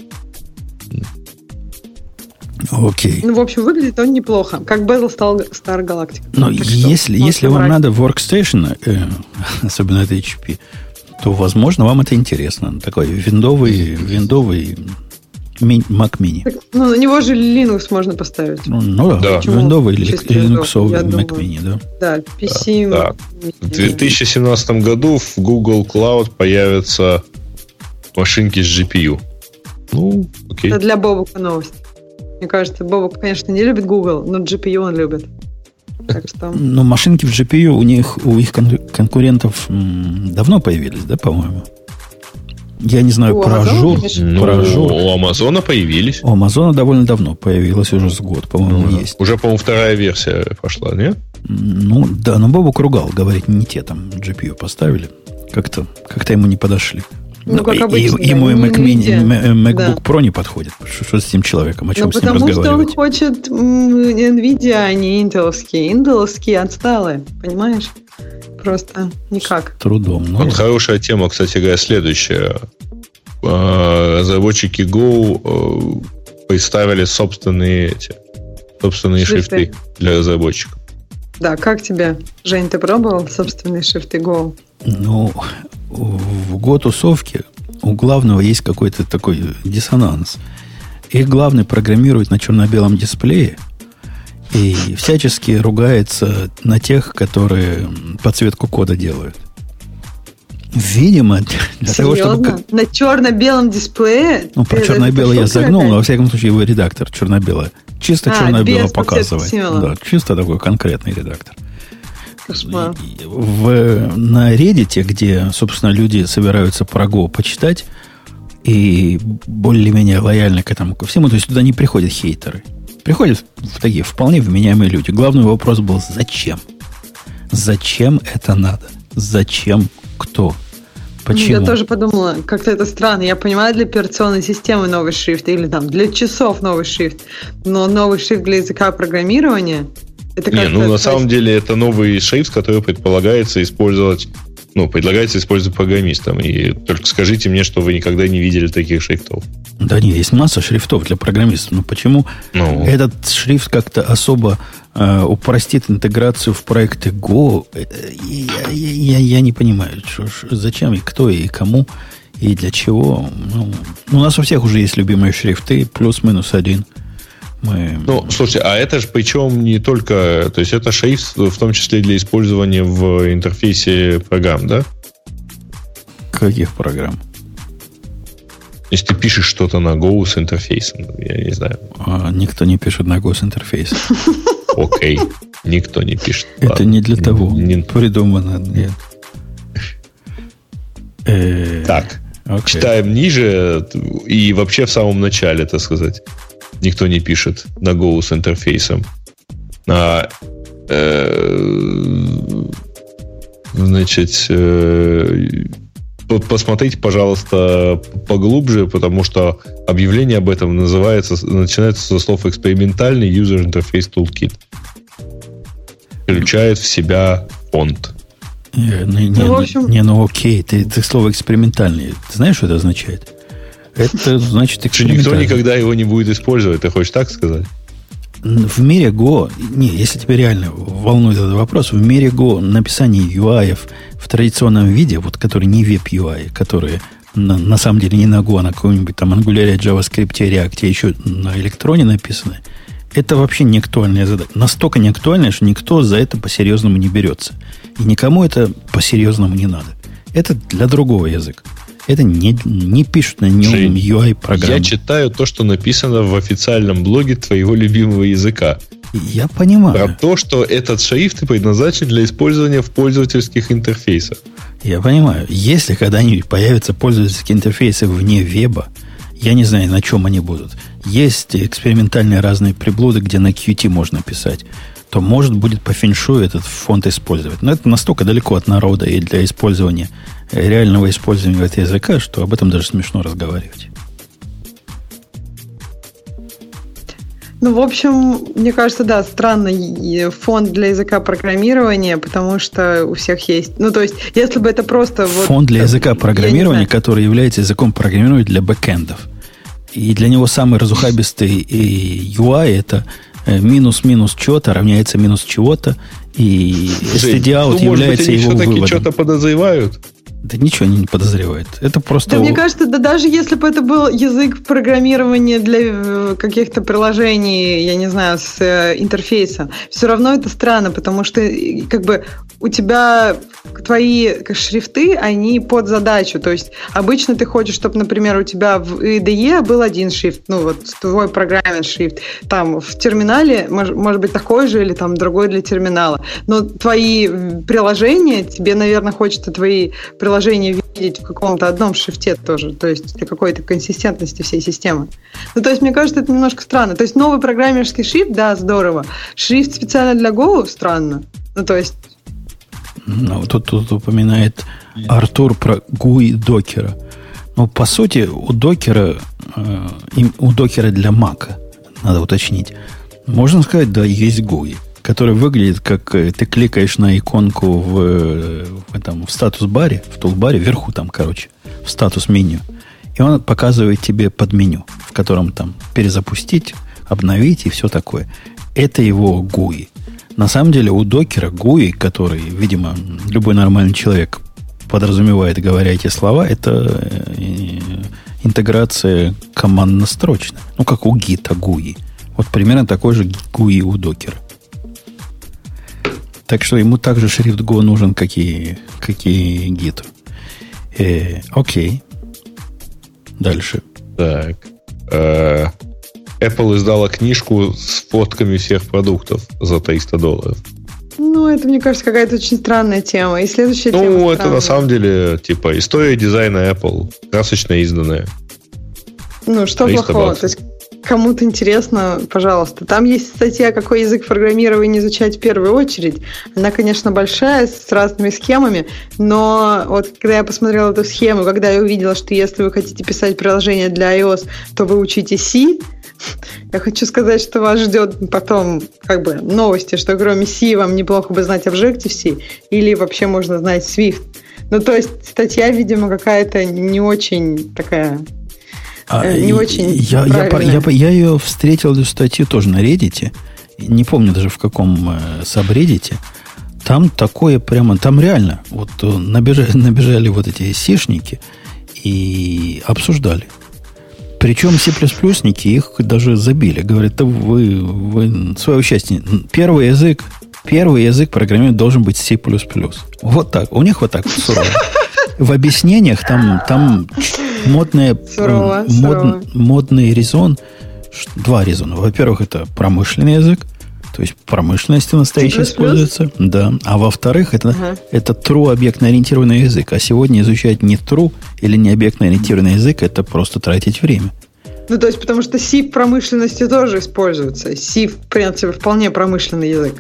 Окей. Ну, в общем, выглядит он неплохо, как Battlestar Galactica. Но если, если вам надо workstation, э, особенно это эйч пи, то, возможно, вам это интересно. Такой виндовый, виндовый Mac Mini. Ну, на него же Linux можно поставить. Ну, ну да, виндовый или линуксовый Mac Mini, да. Да, пи си. Да, да. В две тысячи семнадцатом году в Google Cloud появятся машинки с джи пи ю. Ну, окей. Это для Бобука новость. Мне кажется, Бобук, конечно, не любит Google, но джи пи ю он любит. Так что... Но машинки в джи пи ю у них, у их конкурентов м, давно появились, да, по-моему? Я не знаю, у про Ажур. Ну, про Ажур. У Амазона появились. У Амазона довольно давно появилась, уже с год, по-моему, ну, есть. Уже, по-моему, вторая версия пошла, нет? Ну, да, но Бобук ругал, говорит, не те там джи пи ю поставили. Как-то, как-то ему не подошли. Ну, как обычно, и, ему да, и Mac Mini, MacBook да. Pro не подходит. Что, что с этим человеком? О чем ну, с ним разговаривать? Потому что он хочет NVIDIA, а не интеловские. Интеловские отсталые, понимаешь? Просто никак. С трудом. Ну, вот хорошая тема, кстати говоря, следующая. Разработчики Go представили собственные, эти, собственные шрифты. шрифты для разработчиков. Да, как тебе? Жень, ты пробовал собственные шрифты Go? Ну, в Go-тусовке у главного есть какой-то такой диссонанс. Их главный программирует на черно-белом дисплее и всячески ругается на тех, которые подсветку кода делают. Видимо, для Серьезно? того, чтобы... На черно-белом дисплее? Ну, про черно-белое я загнул, но, во всяком случае, его редактор черно-белое. Чисто а, черно-бело показывает. Да, чисто такой конкретный редактор. Кошмар. В, на Reddit, где, собственно, люди собираются про Go почитать и более-менее лояльны к этому, ко всему, то есть туда не приходят хейтеры. Приходят такие вполне вменяемые люди. Главный вопрос был, зачем? Зачем это надо? Зачем? Кто? Почему? Я тоже подумала, как-то это странно. Я понимаю, для операционной системы новый шрифт или там для часов новый шрифт, но новый шрифт для языка программирования это Не, ну на самом деле это новый шрифт, который предполагается использовать, ну, предлагается использовать программистам. И только скажите мне, что вы никогда не видели таких шрифтов. Да нет, есть масса шрифтов для программистов. Но почему ну. этот шрифт как-то особо э, упростит интеграцию в проекты Go? Я, я, я не понимаю, что, зачем и кто, и кому, и для чего. Ну, у нас у всех уже есть любимые шрифты, плюс-минус один. Мы... Ну, слушайте, а это же причем не только... То есть это шрифт в том числе для использования в интерфейсе программ, да? Каких программ? Если ты пишешь что-то на Go с интерфейсом, я не знаю. А, никто не пишет на Go с интерфейсом. Окей, никто не пишет. Это не для того придумано. Нет. Так, читаем ниже и вообще в самом начале, так сказать. Никто не пишет на Go с интерфейсом. А, э, значит, э, посмотрите, пожалуйста, поглубже, потому что объявление об этом называется, начинается со слов «экспериментальный User Interface Toolkit». Включает в себя фонд. Не, не, не, ну, в общем... не, ну окей, ты, ты слово «экспериментальный». Ты знаешь, что это означает? Это значит экспериментальный. Никто никогда его не будет использовать, ты хочешь так сказать? В мире Go, не, если тебя реально волнует этот вопрос, в мире Go написание ю ай в традиционном виде, вот который не веб-ю ай, которые на, на самом деле не на Go, а на каком-нибудь там Angular, JavaScript, React, еще на электроне написаны, это вообще не актуальная задача. Настолько не актуальная, что никто за это по-серьезному не берется. И никому это по-серьезному не надо. Это для другого языка. Это не, не пишут на нем ю ай-программы. Я читаю то, что написано в официальном блоге твоего любимого языка. Я понимаю. Про то, что этот шрифт предназначен для использования в пользовательских интерфейсах. Я понимаю. Если когда-нибудь появятся пользовательские интерфейсы вне веба, я не знаю, на чем они будут. Есть экспериментальные разные приблуды, где на Qt можно писать, то, может, будет по феншую этот фонд использовать. Но это настолько далеко от народа и для использования, реального использования этого языка, что об этом даже смешно разговаривать. Ну, в общем, мне кажется, да, странный фонд для языка программирования, потому что у всех есть... Ну, то есть, если бы это просто... Фонд вот, для языка программирования, который является языком программирования для бэкэндов. И для него самый разухабистый ю ай это минус-минус чего-то равняется минус чего-то, и эс ти ди-out ну, является может быть, его они выводом. что-то подозревают? Да ничего они не подозревают. Это просто... Да, мне кажется, да даже если бы это был язык программирования для каких-то приложений, я не знаю, с интерфейса, все равно это странно, потому что как бы у тебя твои шрифты, они под задачу. То есть обычно ты хочешь, чтобы, например, у тебя в ай ди и был один шрифт, ну вот твой программный шрифт. Там в терминале может, может быть такой же или там другой для терминала. Но твои приложения, тебе, наверное, хочется твои приложения видеть в каком-то одном шрифте тоже. То есть для какой-то консистентности всей системы. Ну, то есть, мне кажется, это немножко странно. То есть новый программерский шрифт, да, здорово. Шрифт специально для Go странно. Ну, то есть... Ну, тут, тут упоминает Артур про гуи докера. Ну, по сути, у докера, э, у докера для Mac, надо уточнить, можно сказать, да, есть гуи, который выглядит как ты кликаешь на иконку в, в, этом, в статус-баре, в тулбаре, вверху там, короче, в статус-меню. И он показывает тебе под меню, в котором там перезапустить, обновить и все такое. Это его гуи. На самом деле у докера гуи, который, видимо, любой нормальный человек подразумевает, говоря эти слова, это интеграция командно-строчная. Ну, как у гита гуи. Вот примерно такой же гуи у докера. Так что ему также шрифт Go нужен, как и, как и гиту. Э, окей. Дальше. Так. Э, Apple издала книжку с фотками всех продуктов за триста долларов. Ну, это, мне кажется, какая-то очень странная тема. И следующая ну, тема Ну, это странная. на самом деле, типа, история дизайна Apple. Красочно изданная. Ну, что плохого? То есть, кому-то интересно, пожалуйста. Там есть статья, какой язык программирования изучать в первую очередь. Она, конечно, большая, с разными схемами, но вот когда я посмотрела эту схему, когда я увидела, что если вы хотите писать приложение для iOS, то вы учите C, я хочу сказать, что вас ждет потом как бы новости, что кроме C вам неплохо бы знать Objective-C или вообще можно знать Swift. Ну, то есть статья, видимо, какая-то не очень такая... А, не очень я, я, я, я ее встретил, эту статью тоже на Reddit. Не помню даже в каком э, сабреддите. Там такое прямо... Там реально вот набежали, набежали вот эти сишники и обсуждали. Причем C++-ники их даже забили. Говорят, да вы, вы свое счастье. Первый язык, первый язык программирования должен быть C++. Вот так. У них вот так сурово. В объяснениях там, там модные, сурово, мод, сурово. модный резон. Два резона. Во-первых, это промышленный язык. То есть промышленности настоящей используется. Да. А во-вторых, это, uh-huh. это true объектно-ориентированный язык. А сегодня изучать не true или не объектно-ориентированный язык, это просто тратить время. Ну, то есть, потому что C в промышленности тоже используется. C, в принципе, вполне промышленный язык.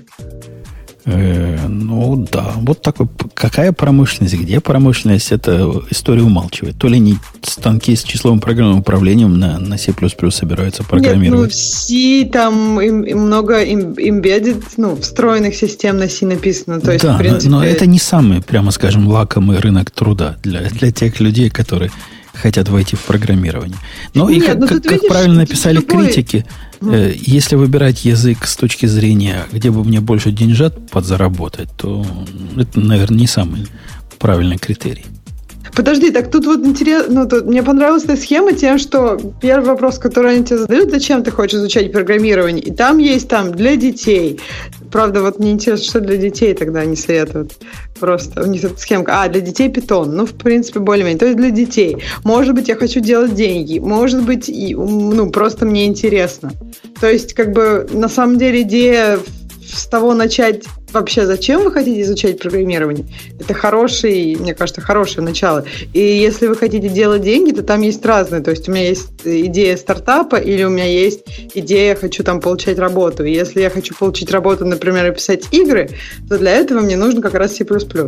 Э, ну, да. Вот такой. Какая промышленность, где промышленность, это история умалчивает. То ли не станки с числовым программным управлением на, на C++ собираются программировать. Нет, ну, в C там им, им много им, embedded, ну, встроенных систем на C написано. То есть, да, в принципе... но, но это не самый, прямо скажем, лакомый рынок труда для, для тех людей, которые хотят войти в программирование. Но Нет, и как, ну, как, как видишь, правильно написали любой... критики, э, если выбирать язык с точки зрения, где бы мне больше деньжат подзаработать, то это, наверное, не самый правильный критерий. Подожди, так тут вот интересно, ну, тут мне понравилась эта схема тем, что первый вопрос, который они тебе задают, зачем ты хочешь изучать программирование, и там есть там для детей. Правда, вот мне интересно, что для детей тогда они советуют. Просто у них эта схемка. А, для детей Python. Ну, в принципе, более-менее. То есть для детей. Может быть, я хочу делать деньги. Может быть, и, ну, просто мне интересно. То есть, как бы, на самом деле, идея с того начать вообще, зачем вы хотите изучать программирование, это хороший, мне кажется, хорошее начало. И если вы хотите делать деньги, то там есть разные. То есть у меня есть идея стартапа, или у меня есть идея, хочу там получать работу. И если я хочу получить работу, например, и писать игры, то для этого мне нужно как раз C++.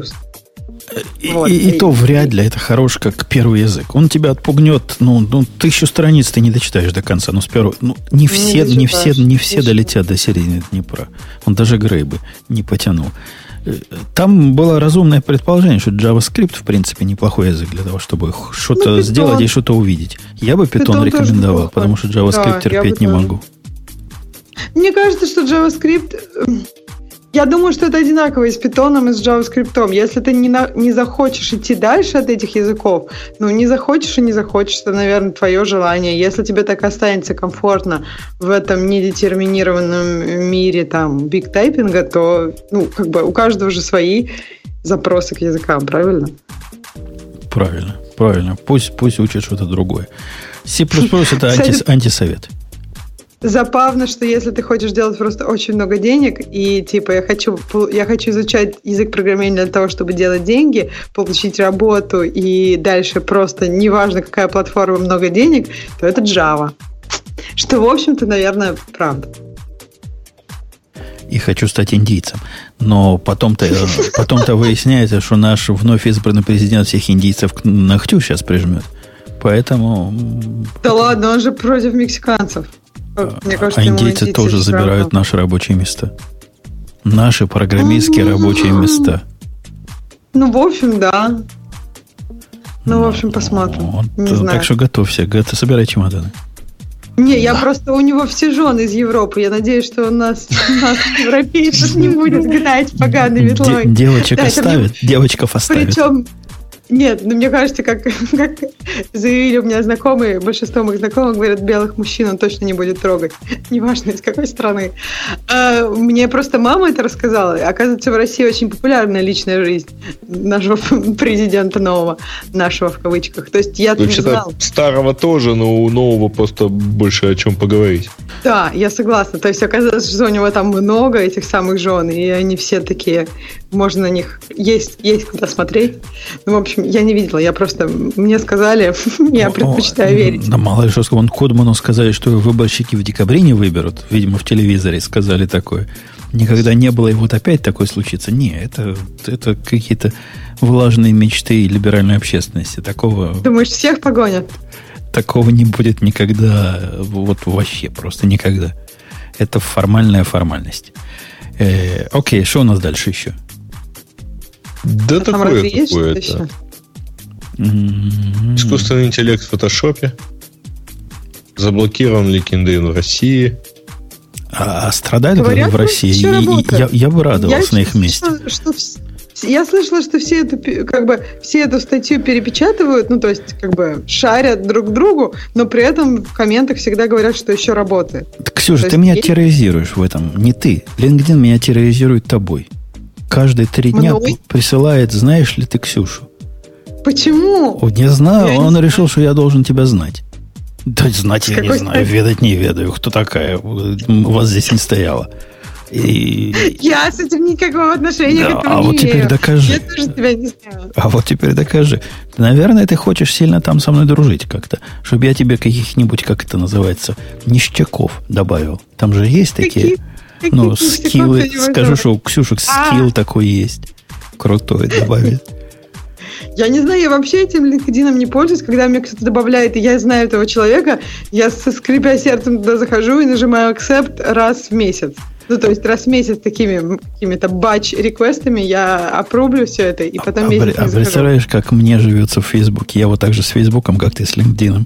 И, вот. и, и то вряд ли это хорош как первый язык. Он тебя отпугнет, ну, ну тысячу страниц ты не дочитаешь до конца. Ну, с первого, ну, не все, не, не все, не все долетят до середины Днепра. Он даже Грей бы не потянул. Там было разумное предположение, что JavaScript, в принципе, неплохой язык для того, чтобы что-то ну, сделать и что-то увидеть. Я бы Python, Python рекомендовал, потому что JavaScript да, терпеть не тоже. могу. Мне кажется, что JavaScript... Я думаю, что это одинаково и с Python, и с JavaScript. Если ты не, на, не захочешь идти дальше от этих языков, ну, не захочешь и не захочешь, это, наверное, твое желание. Если тебе так останется комфортно в этом недетерминированном мире там бигтайпинга, то, ну, как бы у каждого же свои запросы к языкам, правильно? Правильно, правильно. Пусть, пусть учат что-то другое. C++ это анти, антисовет. Забавно, что если ты хочешь делать просто очень много денег, и типа я хочу, я хочу изучать язык программирования для того, чтобы делать деньги, получить работу, и дальше просто неважно, какая платформа, много денег, то это Java. Что, в общем-то, наверное, правда. И хочу стать индийцем. Но потом-то, потом-то выясняется, что наш вновь избранный президент всех индийцев к ногтю сейчас прижмет. Поэтому... Да ладно, он же против мексиканцев. Мне кажется, а индейцы тоже забирают равно. Наши рабочие места. Наши программистские mm-hmm. рабочие места. Ну, в общем, да. Ну, ну в общем, посмотрим. Вот, не знаю. Так что готовься. Готов, собирай чемоданы. Не, я да. просто... У него все жены из Европы. Я надеюсь, что у нас, нас европейцев, не будет гнать поганой метлой. Девочек оставит, девочков оставит. Причем... Нет, ну мне кажется, как, как заявили у меня знакомые, большинство моих знакомых говорят, белых мужчин он точно не будет трогать, неважно из какой страны. А, мне просто мама это рассказала. Оказывается, в России очень популярная личная жизнь нашего президента нового, нашего в кавычках. То есть я-то не знала. Старого тоже, но у нового просто больше о чем поговорить. Да, я согласна. То есть оказывается, что у него там много этих самых жен, и они все такие, можно на них есть, есть куда смотреть. Ну, в общем, я не видела, я просто... Мне сказали, я предпочитаю верить. Да мало ли что, вон Кодману сказали, что выборщики в декабре не выберут. Видимо, в телевизоре сказали такое. Никогда не было, и вот опять такое случится. Не, это, это какие-то влажные мечты либеральной общественности. Такого... Думаешь, всех погонят? Такого не будет никогда, вот вообще, просто никогда. Это формальная формальность. Э, окей, что у нас дальше еще? Да а такое, такое это. Mm-hmm. Искусственный интеллект в фотошопе. Заблокирован ли LinkedIn в России? А, а страдают в России? Я, я, я бы радовался я на их месте. Что, что Я слышала, что все эту, как бы, все эту статью перепечатывают, ну, то есть, как бы, шарят друг другу, но при этом в комментах всегда говорят, что еще работает. Ксюша, то ты меня есть... терроризируешь в этом. Не ты. LinkedIn меня терроризирует тобой. Каждые три дня Мной? присылает, знаешь ли ты Ксюшу. Почему? О, не знаю, Я он не решил, знаю. что я должен тебя знать. Да знать я не знаю, ведать не ведаю. Кто такая? У вас здесь не стояла. И... Я с этим никакого отношения Да, к этому а не вот теперь имею. докажи. Я тоже тебя не знаю. А вот теперь докажи. Наверное, ты хочешь сильно там со мной дружить как-то, чтобы я тебе каких-нибудь, как это называется, ништяков добавил. Там же есть такие, Какие, ну, каких скиллы. ништяков ты не Скажу, возьмешь? что у Ксюшек А. скилл такой есть. Крутой добавить. Я не знаю, я вообще этим LinkedIn не пользуюсь. Когда мне кто-то добавляет, и я знаю этого человека, я со скрипя сердцем туда захожу и нажимаю accept раз в месяц. Ну, то есть раз в месяц такими какими-то батч-реквестами я опрублю все это, и потом а, месяц не а захожу. представляешь, как мне живется в Фейсбуке? Я вот так же с Фейсбуком, как ты с LinkedIn.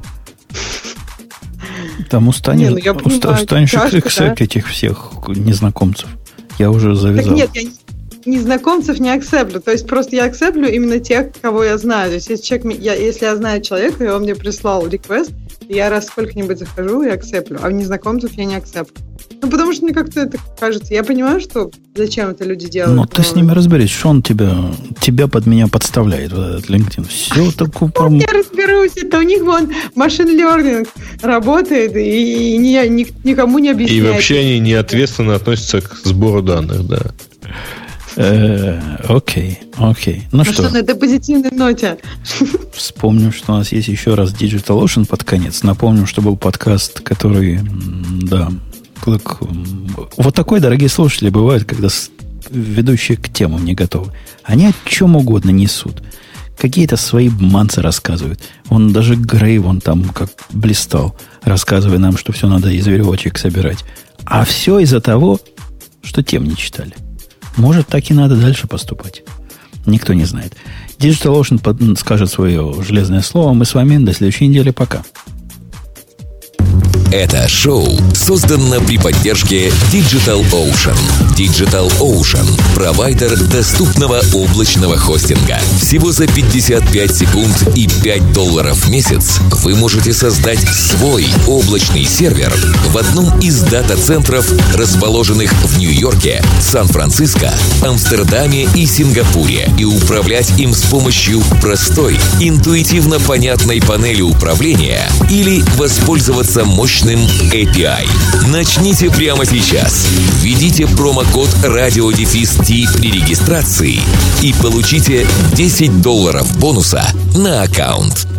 Там устанешь, Не, ну я уста- понимаю, устанешь тяжко, акцептить этих всех незнакомцев. Я уже завязал. Так нет, я не- незнакомцев не акцеплю. То есть просто я акцеплю именно тех, кого я знаю. То есть если, человек, я, если я знаю человека, и он мне прислал реквест, я раз сколько-нибудь захожу и акцеплю. А незнакомцев я не акцеплю. Ну, потому что мне как-то это кажется. Я понимаю, что зачем это люди делают. Но ты с ними разберись, что он тебя, тебя под меня подставляет, вот этот LinkedIn. Все такое... Ну, я разберусь. Это у них вон машин learning работает и ни, ни, никому не И объясняет. вообще они не ответственно относятся к сбору данных, да. Э, Окей, окей. Ну Ну что, что, на этой позитивной ноте. вспомним, что у нас есть еще раз DigitalOcean под конец. Напомним, что был подкаст, который, м, да, как, м, вот такой, дорогие слушатели, бывает, когда с- ведущие к темам не готовы. Они о чем угодно несут. Какие-то свои манцы рассказывают. Он даже Грей вон там как блистал, рассказывая нам, что все надо из веревочек собирать. А все из-за того, что тем не читали. Может, так и надо дальше поступать. Никто не знает. DigitalOcean под- скажет свое железное слово. Мы с вами до следующей недели. Пока. Это шоу создано при поддержке DigitalOcean. DigitalOcean – провайдер доступного облачного хостинга. Всего за пятьдесят пять секунд и пять долларов в месяц вы можете создать свой облачный сервер в одном из дата-центров, расположенных в Нью-Йорке, Сан-Франциско, Амстердаме и Сингапуре, и управлять им с помощью простой, интуитивно понятной панели управления или воспользоваться мощным эй пи ай. Начните прямо сейчас. Введите промокод радиодефис-ти при регистрации и получите десять долларов бонуса на аккаунт.